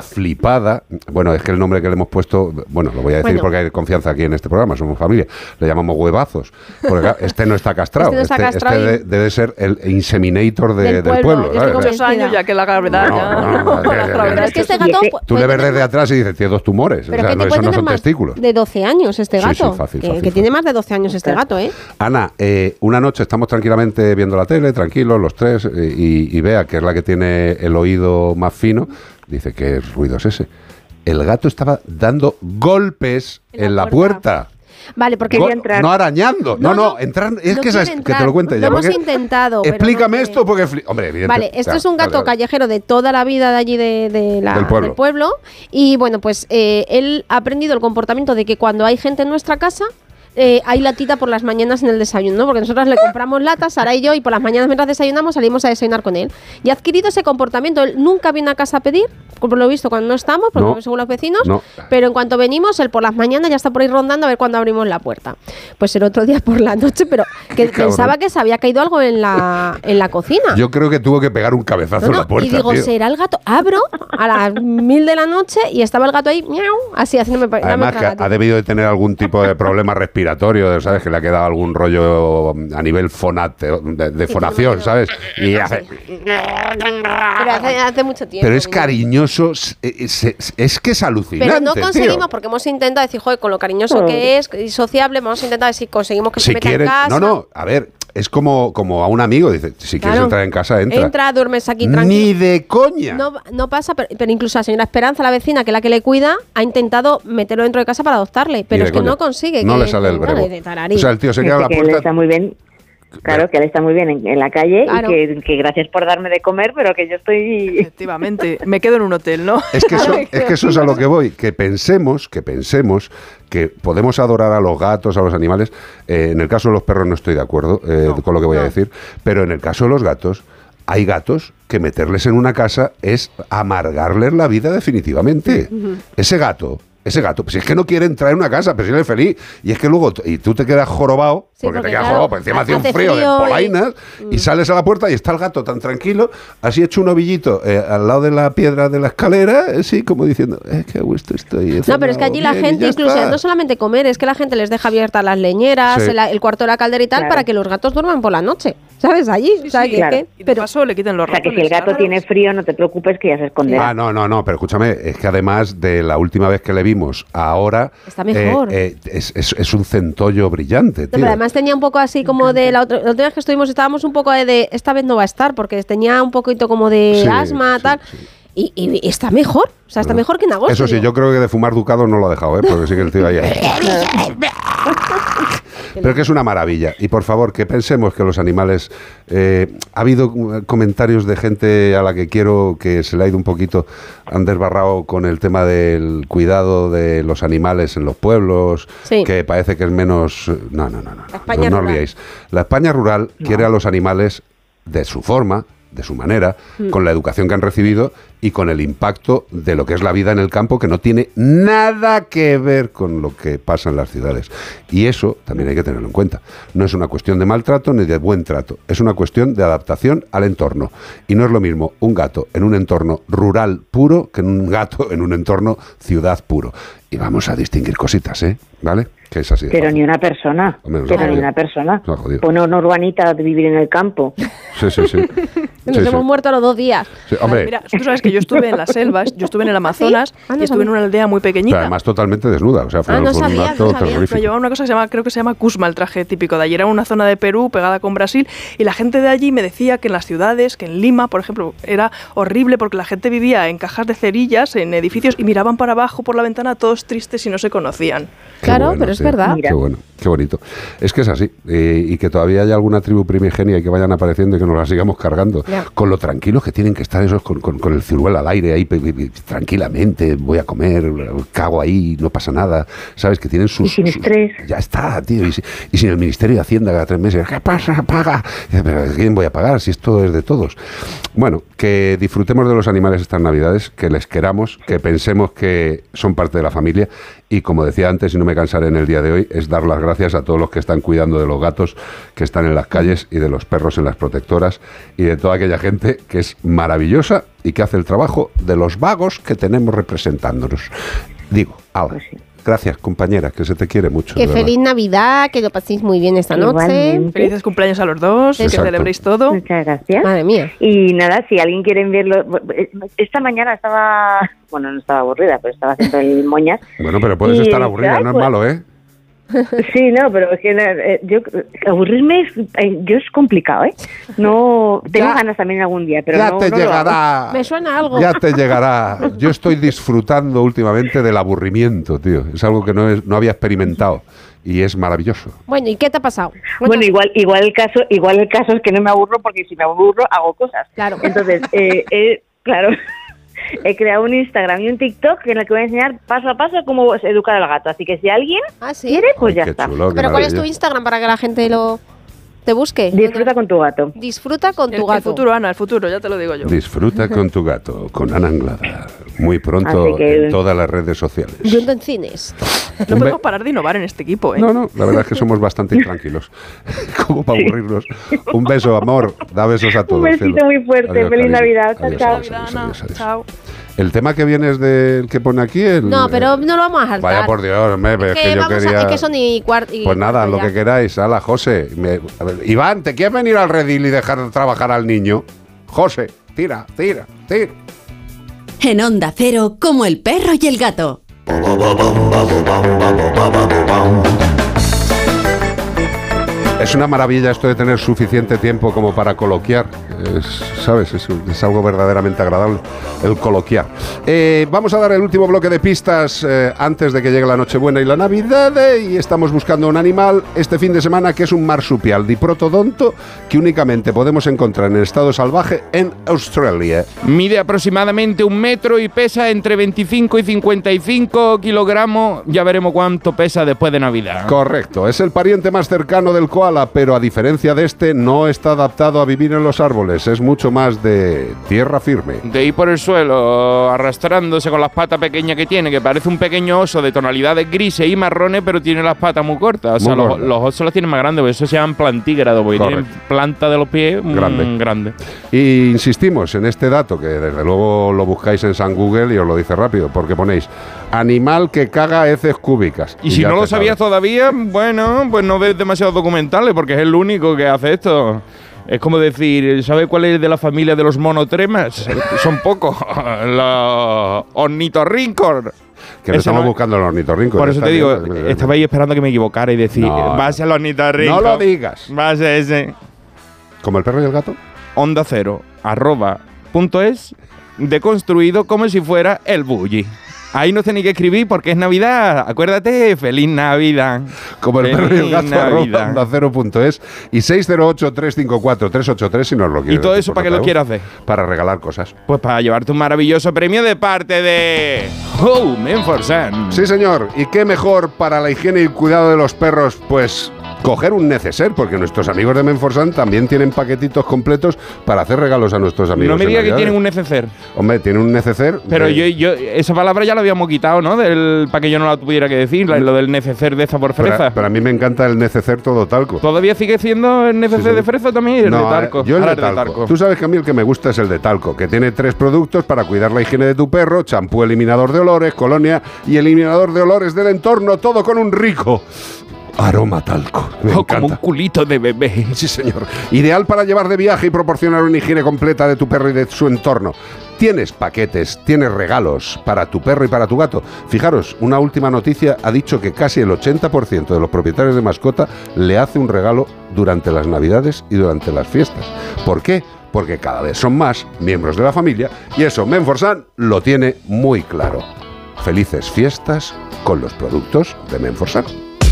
flipada. Bueno, es que el nombre que le hemos puesto, bueno, lo voy a decir Bueno. porque hay confianza aquí en este programa, somos familia. Le llamamos huevazos. Porque claro, este no está castrado. Este no está Este, castrado este y- de- debe ser el inseminator de- Del del pueblo, pueblo. yo ¿sabes? estoy Muchos años ya que la gravedad No, ya... no, no, la no, gravedad Pero es que este eso- gato... Tú le ves desde atrás y dices, tiene dos tumores. Pero O sea, que no, te eso puede no tener son más testículos. de doce años este Sí, sí, gato. fácil, que, fácil, que tiene más de doce años este gato, ¿eh? Ana, eh, una noche estamos tranquilamente viendo la tele, tranquilos los tres, eh, y, y Bea, que es la que tiene el oído más fino, dice, ¿qué ruido es ese? El gato estaba dando golpes en la, puerta. Vale, porque... Go- no arañando, no, no, entrar, es no que, quiere sabes, que entrar. te lo cuente Lo ya. hemos porque- intentado, pero Explícame no esto porque... fli- Hombre, evidente, Vale, esto claro, es un gato vale, vale. callejero de toda la vida de allí de, de la- Del pueblo. del pueblo. Y bueno, pues eh, él ha aprendido el comportamiento de que cuando hay gente en nuestra casa, eh, hay latita por las mañanas en el desayuno, ¿no? Porque nosotros le compramos latas, Sara y yo, y por las mañanas mientras desayunamos salimos a desayunar con él. Y ha adquirido ese comportamiento. Él nunca viene a casa a pedir, por lo visto cuando no estamos, porque No. según los vecinos, No. pero en cuanto venimos, él por las mañanas ya está por ahí rondando a ver cuándo abrimos la puerta. Pues el otro día por la noche, pero que Qué cabrón. pensaba que se había caído algo en la, en la cocina. Yo creo que tuvo que pegar un cabezazo No, en no, la puerta, y digo, tío. será el gato. Abro a las mil de la noche y estaba el gato ahí, miau, así haciéndome pa- Además dame que traga, ha debido de tener algún tipo de problema respiratorio, ¿sabes? Que le ha quedado algún rollo a nivel fonate, de, de fonación, ¿sabes? Y hace- Pero hace, hace mucho tiempo. pero es cariñoso, es, es- es que es alucinante, Pero no tío. conseguimos, porque hemos intentado decir, joder, con lo cariñoso que es y sociable, vamos a intentar ver si conseguimos que se Si meta quieren, en casa. no, no, a ver, es como, como a un amigo, dice, si quieres Claro. entrar en casa, entra. Entra, duermes aquí tranquilo. Ni de coña. No, no pasa, pero, pero incluso la señora Esperanza, la vecina, que es la que le cuida, ha intentado meterlo dentro de casa para adoptarle, pero Ni de es que coña. no consigue. No que- le sale el bueno, brego. de tararí. O sea, el tío se queda a la que él puerta. está muy bien. Claro, que él está muy bien en, en la calle Claro. y que, que gracias por darme de comer, pero que yo estoy... Efectivamente, me quedo en un hotel, ¿no? Es que, eso, es que eso es a lo que voy, que pensemos, que pensemos que podemos adorar a los gatos, a los animales. Eh, en el caso de los perros no estoy de acuerdo eh, con lo que voy a decir, pero en el caso de los gatos, hay gatos que meterles en una casa es amargarles la vida definitivamente. Ese gato... Ese gato, pues si es que no quiere entrar en una casa, pero si él es feliz. Y es que luego, t- y tú te quedas jorobado, Sí, porque, porque te quedas claro, jorobado, porque encima hace un hace frío, frío de y- polainas, y, sales a la puerta y está el gato tan tranquilo, así hecho un ovillito eh, al lado de la piedra de la escalera, así como diciendo, eh, qué a gusto estoy. he No, pero es que allí la cenado bien y gente, ya incluso está". no solamente comer, es que la gente les deja abiertas las leñeras, Sí. el, el cuarto de la caldera y tal, Claro. para que los gatos duerman por la noche. ¿Sabes? Allí. ¿sabes? sí, claro. ¿Qué? Y de paso le quiten los O sea, que si el ratones, gato claro. tiene frío, no te preocupes que ya se esconderá. Ah, no, no, no, pero escúchame, es que además de la última vez que le vimos, ahora Está mejor. eh, eh, es, es- es un centollo brillante, No, tío. pero además tenía un poco así como de la otra, la última vez que estuvimos estábamos un poco de, de esta vez no va a estar porque tenía un poquito como de Sí, asma sí, tal Y, y está mejor, o sea, está mejor que en agosto. Eso sí, digo. yo creo que de fumar ducado no lo ha dejado, ¿eh? Porque sí que el tío ahí... Pero que es una maravilla. Y por favor, que pensemos que los animales... eh, ha habido eh, comentarios de gente a la que quiero que se le ha ido un poquito, han desbarrado con el tema del cuidado de los animales en los pueblos, Sí. que parece que es menos... No, no, no, no. La España no, no os rural. liéis. La España rural quiere a los animales de su forma, de su manera, Mm. con la educación que han recibido y con el impacto de lo que es la vida en el campo, que no tiene nada que ver con lo que pasa en las ciudades. Y eso también hay que tenerlo en cuenta. No es una cuestión de maltrato ni de buen trato, es una cuestión de adaptación al entorno. Y no es lo mismo un gato en un entorno rural puro que un gato en un entorno ciudad puro. Y vamos a distinguir cositas, ¿eh? ¿Vale? Que es así de Pero fácil. ni una persona. Hombre, nos ha pero ni jodido. una persona. Nos ha jodido. Pone una urbanita de vivir en el campo. Sí, sí, sí. Nos Sí, sí. hemos muerto a los dos días. Sí, hombre, Mira, tú sabes que yo estuve en las selvas, yo estuve en el Amazonas Ah, no y estuve en sabía. una aldea muy pero pequeñita. además totalmente desnuda. O sea, fue, Ah, no fue un sabía, acto no sabía. terrorífico. Me llevaba una cosa que se llama, creo que se llama Cusma, el traje típico de allí. Era una zona de Perú pegada con Brasil y la gente de allí me decía que en las ciudades, que en Lima, por ejemplo, era horrible porque la gente vivía en cajas de cerillas, en edificios y miraban para abajo por la ventana todos tristes y no se conocían. Qué Claro, bueno, pero es tío. verdad. Qué bueno, qué bonito. Es que es así. eh, y que todavía haya alguna tribu primigenia y que vayan apareciendo y que nos la sigamos cargando. Ya. Con lo tranquilos que tienen que estar esos con, con- con el ciruelo al aire ahí pe- pe- pe- tranquilamente. Voy a comer, cago ahí, no pasa nada. ¿Sabes? Que tienen sus... Y sin sus- estrés. Ya está, tío. Y, si- y sin el Ministerio de Hacienda cada tres meses. ¿Qué pasa? Paga. Eh, Pero ¿quién voy a pagar si esto es de todos? Bueno, que disfrutemos de los animales estas Navidades, que les queramos, que pensemos que son parte de la familia. familia. Y como decía antes, y no me cansaré en el día de hoy, es dar las gracias a todos los que están cuidando de los gatos que están en las calles y de los perros en las protectoras y de toda aquella gente que es maravillosa y que hace el trabajo de los vagos que tenemos representándonos. Digo, ala. Pues sí. Gracias, compañera, que se te quiere mucho. Que feliz Navidad, que lo paséis muy bien esta Igualmente. noche. Felices cumpleaños a los dos, Exacto. que celebréis todo. Muchas gracias. Madre mía. Y nada, si alguien quiere verlo... Esta mañana estaba... Bueno, no estaba aburrida, pero estaba haciendo el moñas. Bueno, pero puedes Y, estar aburrida, claro, no es pues, malo, ¿eh? Sí, no, pero es que eh, yo aburrirme es, eh, yo es complicado, ¿eh? No tengo Ya. ganas también algún día, pero Ya no, te no lo hago. llegará. Me suena algo. Ya te llegará. Yo estoy disfrutando últimamente del aburrimiento, tío. Es algo que no, es, no había experimentado y es maravilloso. Bueno, ¿y qué te ha pasado? Bueno, igual, igual el caso, igual el caso es que no me aburro porque si me aburro hago cosas. Claro. Entonces, eh, eh, claro. He creado un Instagram y un TikTok en el que voy a enseñar paso a paso cómo educar al gato. Así que si alguien ¿Ah, sí? quiere, pues ya Qué está. chulo, qué ¿Pero cuál es tu maravilla. Instagram para que la gente lo te busque? Disfruta con tu gato. Disfruta con El, tu gato. el futuro, Ana, el futuro, ya te lo digo yo. Disfruta con tu gato, con Ana Anglada. Muy pronto Así que- en todas las redes sociales. Yendo en cines. No Un be- podemos parar de innovar en este equipo, ¿eh? No, no, la verdad es que somos bastante intranquilos. Como para aburrirnos. Un beso, amor. Da besos a todos. Un besito cielo. muy fuerte. Adiós, Feliz cariño. Navidad. Chao, Adiós, chao. adiós, adiós, adiós, adiós. Chao. El tema que viene es del que pone aquí. El, No, pero no lo vamos a saltar. Vaya por Dios, me, es Es que, que, yo vamos a- quería. es que son y cuarto. Pues nada, lo que queráis. Hala, José. Me- a ver, Iván, ¿te quieres venir al redil y dejar de trabajar al niño? José, tira, tira, tira. En Onda Cero, como el perro y el gato. Es una maravilla esto de tener suficiente tiempo como para coloquiar, es, ¿sabes? Es, es algo verdaderamente agradable el coloquiar. Eh, vamos a dar el último bloque de pistas eh, antes de que llegue la Nochebuena y la Navidad eh, y estamos buscando un animal este fin de semana que es un marsupial diprotodonto que únicamente podemos encontrar en estado salvaje en Australia. Mide aproximadamente un metro y pesa entre veinticinco y cincuenta y cinco kilogramos. Ya veremos cuánto pesa después de Navidad. Correcto, es el pariente más cercano del koala, pero a diferencia de este no está adaptado a vivir en los árboles, es mucho más de tierra firme. De ir por el suelo, arrastrándose con las patas pequeñas que tiene, que parece un pequeño oso de tonalidades grises y marrones, pero tiene las patas muy cortas. O sea, Muy los, cortas. los osos las tienen más grandes, por eso se llaman plantígrados, porque Correcto. tienen planta de los pies mm, Grande. grande. Y insistimos en este dato, que desde luego lo buscáis en San Google y os lo dice rápido, porque ponéis animal que caga heces cúbicas. Y, si ya no te lo sabías sabes. todavía, bueno, pues no ves demasiados documentales, porque es el único que hace esto. Es como decir, ¿sabe cuál es de la familia de los monotremas? Son pocos. Los ornitorrincos. Que no Ese estamos no es. buscando el ornitorrinco. Por ya eso está te digo, bien. estaba ahí esperando que me equivocara y decir, No, va a ser el ornitorrinco. No lo digas. Va a ser ese. ¿Como el perro y el gato? Onda cero, arroba, punto es, deconstruido como si fuera el bully. Ahí no tenéis que escribir porque es Navidad. Acuérdate, feliz Navidad. Como el Feliz perro y el gato, arroba Navidad. onda cero punto es y seis cero ocho, tres cinco cuatro, tres ocho tres si nos lo quieres ¿Y todo decir eso por para qué lo nota de quieres voz. hacer? Para regalar cosas. Pues para llevarte un maravilloso premio de parte de Home Enforcement. Sí, señor. ¿Y qué mejor para la higiene y el cuidado de los perros? Pues coger un neceser, porque nuestros amigos de Menforsan también tienen paquetitos completos para hacer regalos a nuestros amigos. No me en diga que Navidades. tienen un neceser. Hombre, tienen un neceser. Pero de- yo, yo, esa palabra ya la habíamos quitado, ¿no? Del, para que yo no la tuviera que decir, la- lo del neceser de esa por Pero, fresa. pero a mí me encanta el neceser todo talco. ¿Todavía sigue siendo el neceser Sí, sí. de fresa también? El No, de talco. eh, yo el Ahora de talco. Tú sabes que a mí el que me gusta es el de talco, que tiene tres productos para cuidar la higiene de tu perro: champú eliminador de olores, colonia y eliminador de olores del entorno, todo con un rico aroma talco. Me Oh, encanta. como un culito de bebé. Sí, señor. Ideal para llevar de viaje y proporcionar una higiene completa de tu perro y de su entorno. Tienes paquetes, tienes regalos para tu perro y para tu gato. Fijaros, una última noticia ha dicho que casi el ochenta por ciento de los propietarios de mascota le hace un regalo durante las Navidades y durante las fiestas. ¿Por qué? Porque cada vez son más miembros de la familia y eso Menforsan lo tiene muy claro. Felices fiestas con los productos de Menforsan.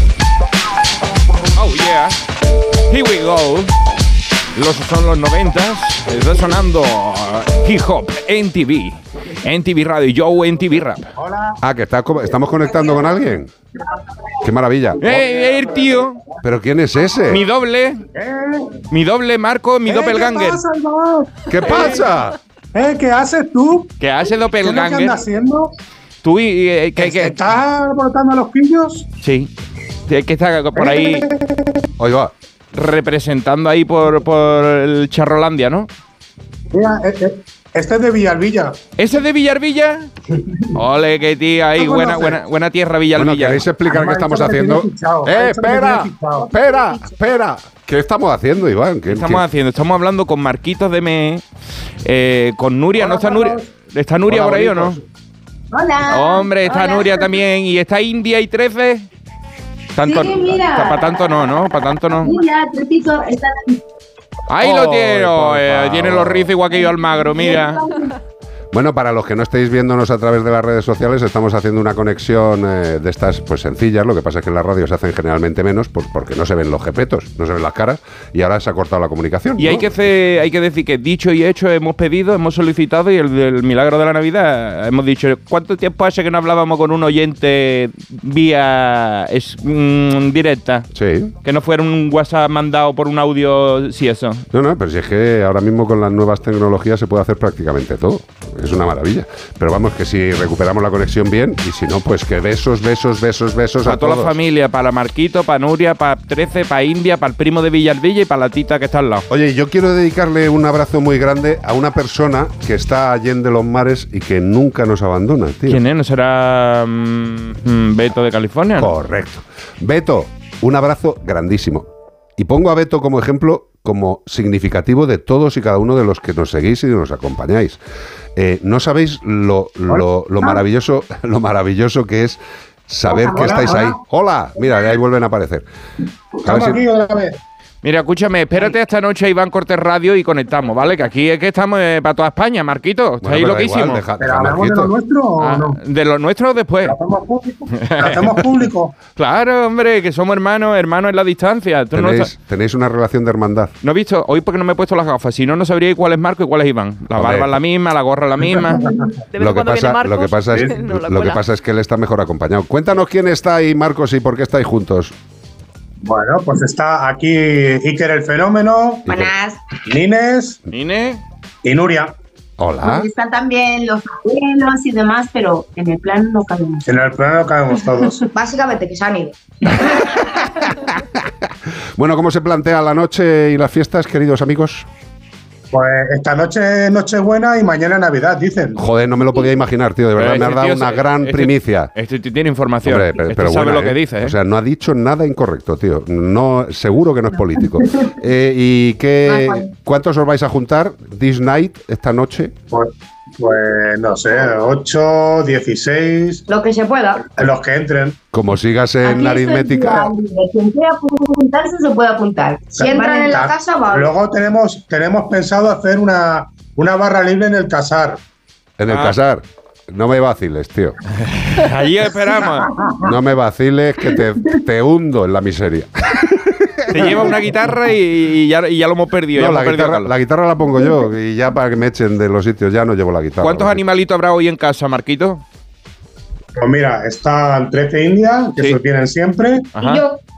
Oh yeah, here we go. Los son los noventas. Está sonando uh, hip hop en T V, en T V Radio, yo en T V Rap. Ah, que está, co- estamos conectando con alguien. Qué maravilla. ¡Ey, el tío! ¿Pero quién es ese? Mi doble, mi doble Marco, mi doppelganger. ¿Qué pasa, hermano? ¿Qué pasa? Eh, ¿qué haces tú? ¿Qué hace ¿Qué es lo que doppelganger? andas haciendo? Tú y... y que, que, ¿Estás alborotando a los pillos? Sí. Es que está por ahí... Oiga. Representando ahí por, por el Charrolandia, ¿no? Mira, este es de Villalvilla. ¿Ese es de Villalvilla? Ole, qué tío, ahí, buena, buena, buena tierra Villalvilla. Bueno, ¿queréis explicar qué estamos haciendo? ¡Eh, espera! ¡Espera! ¡Espera! ¿Qué estamos haciendo, Iván? ¿Qué estamos haciendo? Estamos hablando con Marquitos de Me, eh, con Nuria. Hola, ¿no está Nuria? ¿Está Nuria Hola, por ahí bonitos. o no? Hola. Hombre, está Hola. Nuria también. ¿Y está India y trece? Tanto, sí, mira. Para tanto no, ¿no? Para tanto no. Mira, Trecito, está... Ahí oh, lo tiene, oh, eh, tiene los rizos igual que yo Almagro, mira. Bueno, para los que no estéis viéndonos a través de las redes sociales, estamos haciendo una conexión eh, de estas pues sencillas. Lo que pasa es que en la radio se hacen generalmente menos pues, porque no se ven los jepetos, no se ven las caras y ahora se ha cortado la comunicación. Y ¿no? hay que hacer, hay que decir que dicho y hecho hemos pedido, hemos solicitado y el del milagro de la Navidad hemos dicho ¿cuánto tiempo hace que no hablábamos con un oyente vía es, mm, directa? Sí. Que no fuera un WhatsApp mandado por un audio, sí eso. No, no, pero si es que ahora mismo con las nuevas tecnologías se puede hacer prácticamente todo. Es una maravilla. Pero vamos, que si recuperamos la conexión bien, y si no, pues que besos, besos, besos, besos para a toda todos. la familia, para Marquito, para Nuria, para trece, para India, para el primo de Villalvilla y para la tita que está al lado. Oye, yo quiero dedicarle un abrazo muy grande a una persona que está allende los mares y que nunca nos abandona, tío. ¿Quién es? ¿No será mmm, Beto de California? Correcto. Beto, un abrazo grandísimo. Y pongo a Beto como ejemplo, como significativo de todos y cada uno de los que nos seguís y nos acompañáis. Eh, no sabéis lo, lo, lo maravilloso, lo maravilloso que es saber que estáis ahí. Hola, mira, ahí vuelven a aparecer. A ver si... Mira, escúchame, espérate esta noche a Iván Cortés Radio y conectamos, ¿vale? Que aquí es que estamos eh, para toda España, Marquito. Está Bueno, ahí loquísimo. igual, deja, ¿Pero hablamos de lo nuestro o ah, no? ¿De lo nuestro o después? ¿Lo hacemos público? ¿Lo hacemos público? Claro, hombre, que somos hermanos, hermanos en la distancia. ¿Tú ¿Tenéis, no estás... tenéis una relación de hermandad. ¿No he visto? Hoy porque no me he puesto las gafas, si no, no sabría cuál es Marco y cuál es Iván. La barba es la misma, la gorra es la misma. Lo que, pasa, lo, que pasa es, no lo que pasa es que él está mejor acompañado. Cuéntanos quién está ahí, Marcos, y por qué estáis juntos. Bueno, pues está aquí Iker el Fenómeno. Buenas. Nines. Nine. Y Nuria. Hola. Están también los abuelos y demás, pero en el plan no cabemos. En el plan no cabemos todos. Básicamente que se han ido. Bueno, ¿cómo se plantea la noche y las fiestas, queridos amigos? Pues esta noche es Nochebuena y mañana Navidad, dicen. Joder, no me lo podía imaginar, tío. De verdad, Pero me has este dado tío una se- gran este- primicia. Este tío tiene información. Hombre, pero, este pero sabe buena, lo que ¿eh? dice, ¿eh? O sea, no ha dicho nada incorrecto, tío. No, seguro que no es político. eh, ¿Y qué, cuántos os vais a juntar this night, esta noche? Pues, pues no sé, ocho, dieciséis, Lo que se pueda. los que entren. Como sigas en Aquí aritmética. estoy libre. Quien quiera apuntarse se puede apuntar. Si entran en la casa, va. Luego tenemos, tenemos pensado hacer una, una barra libre en el casar. En el Ah. casar. No me vaciles, tío. Allí esperamos. No me vaciles que te, te hundo en la miseria. Te lleva una guitarra y, y ya, y ya lo hemos perdido. ya No, hemos la perdido a guitarra, Carlos. la guitarra la pongo yo y ya para que me echen de los sitios ya no llevo la guitarra. ¿Cuántos animalitos habrá hoy en casa, Marquito? Pues mira, están trece indias, que Sí. se tienen siempre. Ajá. Y yo,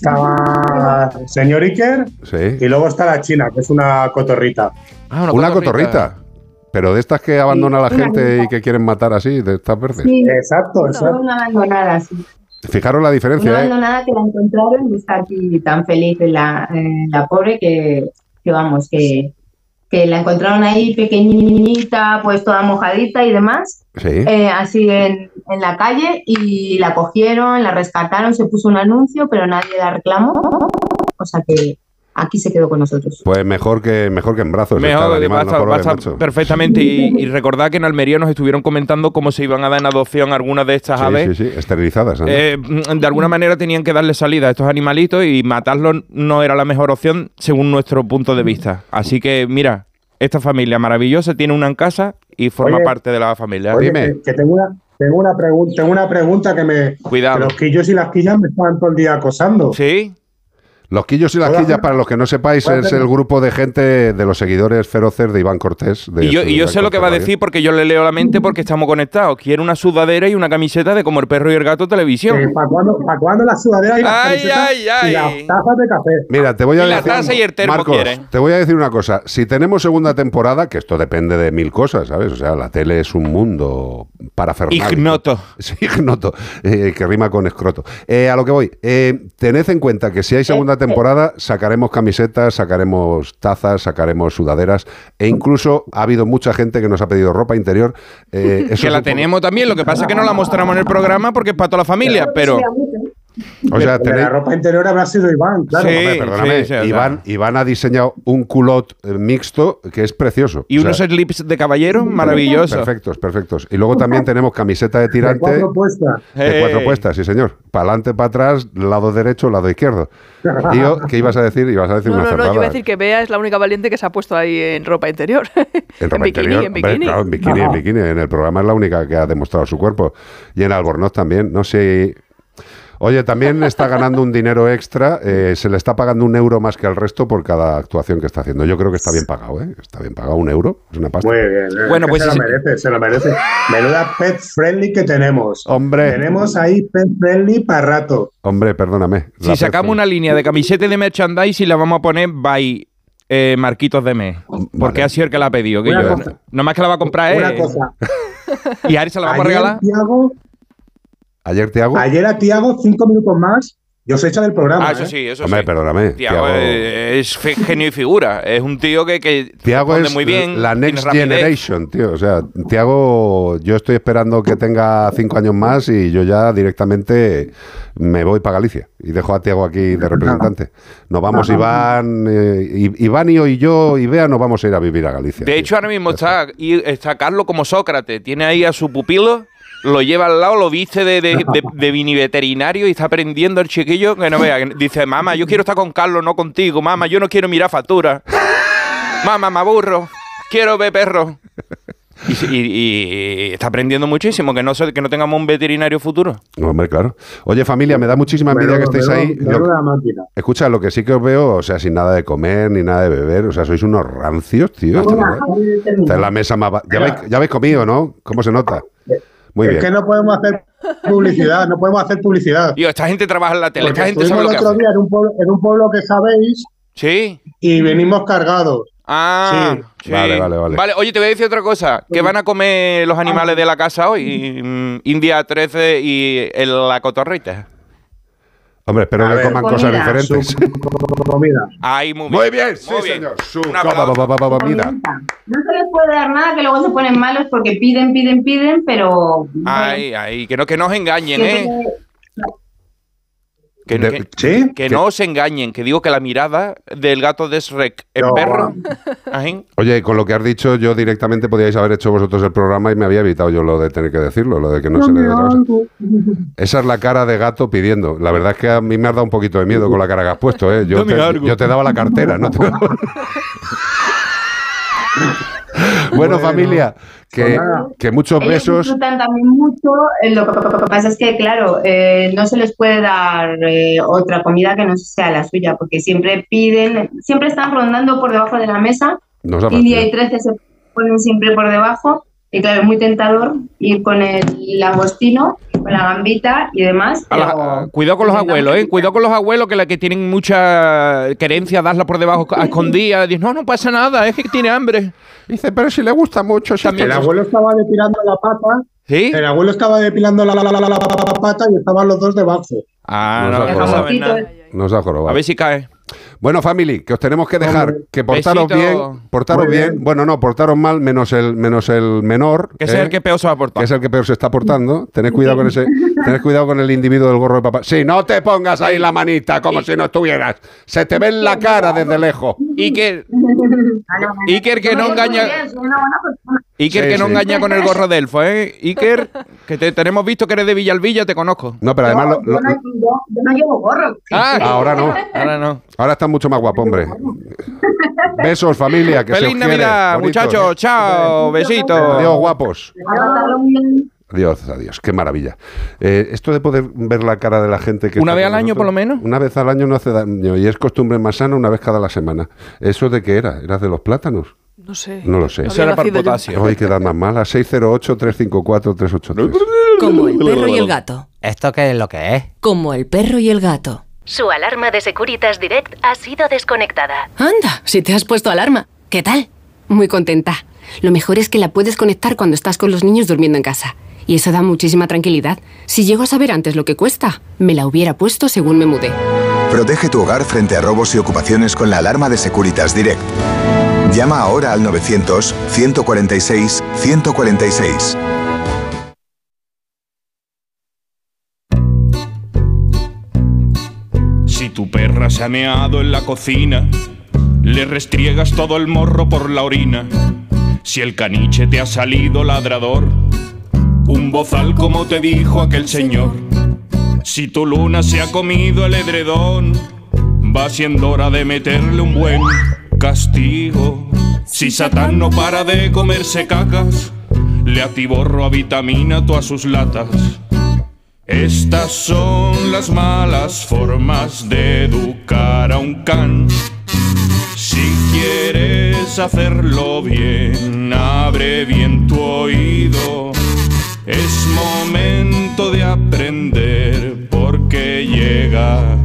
Está el señor Iker. Sí. Y luego está la china, que es una cotorrita. Ah, Una cotorrita. Pero de estas que abandona la Sí, una gente niña. y que quieren matar así, de estas verdes. sí, Exacto, no, exacto. una abandonada, sí. Fijaros la Una diferencia, ¿eh? abandonada que la encontraron y está aquí tan feliz la, eh, la pobre que, que vamos, que, que la encontraron ahí pequeñita, pues toda mojadita y demás, Sí. eh, así en, en la calle, y la cogieron, la rescataron, se puso un anuncio, pero nadie la reclamó, o sea que aquí se quedó con nosotros. Pues mejor que mejor que en brazos. está el Mejor, va a animal, no estar, por va a ver, estar macho. perfectamente. Y, y recordad que en Almería nos estuvieron comentando cómo se iban a dar en adopción algunas de estas Sí, aves. sí, sí, esterilizadas. ¿no? Eh, de alguna manera tenían que darle salida a estos animalitos y matarlos no era la mejor opción según nuestro punto de vista. Así que, mira, esta familia maravillosa tiene una en casa y forma Oye, parte de la familia. Oye, Dime. que, que tengo una, tengo una pregunta, tengo una pregunta que me. Cuidado. Que los quillos y las quillas me estaban todo el día acosando. ¿Sí? Los Quillos y las Quillas, para los que no sepáis, es el grupo de gente de los seguidores feroces de Iván Cortés. De y yo, y yo sé lo que va a decir porque yo le leo la mente porque estamos conectados. Quiero una sudadera y una camiseta de Como el Perro y el Gato Televisión. Eh, ¿Para cuándo, ¿Para cuándo la sudadera y las ay, camisetas ay, ay. y las tazas de café? Mira, te voy a y decir... la taza y el termo Marcos, quiere. te voy a decir una cosa. Si tenemos segunda temporada, que esto depende de mil cosas, ¿sabes? O sea, la tele es un mundo parafernálico. Ignoto. Sí, ignoto, eh, que rima con escroto. Eh, a lo que voy, eh, tened en cuenta que si hay segunda temporada, sacaremos camisetas, sacaremos tazas, sacaremos sudaderas, e incluso ha habido mucha gente que nos ha pedido ropa interior. Eh, eso que la es un tenemos también, lo que pasa es que no la mostramos en el programa porque es para toda la familia, pero... O sea, de, tenéis... de la ropa interior habrá sido Iván, claro. Sí, Hombre, perdóname, sí, sí, o sea. Iván, Iván ha diseñado un culot eh, mixto que es precioso. Y O unos sea, slips de caballero maravillosos. Perfectos, perfectos. Y luego también tenemos camiseta de tirante. De cuatro puestas. De cuatro Hey. puestas, sí señor. Para adelante, para atrás, lado derecho, lado izquierdo. Tío, ¿qué ibas a decir? Ibas a decir No, una no, no, cerrada. yo iba a decir que Bea es la única valiente que se ha puesto ahí en ropa interior. En ropa bikini, interior. en Hombre, bikini. claro, en bikini, en bikini. En el programa es la única que ha demostrado su cuerpo. Y en Albornoz también. No sé... Oye, también está ganando un dinero extra, eh, se le está pagando un euro más que al resto por cada actuación que está haciendo. Yo creo que está bien pagado, ¿eh? Está bien pagado, un euro, es una pasta. Muy bien, eh, Bueno, que pues se sí. lo merece, se lo merece. Menuda pet friendly que tenemos. Hombre. Tenemos ahí pet friendly para rato. Hombre, perdóname. Si La sacamos Pepsi. una línea de camiseta y de merchandising, la vamos a poner by eh, Marquitos de Mes. Porque Vale. ha sido el que la ha pedido. Que Una yo, cosa. nomás que la va a comprar Una él. cosa. Y a Ari se la vamos a Ayer, regalar. Tiago, Ayer te hago... ayer a Tiago, cinco minutos más, yo os he hecho del programa. Ah, eso ¿eh? sí, eso Hombre, sí. perdóname. Tiago Tiago- es, es fe- genio y figura. Es un tío que, que Tiago responde es muy bien. la tiene next rapidez. generation, tío. O sea, Tiago, yo estoy esperando que tenga cinco años más y yo ya directamente me voy para Galicia y dejo a Tiago aquí de representante. Nos vamos Iván, eh, I- Iván y yo y yo y Bea nos vamos a ir a vivir a Galicia. De tío. hecho, ahora mismo está, y está Carlos como Sócrates. Tiene ahí a su pupilo, lo lleva al lado, lo viste de, de, de, de viniveterinario y está aprendiendo el chiquillo que no vea. que Dice, mamá, yo quiero estar con Carlos, no contigo. Mamá, yo no quiero mirar factura. Mamá, me aburro. Quiero ver perros. Y, y- y está aprendiendo muchísimo. Que no, sé- que no tengamos un veterinario futuro. Hombre, claro. Oye, familia, me da muchísima envidia que Menudo- estéis ahí. menudo- Lo- menuda máquina. Escucha, lo que sí que os veo, o sea, sin nada de comer ni nada de beber, o sea, sois unos rancios, tío. Esta es la- esta es la mesa más... ba- Ya habéis, ya habéis comido, ¿no? ¿Cómo se nota? Muy es bien. que no podemos hacer publicidad, no podemos hacer publicidad. Tío, esta gente trabaja en la tele. Porque Esta gente estuvimos sabe lo el que otro hace. día en un, pueblo, en un pueblo que sabéis Sí. y venimos cargados. Ah, Sí. sí. Vale, vale, vale. Oye, te voy a decir otra cosa. ¿Qué van a comer los animales de la casa hoy? Mm, India trece y el- la cotorrita. Hombre, espero A que ver, coman cosas comida. diferentes. Su comida. Ahí, muy bien. Muy bien, sí, Muy bien. señor. Su Un coba, aplauso. ba, ba, ba, ba, comida. No se les puede dar nada, que luego se ponen malos porque piden, piden, piden, pero... Ahí, ahí. Que no, que no os engañen, Siempre- ¿eh? Que, De- que- ¿Sí? que no os engañen. Que digo que la mirada del gato de Shrek en No. perro. Ajín. Oye, con lo que has dicho, yo directamente podíais haber hecho vosotros el programa y me había evitado yo lo de tener que decirlo, lo de que no se le dé otra cosa. Esa es la cara de gato pidiendo. La verdad es que a mí me has dado un poquito de miedo con la cara que has puesto, ¿eh? Yo, Dame te, algo. yo te daba la cartera, ¿no? Te- Bueno, familia, que, Pues nada. que muchos Ellos besos. disfrutan también mucho. eh, Lo que, lo que pasa es que, claro, eh, no se les puede dar eh, otra comida que no sea la suya, porque siempre piden, siempre están rondando por debajo de la mesa. Nos ha India y fastidiado. trece se ponen siempre por debajo. Y claro, es muy tentador ir con el langostino, con la gambita y demás. A la- pero- a- cuidado con los abuelos, ¿eh? Cuidado con los abuelos que la que tienen mucha querencia darla por debajo a escondidas. Dicen, no, no pasa nada, es que tiene hambre. Dice, pero si le gusta mucho. si También- El abuelo estaba depilando la pata. ¿Sí? El abuelo estaba depilando la, la, la, la, la, la pata y estaban los dos debajo. Ah, Nos no, ha no jorobado. saben nada. Nos ha jorobado. A ver si cae. Bueno, family, que os tenemos que dejar, Hombre, que portaros besito. bien, portaros Muy bien. bien. Bueno, no, portaros mal, menos el menos el menor, Que ¿eh? sea el que peor se va a portar. que es el que peor se está portando. Tened cuidado con ese, tened cuidado con el individuo del gorro de papá. Sí, no te pongas ahí la manita como si no estuvieras. Se te ve en la cara desde lejos. Iker, Ah, no, no. Iker que no Yo soy engaña. bien, soy una buena persona. Iker Sí, que no sí. engaña con el gorro de elfo, ¿eh? Iker, que te tenemos visto que eres de Villalvilla, te conozco. No, pero además lo- Yo lo- no, yo- yo no llevo gorro. Ah, ahora no. Ahora no. Ahora está mucho más guapo, hombre. Besos, familia. Que se Feliz os quiere. Navidad, Bonitos. muchachos. Chao, besitos. Adiós, guapos. A pasarlo bien. Dios, adiós, qué maravilla. Eh, esto de poder ver la cara de la gente que... ¿Una vez al año, por lo menos? Una vez al año no hace daño, y es costumbre más sana una vez cada la semana. ¿Eso de qué era? ¿Era de los plátanos? No sé. No lo sé. Eso era para el potasio. Hoy quedas más mala. seis cero ocho, tres cinco cuatro, tres ocho tres. Como el perro y el gato. ¿Esto qué es lo que es? Como el perro y el gato. Su alarma de Securitas Direct ha sido desconectada. Anda, si te has puesto alarma. ¿Qué tal? Muy contenta. Lo mejor es que la puedes conectar cuando estás con los niños durmiendo en casa. Y eso da muchísima tranquilidad. Si llego a saber antes lo que cuesta, me la hubiera puesto según me mudé. Protege tu hogar frente a robos y ocupaciones con la alarma de Securitas Direct. Llama ahora al novecientos, ciento cuarenta y seis, ciento cuarenta y seis. Si tu perra se ha meado en la cocina, le restriegas todo el morro por la orina. Si el caniche te ha salido ladrador, un bozal como te dijo aquel señor. Si tu luna se ha comido el edredón, va siendo hora de meterle un buen castigo. Si Satán no para de comerse cacas, le atiborro a vitamina todas sus latas. Estas son las malas formas de educar a un can. Si quieres hacerlo bien, abre bien tu oído. Es momento de aprender porque llega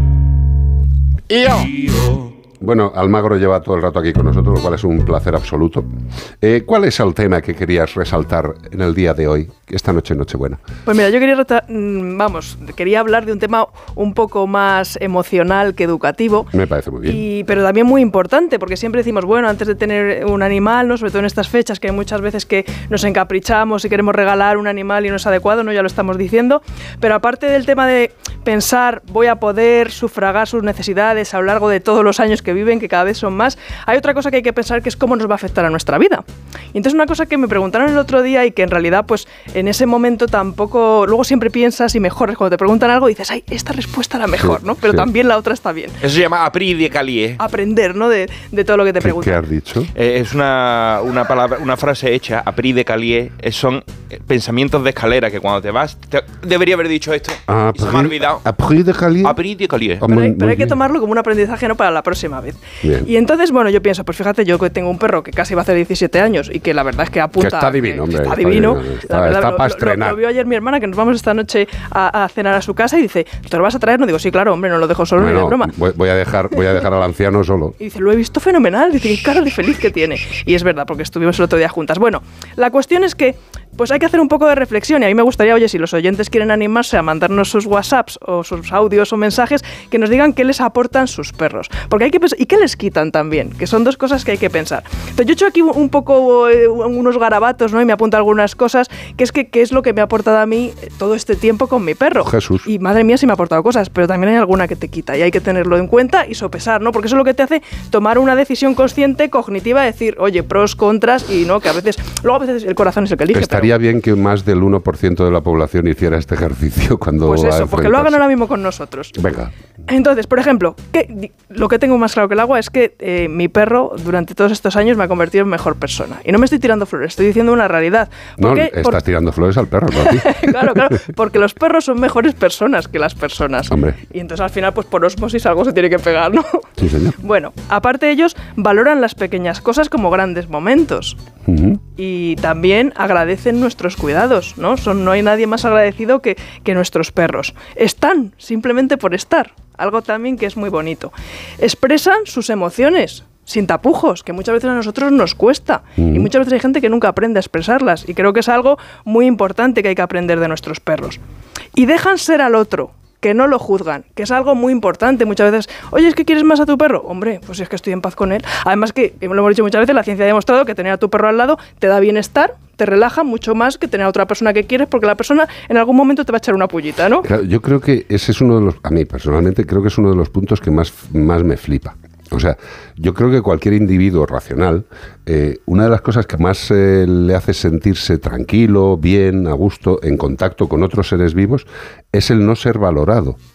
Tío. Bueno, Almagro lleva todo el rato aquí con nosotros, lo cual es un placer absoluto. Eh, ¿Cuál es el tema que querías resaltar en el día de hoy, esta noche, Nochebuena? Pues mira, yo quería, reta- vamos, quería hablar de un tema un poco más emocional que educativo. Me parece muy bien. Y, pero también muy importante, porque siempre decimos, bueno, antes de tener un animal, ¿no? Sobre todo en estas fechas, que hay muchas veces que nos encaprichamos y queremos regalar un animal y no es adecuado, ¿no? Ya lo estamos diciendo. Pero aparte del tema de pensar, voy a poder sufragar sus necesidades a lo largo de todos los años que viven, que cada vez son más, hay otra cosa que hay que pensar, que es cómo nos va a afectar a nuestra vida. Y entonces una cosa que me preguntaron el otro día y que en realidad pues en ese momento tampoco, luego siempre piensas y mejores, cuando te preguntan algo dices, ay, esta respuesta era mejor, ¿no? Pero sí, también la otra está bien. Eso se llama aprender de calier. Aprender, ¿no? De, de todo lo que te preguntan. ¿Qué has dicho? Eh, es una, una palabra, una frase hecha, aprender de calier, eh, son eh, pensamientos de escalera que cuando te vas, te, debería haber dicho esto Ah, y se me ha olvidado. ¿Aprender de calier? Aprender de calier. Pero hay, pero hay que tomarlo como un aprendizaje, ¿no? Para la próxima vez. Bien. Y entonces, bueno, yo pienso, pues fíjate, yo que tengo un perro que casi va a hacer diecisiete años y que la verdad es que apunta... Que está divino, que, hombre. Está, está divino. divino está, la verdad, está lo, para lo, estrenar. Lo, lo vio ayer mi hermana, que nos vamos esta noche a, a cenar a su casa y dice, ¿te lo vas a traer? No digo, sí, claro, hombre, no lo dejo solo, bueno, ni de broma. Voy, voy, a dejar, voy a dejar al anciano solo. Y dice, lo he visto fenomenal. Dice, qué cara de feliz que tiene. Y es verdad, porque estuvimos el otro día juntas. Bueno, la cuestión es que pues hay que hacer un poco de reflexión y a mí me gustaría, oye, si los oyentes quieren animarse a mandarnos sus WhatsApps o sus audios o mensajes, que nos digan qué les aportan sus perros. Porque hay que pensar, y qué les quitan también, que son dos cosas que hay que pensar. Entonces yo he hecho aquí un poco eh, unos garabatos, ¿no? Y me apunto algunas cosas, que es que qué es lo que me ha aportado a mí todo este tiempo con mi perro. Jesús. Y madre mía, sí me ha aportado cosas, pero también hay alguna que te quita y hay que tenerlo en cuenta y sopesar, ¿no? Porque eso es lo que te hace tomar una decisión consciente, cognitiva, decir, oye, pros, contras, y no, que a veces, luego a veces el corazón es el que elige. Estaría pero... bien que más del uno por ciento de la población hiciera este ejercicio cuando Pues va a eso, porque lo hagan ahora mismo con nosotros. Venga. Entonces, por ejemplo, ¿qué, lo que tengo más claro que el agua es que eh, mi perro durante todos estos años me ha convertido en mejor persona. Y no me estoy tirando flores, estoy diciendo una realidad. No, Porque, estás por... tirando flores al perro, no a ti. Claro, claro, porque los perros son mejores personas que las personas. Hombre. Y entonces al final, pues por osmosis algo se tiene que pegar, ¿no? Sí, señor. Bueno, aparte ellos valoran las pequeñas cosas como grandes momentos. Uh-huh. Y también agradecen nuestros cuidados, ¿no? Son, no hay nadie más agradecido que, que nuestros perros. Están, simplemente por estar. Algo también que es muy bonito. Expresan sus emociones sin tapujos, que muchas veces a nosotros nos cuesta. Mm. Y muchas veces hay gente que nunca aprende a expresarlas. Y creo que es algo muy importante que hay que aprender de nuestros perros. Y dejan ser al otro, que no lo juzgan, que es algo muy importante. Muchas veces, oye, ¿es que quieres más a tu perro? Hombre, pues es que estoy en paz con él. Además que, lo hemos dicho muchas veces, la ciencia ha demostrado que tener a tu perro al lado te da bienestar, te relaja mucho más que tener a otra persona que quieres, porque la persona en algún momento te va a echar una pullita, ¿no? Claro, yo creo que ese es uno de los, a mí personalmente, creo que es uno de los puntos que más, más me flipa. O sea, yo creo que cualquier individuo racional, eh, una de las cosas que más eh, le hace sentirse tranquilo, bien, a gusto, en contacto con otros seres vivos, es el no ser valorado.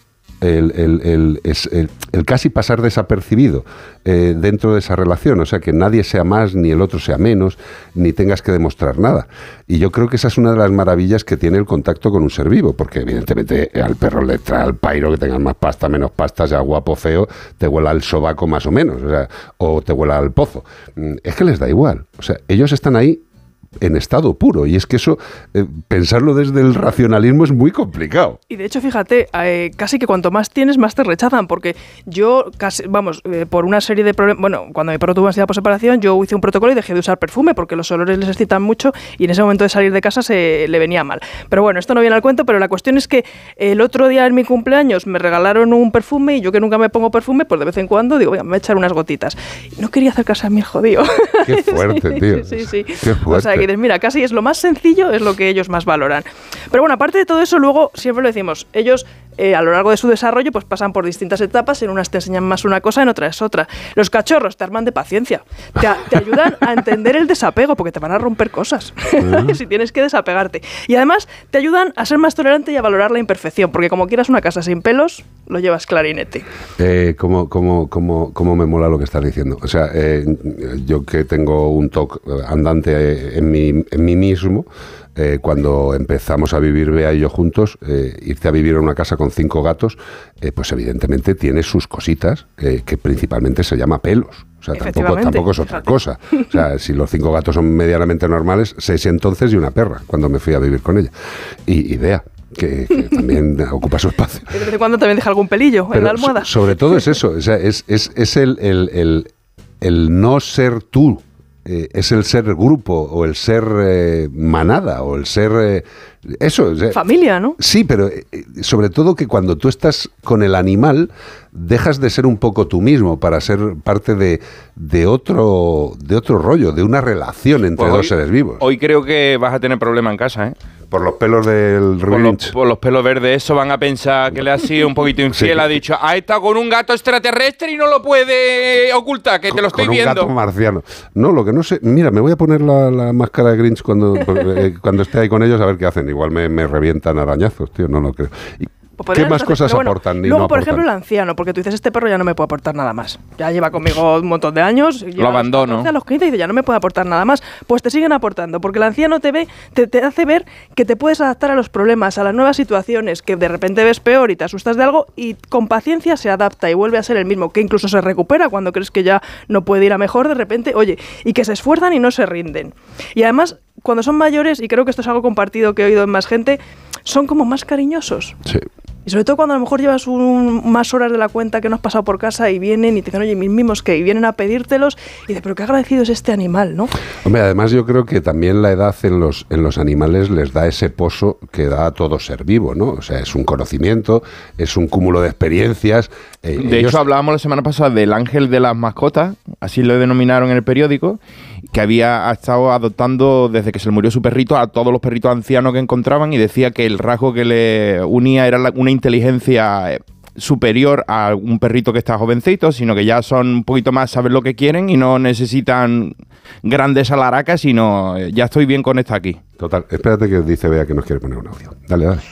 el, el, el, es, el, el casi pasar desapercibido eh, dentro de esa relación, o sea, que nadie sea más, ni el otro sea menos, ni tengas que demostrar nada. Y yo creo que esa es una de las maravillas que tiene el contacto con un ser vivo, porque evidentemente al perro le trae al pairo que tengas más pasta, menos pasta, sea guapo, feo, te huela al sobaco más o menos, o sea, o te huela al pozo. Es que les da igual, o sea, ellos están ahí en estado puro, y es que eso, eh, pensarlo desde el racionalismo es muy complicado. Y de hecho, fíjate, eh, casi que cuanto más tienes, más te rechazan, porque yo, casi, vamos, eh, por una serie de problemas, bueno, cuando mi perro tuvo ansiedad por separación, yo hice un protocolo y dejé de usar perfume, porque los olores les excitan mucho, y en ese momento de salir de casa se le venía mal. Pero bueno, esto no viene al cuento, pero la cuestión es que el otro día en mi cumpleaños me regalaron un perfume, y yo que nunca me pongo perfume, pues de vez en cuando digo, voy a echar unas gotitas. Y no quería acercarse a mí el jodido. Qué fuerte, sí, tío. Sí, sí, sí. Qué fuerte. O sea, que dices, mira, casi es lo más sencillo, es lo que ellos más valoran. Pero bueno, aparte de todo eso, luego siempre lo decimos, ellos eh, a lo largo de su desarrollo pues pasan por distintas etapas, en unas te enseñan más una cosa, en otras otra. Los cachorros te arman de paciencia, te, te ayudan a entender el desapego, porque te van a romper cosas uh-huh. si tienes que desapegarte. Y además te ayudan a ser más tolerante y a valorar la imperfección, porque como quieras una casa sin pelos, lo llevas clarinete. Eh, como, como, como, como me mola lo que estás diciendo. O sea, eh, yo que tengo un toque andante en mí, en mí mismo, eh, cuando empezamos a vivir Bea y yo juntos, eh, irte a vivir en una casa con cinco gatos, eh, pues evidentemente tiene sus cositas, eh, que principalmente se llama pelos. O sea, tampoco, tampoco es otra cosa. O sea, si los cinco gatos son medianamente normales, seis entonces y una perra, cuando me fui a vivir con ella. Y, y Bea, que, que también ocupa su espacio. De vez en cuando también deja algún pelillo Pero en la almohada. So, sobre todo es eso, o sea, es, es, es el, el, el, el no ser tú. Eh, es el ser grupo o el ser eh, manada o el ser eh, eso, o sea, familia, ¿no? Sí, pero eh, sobre todo que cuando tú estás con el animal dejas de ser un poco tú mismo para ser parte de, de otro de otro rollo, de una relación entre pues dos hoy, seres vivos. Hoy creo que vas a tener problema en casa, ¿eh? Por los pelos del por los, por los pelos verdes, eso van a pensar que le ha sido un poquito infiel, sí. Ha dicho, ha estado con un gato extraterrestre y no lo puede ocultar, que con, te lo estoy con un viendo. Gato marciano. No, lo que no sé, mira, me voy a poner la, la máscara de Grinch cuando, eh, cuando esté ahí con ellos a ver qué hacen. Igual me, me revientan arañazos, tío, no lo creo. Y, ¿qué más cosas bueno, aportan? Luego, no por aportan? ejemplo, el anciano, porque tú dices, este perro ya no me puede aportar nada más. Ya lleva conmigo un montón de años. Lo abandono. A los quince y dice, ya no me puede aportar nada más. Pues te siguen aportando, porque el anciano te ve, te, te hace ver que te puedes adaptar a los problemas, a las nuevas situaciones, que de repente ves peor y te asustas de algo, y con paciencia se adapta y vuelve a ser el mismo, que incluso se recupera cuando crees que ya no puede ir a mejor, de repente, oye, y que se esfuerzan y no se rinden. Y además, cuando son mayores, y creo que esto es algo compartido que he oído en más gente, son como más cariñosos. Sí. Y sobre todo cuando a lo mejor llevas un, más horas de la cuenta que no has pasado por casa y vienen y te dicen, oye, mis mimos que, y vienen a pedírtelos, y dices, pero qué agradecido es este animal, ¿no? Hombre, además yo creo que también la edad en los, en los animales les da ese pozo que da a todo ser vivo, ¿no? O sea, es un conocimiento, es un cúmulo de experiencias. Eh, de ellos... hecho, hablábamos la semana pasada del ángel de las mascotas, así lo denominaron en el periódico, que había estado adoptando desde que se le murió su perrito a todos los perritos ancianos que encontraban, y decía que el rasgo que le unía era la, una inteligencia superior a un perrito que está jovencito, sino que ya son un poquito más, saben lo que quieren y no necesitan grandes alaracas, sino ya estoy bien con esta aquí. Total, espérate que dice Bea que nos quiere poner un audio. Dale, dale.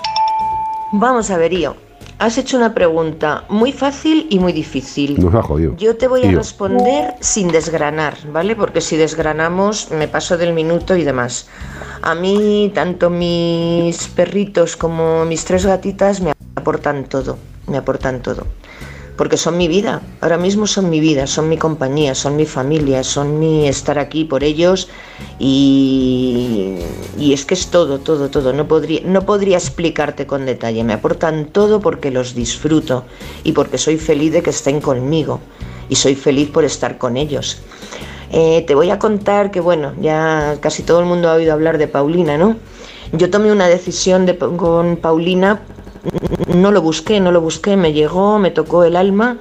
Vamos a ver, Ío. Has hecho una pregunta muy fácil y muy difícil. Nos ha jodido. Yo te voy a Tío. responder sin desgranar, ¿vale? Porque si desgranamos me paso del minuto y demás. A mí, tanto mis perritos como mis tres gatitas me aportan todo, me aportan todo. Porque son mi vida, ahora mismo son mi vida, son mi compañía, son mi familia, son mi estar aquí por ellos, y, y es que es todo, todo, todo. No podría, no podría explicarte con detalle, me aportan todo porque los disfruto y porque soy feliz de que estén conmigo y soy feliz por estar con ellos. Eh, te voy a contar que, bueno, ya casi todo el mundo ha oído hablar de Paulina, ¿no? Yo tomé una decisión de, con Paulina. No lo busqué, no lo busqué, me llegó, me tocó el alma,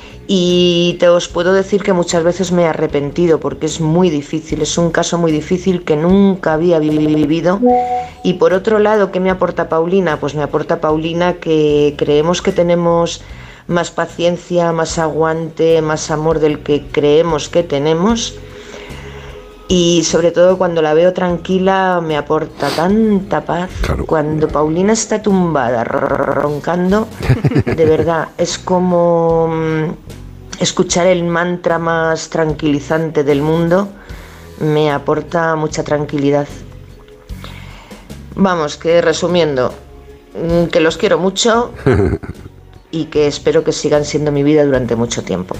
y te os puedo decir que muchas veces me he arrepentido porque es muy difícil, es un caso muy difícil que nunca había vivido. Y por otro lado, ¿qué me aporta Paulina? Pues me aporta Paulina que creemos que tenemos más paciencia, más aguante, más amor del que creemos que tenemos. Y sobre todo cuando la veo tranquila me aporta tanta paz. Claro. Cuando Paulina está tumbada, roncando, de verdad, es como escuchar el mantra más tranquilizante del mundo. Me aporta mucha tranquilidad. Vamos, que resumiendo, que los quiero mucho y que espero que sigan siendo mi vida durante mucho tiempo.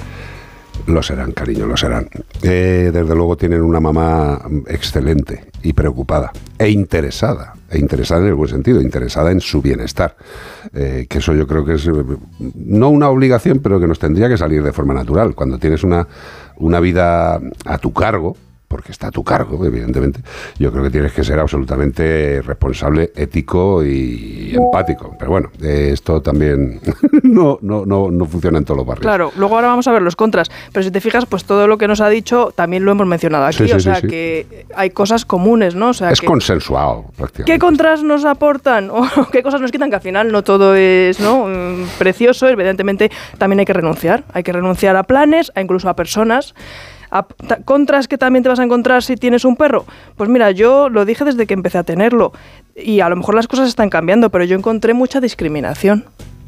Lo serán, cariño, lo serán. Eh, desde luego tienen una mamá excelente y preocupada e interesada, e interesada en el buen sentido, interesada en su bienestar. Eh, que eso yo creo que es no una obligación, pero que nos tendría que salir de forma natural. Cuando tienes una, una vida a tu cargo, porque está a tu cargo, evidentemente, yo creo que tienes que ser absolutamente responsable, ético y empático. Pero bueno, eh, esto también no, no, no, no funciona en todos los barrios. Claro, luego ahora vamos a ver los contras, pero si te fijas, pues todo lo que nos ha dicho también lo hemos mencionado aquí, sí, sí, o sea sí, sí. que hay cosas comunes, ¿no? O sea, es que, consensuado, prácticamente. ¿qué contras nos aportan o qué cosas nos quitan? Que al final no todo es, ¿no?, precioso, evidentemente también hay que renunciar, hay que renunciar a planes, a incluso a personas. A, ta, ¿Contras que también te vas a encontrar si tienes un perro? Pues mira, yo lo dije desde que empecé a tenerlo y a lo mejor las cosas están cambiando, pero yo encontré mucha discriminación.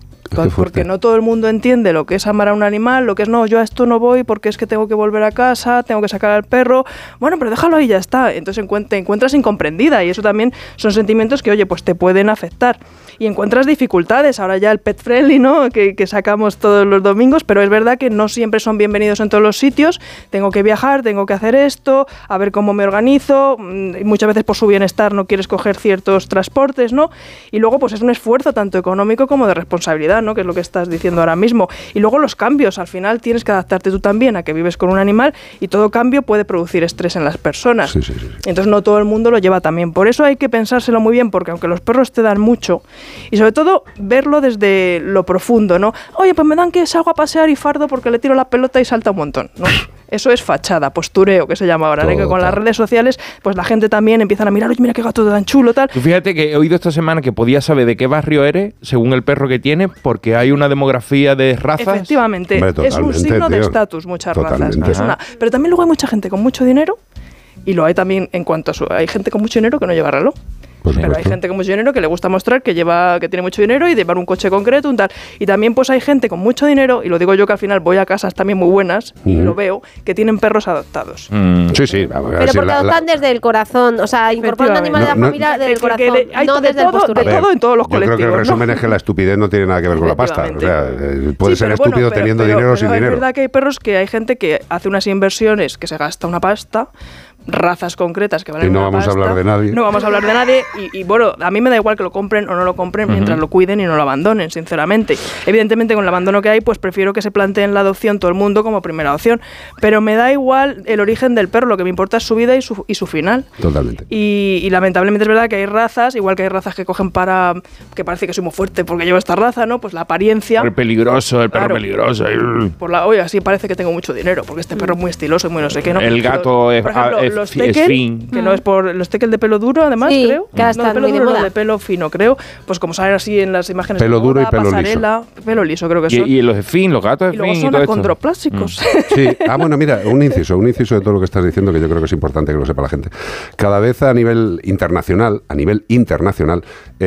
Porque no todo el mundo entiende lo que es amar a un animal, lo que es no, yo a esto no voy porque es que tengo que volver a casa, tengo que sacar al perro, bueno, pero déjalo ahí, ya está. Entonces te encuentras incomprendida y eso también son sentimientos que, oye, pues te pueden afectar. Y encuentras dificultades, ahora ya el pet friendly, ¿no?, que, que sacamos todos los domingos, pero es verdad que no siempre son bienvenidos en todos los sitios, tengo que viajar, tengo que hacer esto, a ver cómo me organizo, y muchas veces por su bienestar no quieres coger ciertos transportes, ¿no? Y luego pues es un esfuerzo tanto económico como de responsabilidad, ¿no?, que es lo que estás diciendo ahora mismo. Y luego los cambios, al final tienes que adaptarte tú también a que vives con un animal y todo cambio puede producir estrés en las personas. Sí, sí, sí. Entonces no todo el mundo lo lleva también. Por eso hay que pensárselo muy bien, porque aunque los perros te dan mucho, y sobre todo verlo desde lo profundo, ¿no? Oye, pues me dan que salgo a pasear y fardo porque le tiro la pelota y salta un montón, ¿no? Eso es fachada, postureo, que se llama ahora, ¿no? Que con las redes sociales, pues la gente también empieza a mirar, oye, mira qué gato tan chulo, tal. Tú fíjate que he oído esta semana que podías saber de qué barrio eres según el perro que tienes, porque hay una demografía de razas. Efectivamente, Hombre, es un signo tío. de estatus muchas totalmente. razas. Es una, pero también luego hay mucha gente con mucho dinero, y lo hay también en cuanto a su... Hay gente con mucho dinero que no lleva reloj. Pero hay gente con mucho dinero que le gusta mostrar que lleva que tiene mucho dinero y llevar un coche concreto, un tal. Y también pues hay gente con mucho dinero, y lo digo yo que al final voy a casas también muy buenas, mm. y lo veo, que tienen perros adoptados. Mm. Sí, sí. A ver, pero porque la, adoptan la... desde el corazón, o sea, incorporan un animal no, de la no, familia no, desde el corazón, que, que hay no de desde todo, el postureo. de todo en todos los yo colectivos. Yo creo que el resumen, ¿no?, es que la estupidez no tiene nada que ver con la pasta. O sea, puede sí, ser estúpido bueno, pero, teniendo pero, dinero o sin sin dinero. Es verdad que hay perros que hay gente que hace unas inversiones que se gasta una pasta, razas concretas que valen y no una vamos pasta, a hablar de nadie. No vamos a hablar de nadie y, y bueno, a mí me da igual que lo compren o no lo compren, uh-huh, mientras lo cuiden y no lo abandonen, sinceramente. Evidentemente con el abandono que hay, pues prefiero que se planteen la adopción todo el mundo como primera opción, pero me da igual el origen del perro, lo que me importa es su vida y su, y su final. Totalmente. Y, y lamentablemente es verdad que hay razas, igual que hay razas que cogen para, que parece que soy muy fuerte porque llevo esta raza, ¿no? Pues la apariencia. El peligroso, el perro claro, peligroso. Por la, oye, así parece que tengo mucho dinero, porque este perro es muy estiloso y muy no sé qué, ¿no? El gato es, por ejemplo, es, los es fin. Que no es por los tekel de pelo duro, además, sí, creo. Que no de pelo duro, no de pelo fino, creo. Pues como salen así en las imágenes. Pelo de moda, duro y pelo pasarela, liso. Pelo liso, creo que son. Y, y los de fin, los gatos de y luego fin son y todo acondroplásicos. Mm. Sí. Ah, bueno, mira, un inciso, un inciso de todo lo que estás diciendo que yo creo que es importante que lo sepa la gente. Cada vez a nivel internacional, a nivel internacional,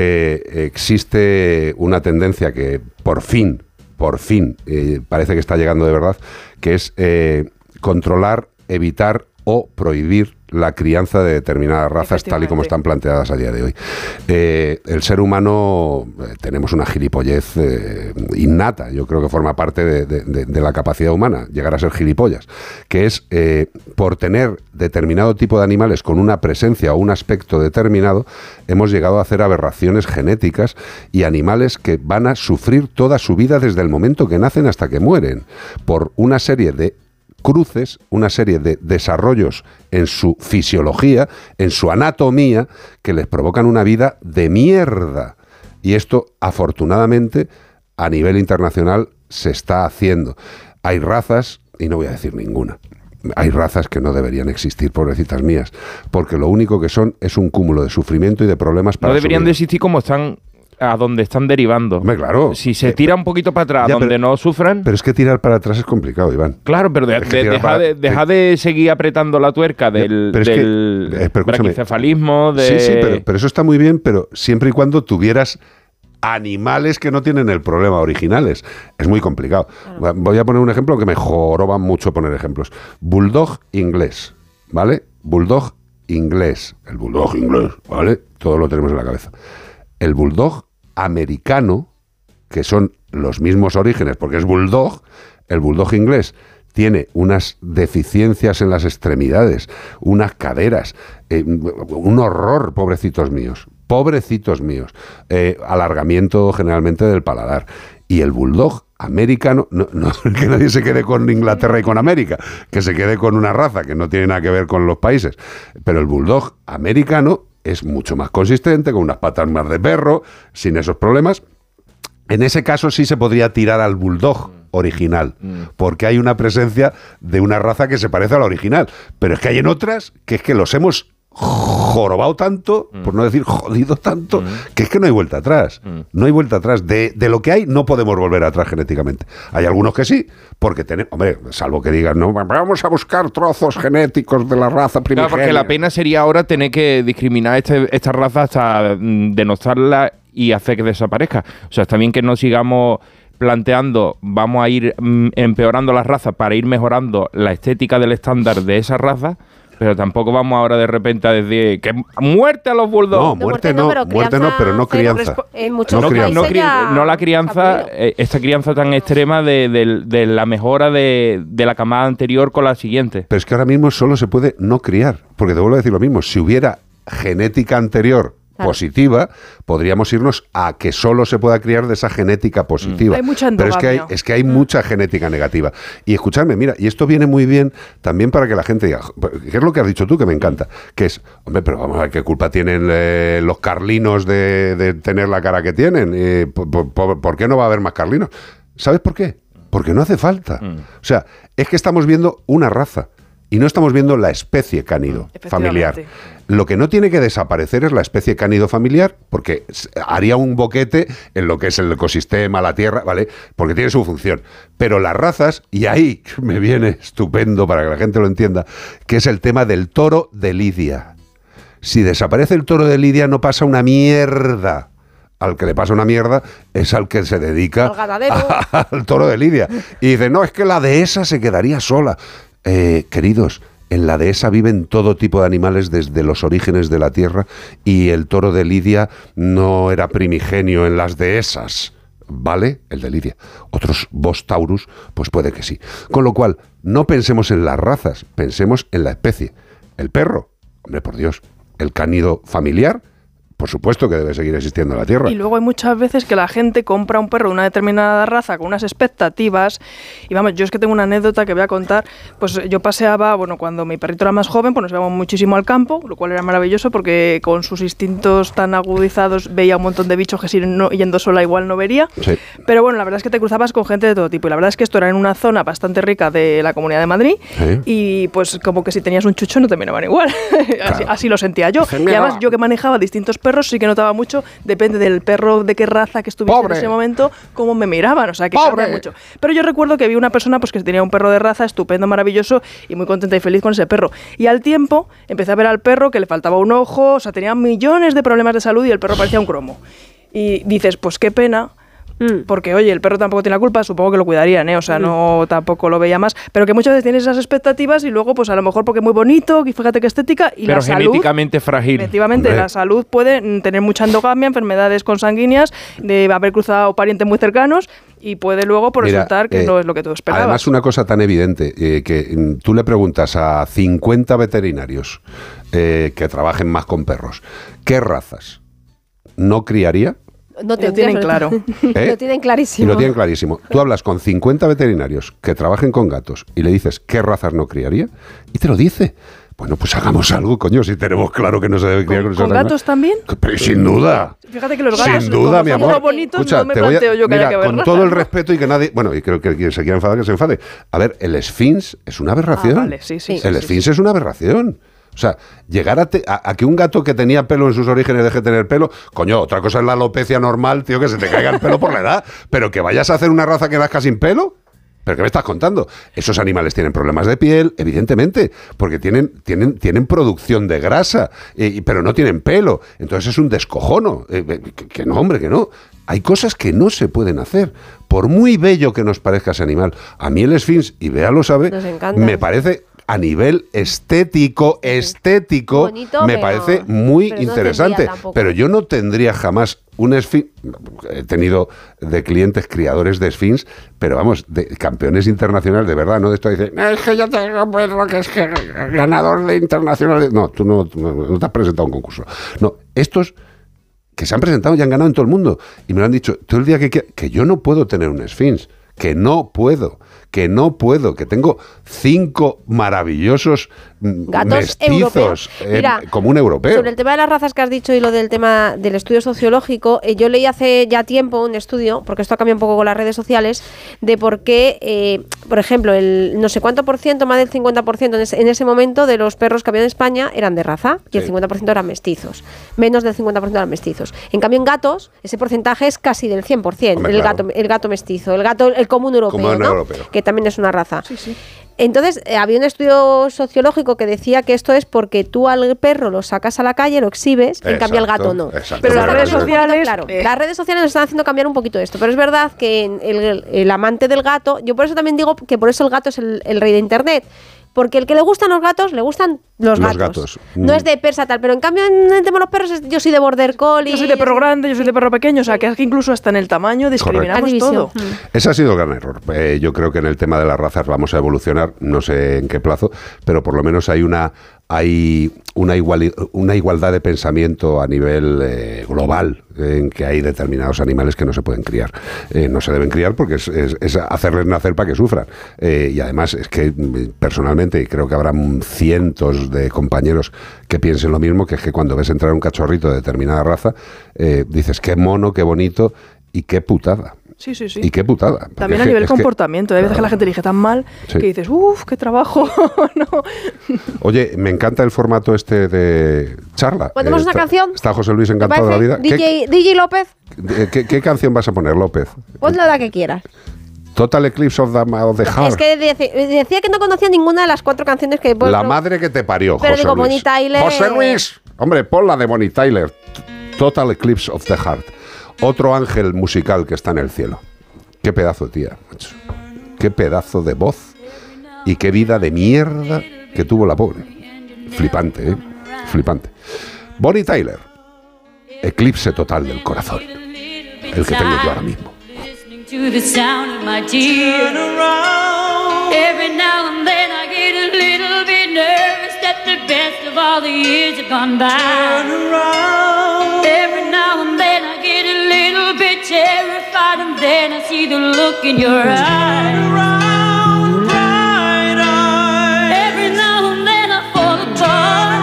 eh, existe una tendencia que por fin, por fin, eh, parece que está llegando de verdad, que es eh, controlar, evitar o prohibir la crianza de determinadas razas tal y como están planteadas a día de hoy. Eh, el ser humano eh, tenemos una gilipollez eh, innata, yo creo que forma parte de, de, de, de la capacidad humana, llegar a ser gilipollas, que es eh, por tener determinado tipo de animales con una presencia o un aspecto determinado, hemos llegado a hacer aberraciones genéticas y animales que van a sufrir toda su vida desde el momento que nacen hasta que mueren, por una serie de cruces, una serie de desarrollos en su fisiología, en su anatomía, que les provocan una vida de mierda. Y esto, afortunadamente, a nivel internacional se está haciendo. Hay razas, y no voy a decir ninguna, hay razas que no deberían existir, pobrecitas mías, porque lo único que son es un cúmulo de sufrimiento y de problemas para no deberían su vida. de existir como están a donde están derivando. Hombre, claro. Si se tira un poquito para atrás, Ya, donde pero- no sufran... Pero es que tirar para atrás es complicado, Iván. Claro, pero de- Es que de- tirar deja, para- de, deja de seguir apretando la tuerca del, pero es que- del eh, pero escúchame. braquicefalismo, de... Sí, sí, pero, pero eso está muy bien, pero siempre y cuando tuvieras animales que no tienen el problema originales. Es muy complicado. Voy a poner un ejemplo que me joroba mucho poner ejemplos. Bulldog inglés, ¿vale? Bulldog inglés. El bulldog inglés, ¿vale? Todo lo tenemos en la cabeza. El bulldog americano, que son los mismos orígenes, porque es bulldog, el bulldog inglés tiene unas deficiencias en las extremidades, unas caderas, eh, un horror, pobrecitos míos, pobrecitos míos, eh, alargamiento generalmente del paladar. Y el bulldog americano, no, no, que nadie se quede con Inglaterra y con América, que se quede con una raza que no tiene nada que ver con los países, pero el bulldog americano es mucho más consistente, con unas patas más de perro, sin esos problemas. En ese caso sí se podría tirar al bulldog original, porque hay una presencia de una raza que se parece a la original. Pero es que hay en otras que es que los hemos jorobado tanto, por no decir jodido tanto, que es que no hay vuelta atrás. No hay vuelta atrás. De, de lo que hay no podemos volver atrás genéticamente. Hay algunos que sí, porque tenemos, hombre, salvo que digan, no, vamos a buscar trozos genéticos de la raza primigenia. Claro, porque la pena sería ahora tener que discriminar este, esta raza hasta mm, denostarla y hacer que desaparezca. O sea, está bien que no sigamos planteando, vamos a ir mm, empeorando la raza para ir mejorando la estética del estándar de esa raza, pero tampoco vamos ahora de repente a decir que muerte a los bulldogs. No, muerte no, muerte no, pero no crianza. En muchos No países crianza. No, cri- ya- no la crianza, eh, esta crianza tan extrema de, de- de la mejora de, de la camada anterior con la siguiente. Pero es que ahora mismo solo se puede no criar, porque te vuelvo a decir lo mismo, si hubiera genética anterior positiva, podríamos irnos a que solo se pueda criar de esa genética positiva. Hay mucha Pero es que hay, endogamia. es que hay mucha genética negativa. Y escuchadme, mira, y esto viene muy bien también para que la gente diga, ¿qué es lo que has dicho tú que me encanta? Que es, hombre, pero vamos a ver qué culpa tienen eh, los carlinos de, de tener la cara que tienen. Eh, por, por- ¿Por qué no va a haber más carlinos? ¿Sabes por qué? Porque no hace falta. O sea, es que estamos viendo una raza. Y no estamos viendo la especie cánido familiar. Lo que no tiene que desaparecer es la especie cánido familiar, porque s- haría un boquete en lo que es el ecosistema, la tierra, ¿vale? Porque tiene su función. Pero las razas, y ahí me viene estupendo para que la gente lo entienda, que es el tema del toro de Lidia. Si desaparece el toro de Lidia, no pasa una mierda. Al que le pasa una mierda es al que se dedica Al ganadero. a- al toro de Lidia. Y dice, no, es que la dehesa se quedaría sola. Eh, queridos, en la dehesa viven todo tipo de animales desde los orígenes de la tierra y el toro de Lidia no era primigenio en las dehesas, ¿vale? El de Lidia. Otros Bos taurus, pues puede que sí. Con lo cual, no pensemos en las razas, pensemos en la especie. El perro, hombre, por Dios, el cánido familiar, por supuesto que debe seguir existiendo en la tierra. Y luego hay muchas veces que la gente compra un perro de una determinada raza con unas expectativas. Y vamos, yo es que tengo una anécdota que voy a contar. Pues yo paseaba, bueno, cuando mi perrito era más joven, pues nos íbamos muchísimo al campo, lo cual era maravilloso porque con sus instintos tan agudizados veía un montón de bichos que si no, yendo sola igual no vería. Sí. Pero bueno, la verdad es que te cruzabas con gente de todo tipo. Y la verdad es que esto era en una zona bastante rica de la Comunidad de Madrid. Sí. Y pues como que si tenías un chucho no te miraban igual. así, así lo sentía yo. Dice, Y "Mira". además yo que manejaba distintos perros sí que notaba mucho, depende del perro de qué raza que estuviese Pobre. en ese momento, cómo me miraban, o sea que Pobre. cambia mucho. Pero yo recuerdo que vi una persona pues que tenía un perro de raza estupendo, maravilloso y muy contenta y feliz con ese perro. Y al tiempo empecé a ver al perro que le faltaba un ojo, o sea, tenía millones de problemas de salud y el perro parecía un cromo. Y dices, pues qué pena. Porque, oye, el perro tampoco tiene la culpa, supongo que lo cuidarían, ¿eh? O sea, no tampoco lo veía más. Pero que muchas veces tienes esas expectativas y luego, pues a lo mejor porque es muy bonito, y fíjate qué estética, y Pero la salud... genéticamente frágil. Efectivamente, Hombre. la salud puede mm, tener mucha endogamia, enfermedades consanguíneas, de haber cruzado parientes muy cercanos y puede luego por Mira, resultar que eh, no es lo que tú esperabas. Además, una cosa tan evidente, eh, que mm, tú le preguntas a cincuenta veterinarios eh, que trabajen más con perros, ¿qué razas no criaría? No Lo tienen claro. ¿Eh? Lo tienen Y clarísimo. lo tienen clarísimo. Tú hablas con cincuenta veterinarios que trabajen con gatos y le dices qué razas no criaría y te lo dice. Bueno, pues hagamos algo, coño, si tenemos claro que no se debe criar con, ¿Con esas gatos razas. también? Pero sin duda. Fíjate que los gatos, Sin duda, como mi son amor. muy bonitos, Escucha, no me te voy a- planteo yo que mira, haya que con verlas. todo el respeto y que nadie... Bueno, y creo que quien se quiera enfadar, que se enfade. A ver, el Sphinx es una aberración. Ah, vale, sí, sí, sí, el sí, Sphinx es una aberración. O sea, llegar a, te, a, a que un gato que tenía pelo en sus orígenes deje de tener pelo, coño, otra cosa es la alopecia normal, tío, que se te caiga el pelo por la edad, pero que vayas a hacer una raza que nazca sin pelo. ¿Pero qué me estás contando? Esos animales tienen problemas de piel, evidentemente, porque tienen, tienen, tienen producción de grasa, eh, pero no tienen pelo. Entonces es un descojono. Eh, que, que no, hombre, que no. Hay cosas que no se pueden hacer. Por muy bello que nos parezca ese animal, a mí el esfinx, y Bea lo sabe, me parece... a nivel estético, estético, bonito, me parece muy pero interesante. No pero yo no tendría jamás un esfinx. He tenido de clientes criadores de esfinx, pero vamos, de campeones internacionales, de verdad, no de esto dicen, es que yo tengo perro que es que ganador de internacionales. No, tú no, no, no te has presentado a un concurso. No, estos que se han presentado y han ganado en todo el mundo. Y me lo han dicho todo el día que que yo no puedo tener un esfinx, que no puedo. que no puedo, que tengo cinco maravillosos gatos mestizos eh, Mira, como un europeo. Sobre el tema de las razas que has dicho y lo del tema del estudio sociológico, eh, yo leí hace ya tiempo un estudio, porque esto ha cambiado un poco con las redes sociales, de por qué, eh, por ejemplo, el no sé cuánto por ciento, más del cincuenta por ciento en ese, en ese momento de los perros que había en España eran de raza y sí. el cincuenta por ciento eran mestizos. Menos del cincuenta por ciento eran mestizos. En cambio, en gatos, ese porcentaje es casi del cien por ciento. Hombre, el, claro. gato, el gato mestizo, el gato, el común europeo, común ¿no? europeo. Que también es una raza. Sí, sí. Entonces, eh, había un estudio sociológico que decía que esto es porque tú al perro lo sacas a la calle, lo exhibes, exacto, en cambio al gato no. Exacto. Pero las redes sociales, claro, eh. las redes sociales nos están haciendo cambiar un poquito esto. Pero es verdad que el, el, el amante del gato, yo por eso también digo que por eso el gato es el, el rey de Internet. Porque el que le gustan los gatos, le gustan los, los gatos. gatos. No mm. es de persa tal, pero en cambio en el tema de los perros, yo soy de border collie. Yo soy de perro grande, yo soy de perro pequeño, o sea, que es que incluso hasta en el tamaño discriminamos todo. Mm. Ese ha sido el gran error. Eh, yo creo que en el tema de las razas vamos a evolucionar, no sé en qué plazo, pero por lo menos hay una... hay una, igual, una igualdad de pensamiento a nivel eh, global, eh, en que hay determinados animales que no se pueden criar. Eh, no se deben criar porque es, es, es hacerles nacer para que sufran. Eh, y además es que personalmente, y creo que habrá cientos de compañeros que piensen lo mismo, que es que cuando ves entrar un cachorrito de determinada raza, eh, dices qué mono, qué bonito y qué putada. Sí, sí, sí. Y qué putada. También a nivel comportamiento. Que, hay veces claro. que la gente elige tan mal sí. que dices, uff, qué trabajo. no. Oye, me encanta el formato este de charla. ¿Ponemos eh, una está, canción? Está José Luis encantado de la vida. D J, ¿Qué, D J López. ¿qué, ¿Qué canción vas a poner, López? Ponla la que quieras. Total Eclipse of the, of the Heart. Es que decía que no conocía ninguna de las cuatro canciones que... Bueno, la madre que te parió, pero José digo, Luis. Bonnie Tyler... José Luis. Hombre, pon la de Bonnie Tyler. Total Eclipse of the Heart. Otro ángel musical que está en el cielo. Qué pedazo de tía, macho. Qué pedazo de voz y qué vida de mierda que tuvo la pobre. Flipante, ¿eh? Flipante. Bonnie Tyler. Eclipse total del corazón. El que tengo yo ahora mismo. To the sound of my tears. Every now and then I get a little bit nervous that the best of all the years have gone by. Every now and then I get a little bit terrified, and then I see the look in your eyes. Every now and then I fall apart.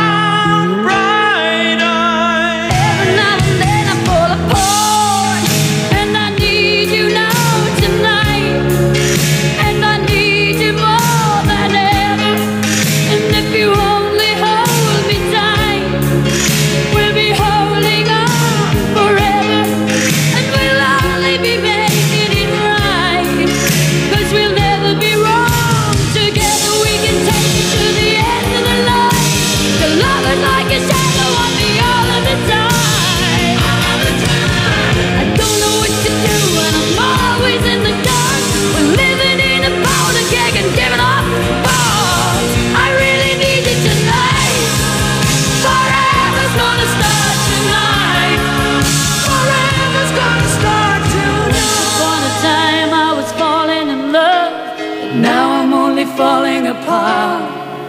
Every now and then I fall apart, and I need you now tonight, and I need you more than ever. And if you only hold me tight, we'll be holding on forever, and we'll only be making it right, 'cause we'll never be wrong. Together we can take it to the end of the line. The love is like a shadow on me all of the time. All the time. I don't know what to do, and I'm always in the dark. We're living in a powder keg and giving off balls. I really need you tonight. Forever's gonna start tonight. Forever's gonna start tonight. Upon a time I was falling in love, but now I'm only falling apart.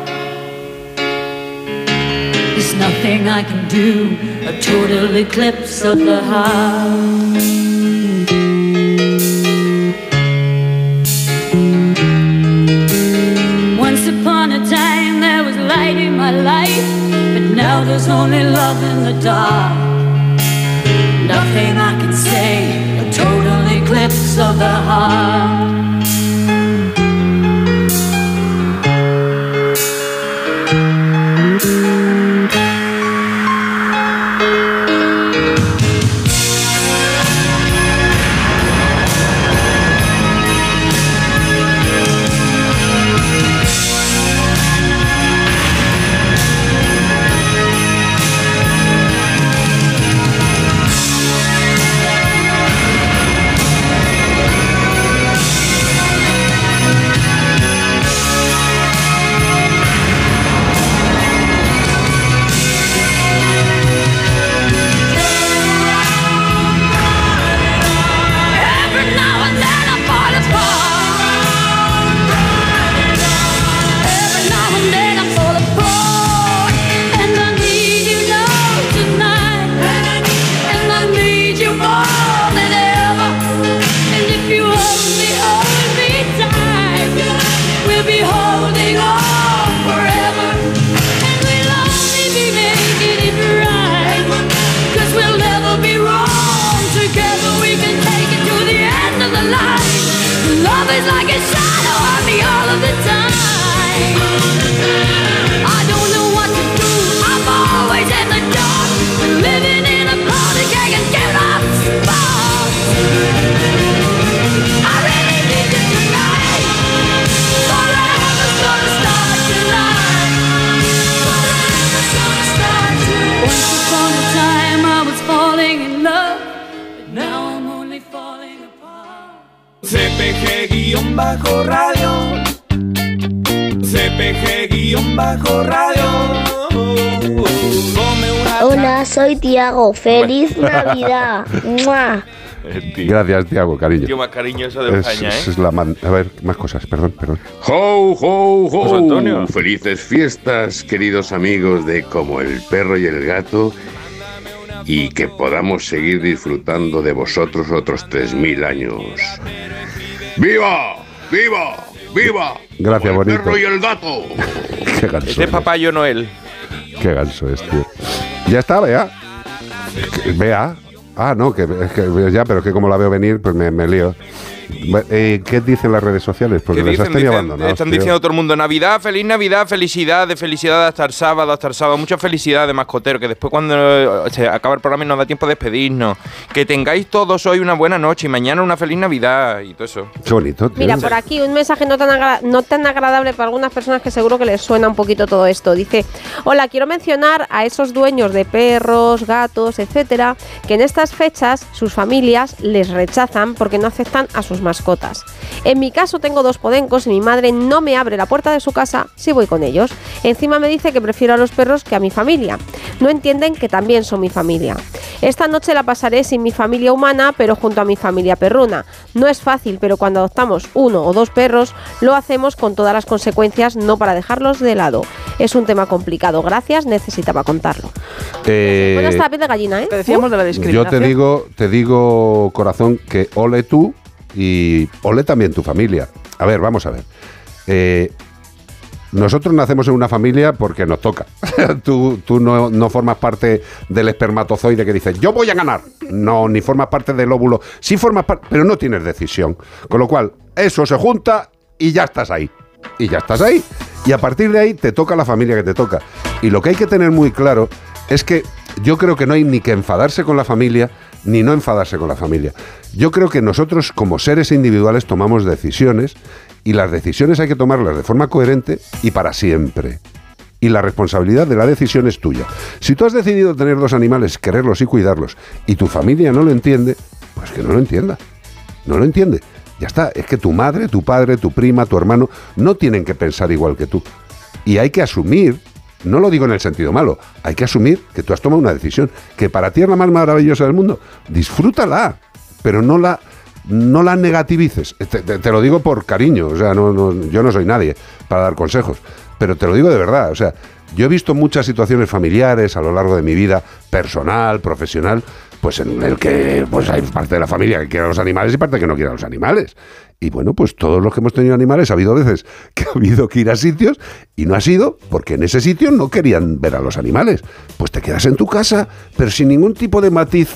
There's nothing I can do, a total eclipse of the heart. Once upon a time there was light in my life, but now there's only love in the dark. Nothing I can say, a total eclipse of the heart. always like a shadow on me all of the time. I don't know what to do, I'm always in the dark, living in a party cake and giving up sparks. I really need you tonight, forever's gonna start tonight. Forever's gonna start tonight. Once upon a time I was falling in love, but now I'm only falling apart. C P G-radio, C P G-radio. Hola, soy Tiago. ¡Feliz Navidad! ¡Mua! Gracias, Tiago, cariño. Tío más cariñoso de Es, España, ¿eh? es la man- A ver, más cosas, perdón, perdón. ¡Ho, ho, José ho! Antonio. Felices fiestas, queridos amigos de Como el Perro y el Gato, y que podamos seguir disfrutando de vosotros otros tres mil años. ¡Viva! ¡Viva! ¡Viva! Gracias, Como el bonito. Perro y el Gato. Qué ganso. Este es Papayo Noel. Qué ganso es, tío. Ya está, vea. Que- Vea. Ah, no, que, es que ya, pero es que como la veo venir, pues me, me lío. Eh, ¿Qué dicen las redes sociales? Porque ¿Qué les has dicen? tenido Dicen- abandonados, están tío. diciendo todo el mundo Navidad, feliz Navidad, felicidad, de felicidad hasta el sábado, hasta el sábado, mucha felicidad de mascotero, que después cuando eh, se acaba el programa y nos da tiempo de despedirnos, que tengáis todos hoy una buena noche y mañana una feliz Navidad y todo eso. Qué bonito, tío. Mira, por aquí un mensaje no tan, agra- no tan agradable para algunas personas que seguro que les suena un poquito todo esto. Dice, hola, quiero mencionar a esos dueños de perros, gatos, etcétera, que en estas fechas sus familias les rechazan porque no aceptan a sus mascotas. En mi caso tengo dos podencos y mi madre no me abre la puerta de su casa si voy con ellos. Encima me dice que prefiero a los perros que a mi familia. No entienden que también son mi familia. Esta noche la pasaré sin mi familia humana, pero junto a mi familia perruna. No es fácil, pero cuando adoptamos uno o dos perros, lo hacemos con todas las consecuencias, no para dejarlos de lado. Es un tema complicado. Gracias, necesitaba contarlo. Eh, Bueno, está la piel de gallina, ¿eh? Decíamos de la yo discriminación. te digo, te digo, corazón, que ole tú y ole también tu familia. A ver, vamos a ver. Eh, nosotros nacemos en una familia porque nos toca. tú tú no, no formas parte del espermatozoide que dice, yo voy a ganar. No, ni formas parte del óvulo. Sí formas parte, pero no tienes decisión. Con lo cual, eso se junta y ya estás ahí. Y ya estás ahí. Y a partir de ahí te toca la familia que te toca. Y lo que hay que tener muy claro es que yo creo que no hay ni que enfadarse con la familia, ni no enfadarse con la familia. Yo creo que nosotros como seres individuales tomamos decisiones y las decisiones hay que tomarlas de forma coherente y para siempre. Y la responsabilidad de la decisión es tuya. Si tú has decidido tener dos animales, quererlos y cuidarlos, y tu familia no lo entiende, pues que no lo entienda. No lo entiende. Ya está. Es que tu madre, tu padre, tu prima, tu hermano no tienen que pensar igual que tú. Y hay que asumir, no lo digo en el sentido malo, hay que asumir que tú has tomado una decisión, que para ti es la más maravillosa del mundo. Disfrútala, pero no la, no la negativices. Te, te- te lo digo por cariño, o sea, no, no, yo no soy nadie para dar consejos, pero te lo digo de verdad, o sea, yo he visto muchas situaciones familiares a lo largo de mi vida, personal, profesional, pues en el que pues hay parte de la familia que quiere a los animales y parte que no quiere a los animales. Y bueno, pues todos los que hemos tenido animales, ha habido veces que ha habido que ir a sitios y no ha sido porque en ese sitio no querían ver a los animales. Pues te quedas en tu casa, pero sin ningún tipo de matiz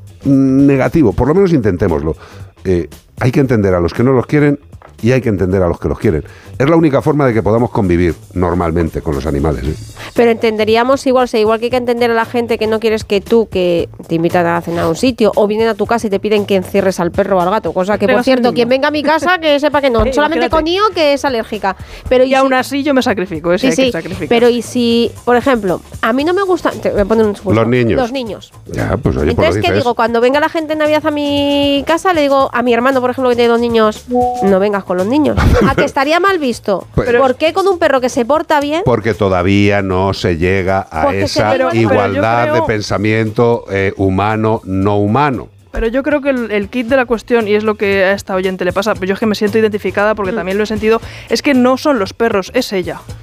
mm, negativo, por lo menos intentémoslo. Eh, hay que entender a los que no los quieren y hay que entender a los que los quieren. Es la única forma de que podamos convivir normalmente con los animales, ¿eh? Pero entenderíamos igual, o sea, igual que hay que entender a la gente que no quieres que tú, que te invitan a cenar a un sitio, o vienen a tu casa y te piden que encierres al perro o al gato, cosa que, por Pegas al cierto, niño. quien venga a mi casa que sepa que no, Eh, solamente imagínate. con I O que es alérgica. Pero Y aún así yo me sacrifico, ese Sí, hay que sí, sacrificar. pero y si, por ejemplo, a mí no me gusta, te voy a poner un ejemplo. Los niños. Los niños. Ya, pues oye, pues lo Entonces, ¿qué dices. digo? Cuando venga la gente en Navidad a mi casa, le digo a mi hermano, por ejemplo, que tiene dos niños, no vengas con los niños. ¿A que estaría mal visto? Pues- ¿Por qué con un perro que se porta bien? Porque todavía no se llega a Porque se esa llega- pero yo igualdad creo- de pensamiento eh, humano, no humano. Pero yo creo que el, el kit de la cuestión, y es lo que a esta oyente le pasa, pero yo es que me siento identificada porque también lo he sentido, es que no son los perros, es ella.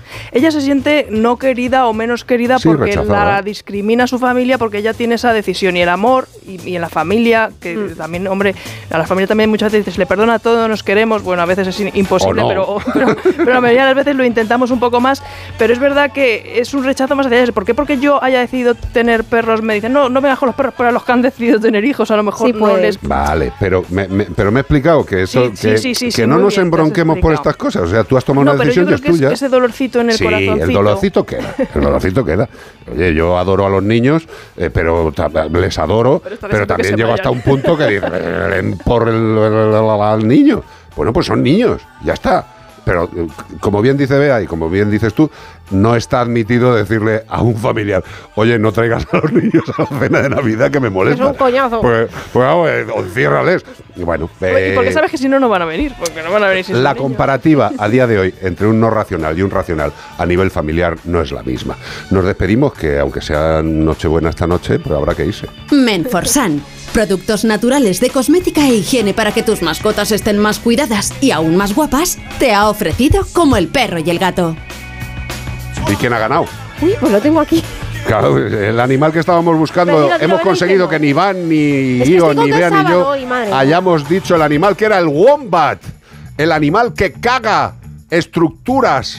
ella se siente no querida o menos querida Sí, porque rechazada. la discrimina a su familia, porque ella tiene esa decisión. Y el amor, y, y en la familia, que Mm. también, hombre, a la familia también muchas veces se le perdona todo, nos queremos, bueno, a veces es in- imposible, O no. pero, pero, pero la mayoría de las veces lo intentamos un poco más. Pero es verdad que es un rechazo más hacia ellas. ¿Por qué? Porque yo haya decidido tener perros, me dicen, no, no vengas con los perros para los que han decidido tener hijos, a lo mejor Sí, no pues. les... Vale, pero me, me- pero me he explicado que eso, Sí, sí, que, sí, sí, que sí, no muy nos bien, te has embronquemos por explicado. estas cosas. O sea, tú has tomado No, una pero yo decisión y creo es que es tuya. ese dolorcito en el sí, corazoncito. el dolorcito queda. El dolorcito queda. Oye, yo adoro a los niños, eh, pero ta- les adoro, pero, estás diciendo que también se llego vayan. hasta un punto que digo, "Eh, por el, el- el- al niño. Bueno, pues son niños, ya está. Pero, eh, como bien dice Bea y como bien dices tú, no está admitido decirle a un familiar, oye, no traigas a los niños a la cena de Navidad que me molesta. Es un coñazo. Pues, pues vamos, eh, o ciérrales. Y bueno, Y porque eh, sabes que si no, no van a venir, porque no van a venir sin la sus niños. comparativa a día de hoy entre un no racional y un racional a nivel familiar no es la misma. Nos despedimos, que aunque sea Nochebuena esta noche, pues habrá que irse. Menforsan. Productos naturales de cosmética e higiene para que tus mascotas estén más cuidadas y aún más guapas, te ha ofrecido Como el Perro y el Gato. ¿Y quién ha ganado? Uy, pues lo tengo aquí. Claro, el animal que estábamos buscando. Pero dilo, dilo, Hemos dilo, conseguido dilo. que ni Iván, ni Es que Ion, estoy ni con Bea, todo ni yo sábado hoy, madre mía. hayamos dicho el animal que era el wombat. El animal que caga estructuras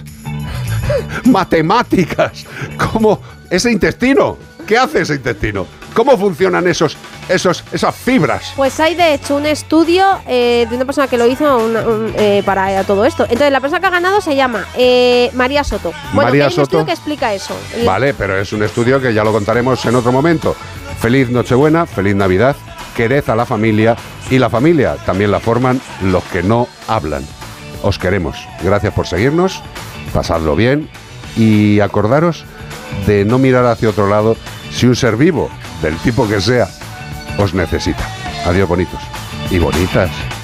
matemáticas. Como ese intestino. ¿Qué hace ese intestino? ¿Cómo funcionan esos, esos, esas fibras? Pues hay de hecho un estudio eh, de una persona que lo hizo un- un, eh, para eh, todo esto. Entonces la persona que ha ganado se llama eh, María Soto. Bueno, María que hay un Soto. estudio que explica eso. El- Vale, pero es un estudio que ya lo contaremos en otro momento. Feliz Nochebuena, feliz Navidad, quered a la familia y la familia también la forman los que no hablan. Os queremos. Gracias por seguirnos, pasadlo bien y acordaros de no mirar hacia otro lado si un ser vivo, del tipo que sea, os necesita. Adiós, bonitos y bonitas.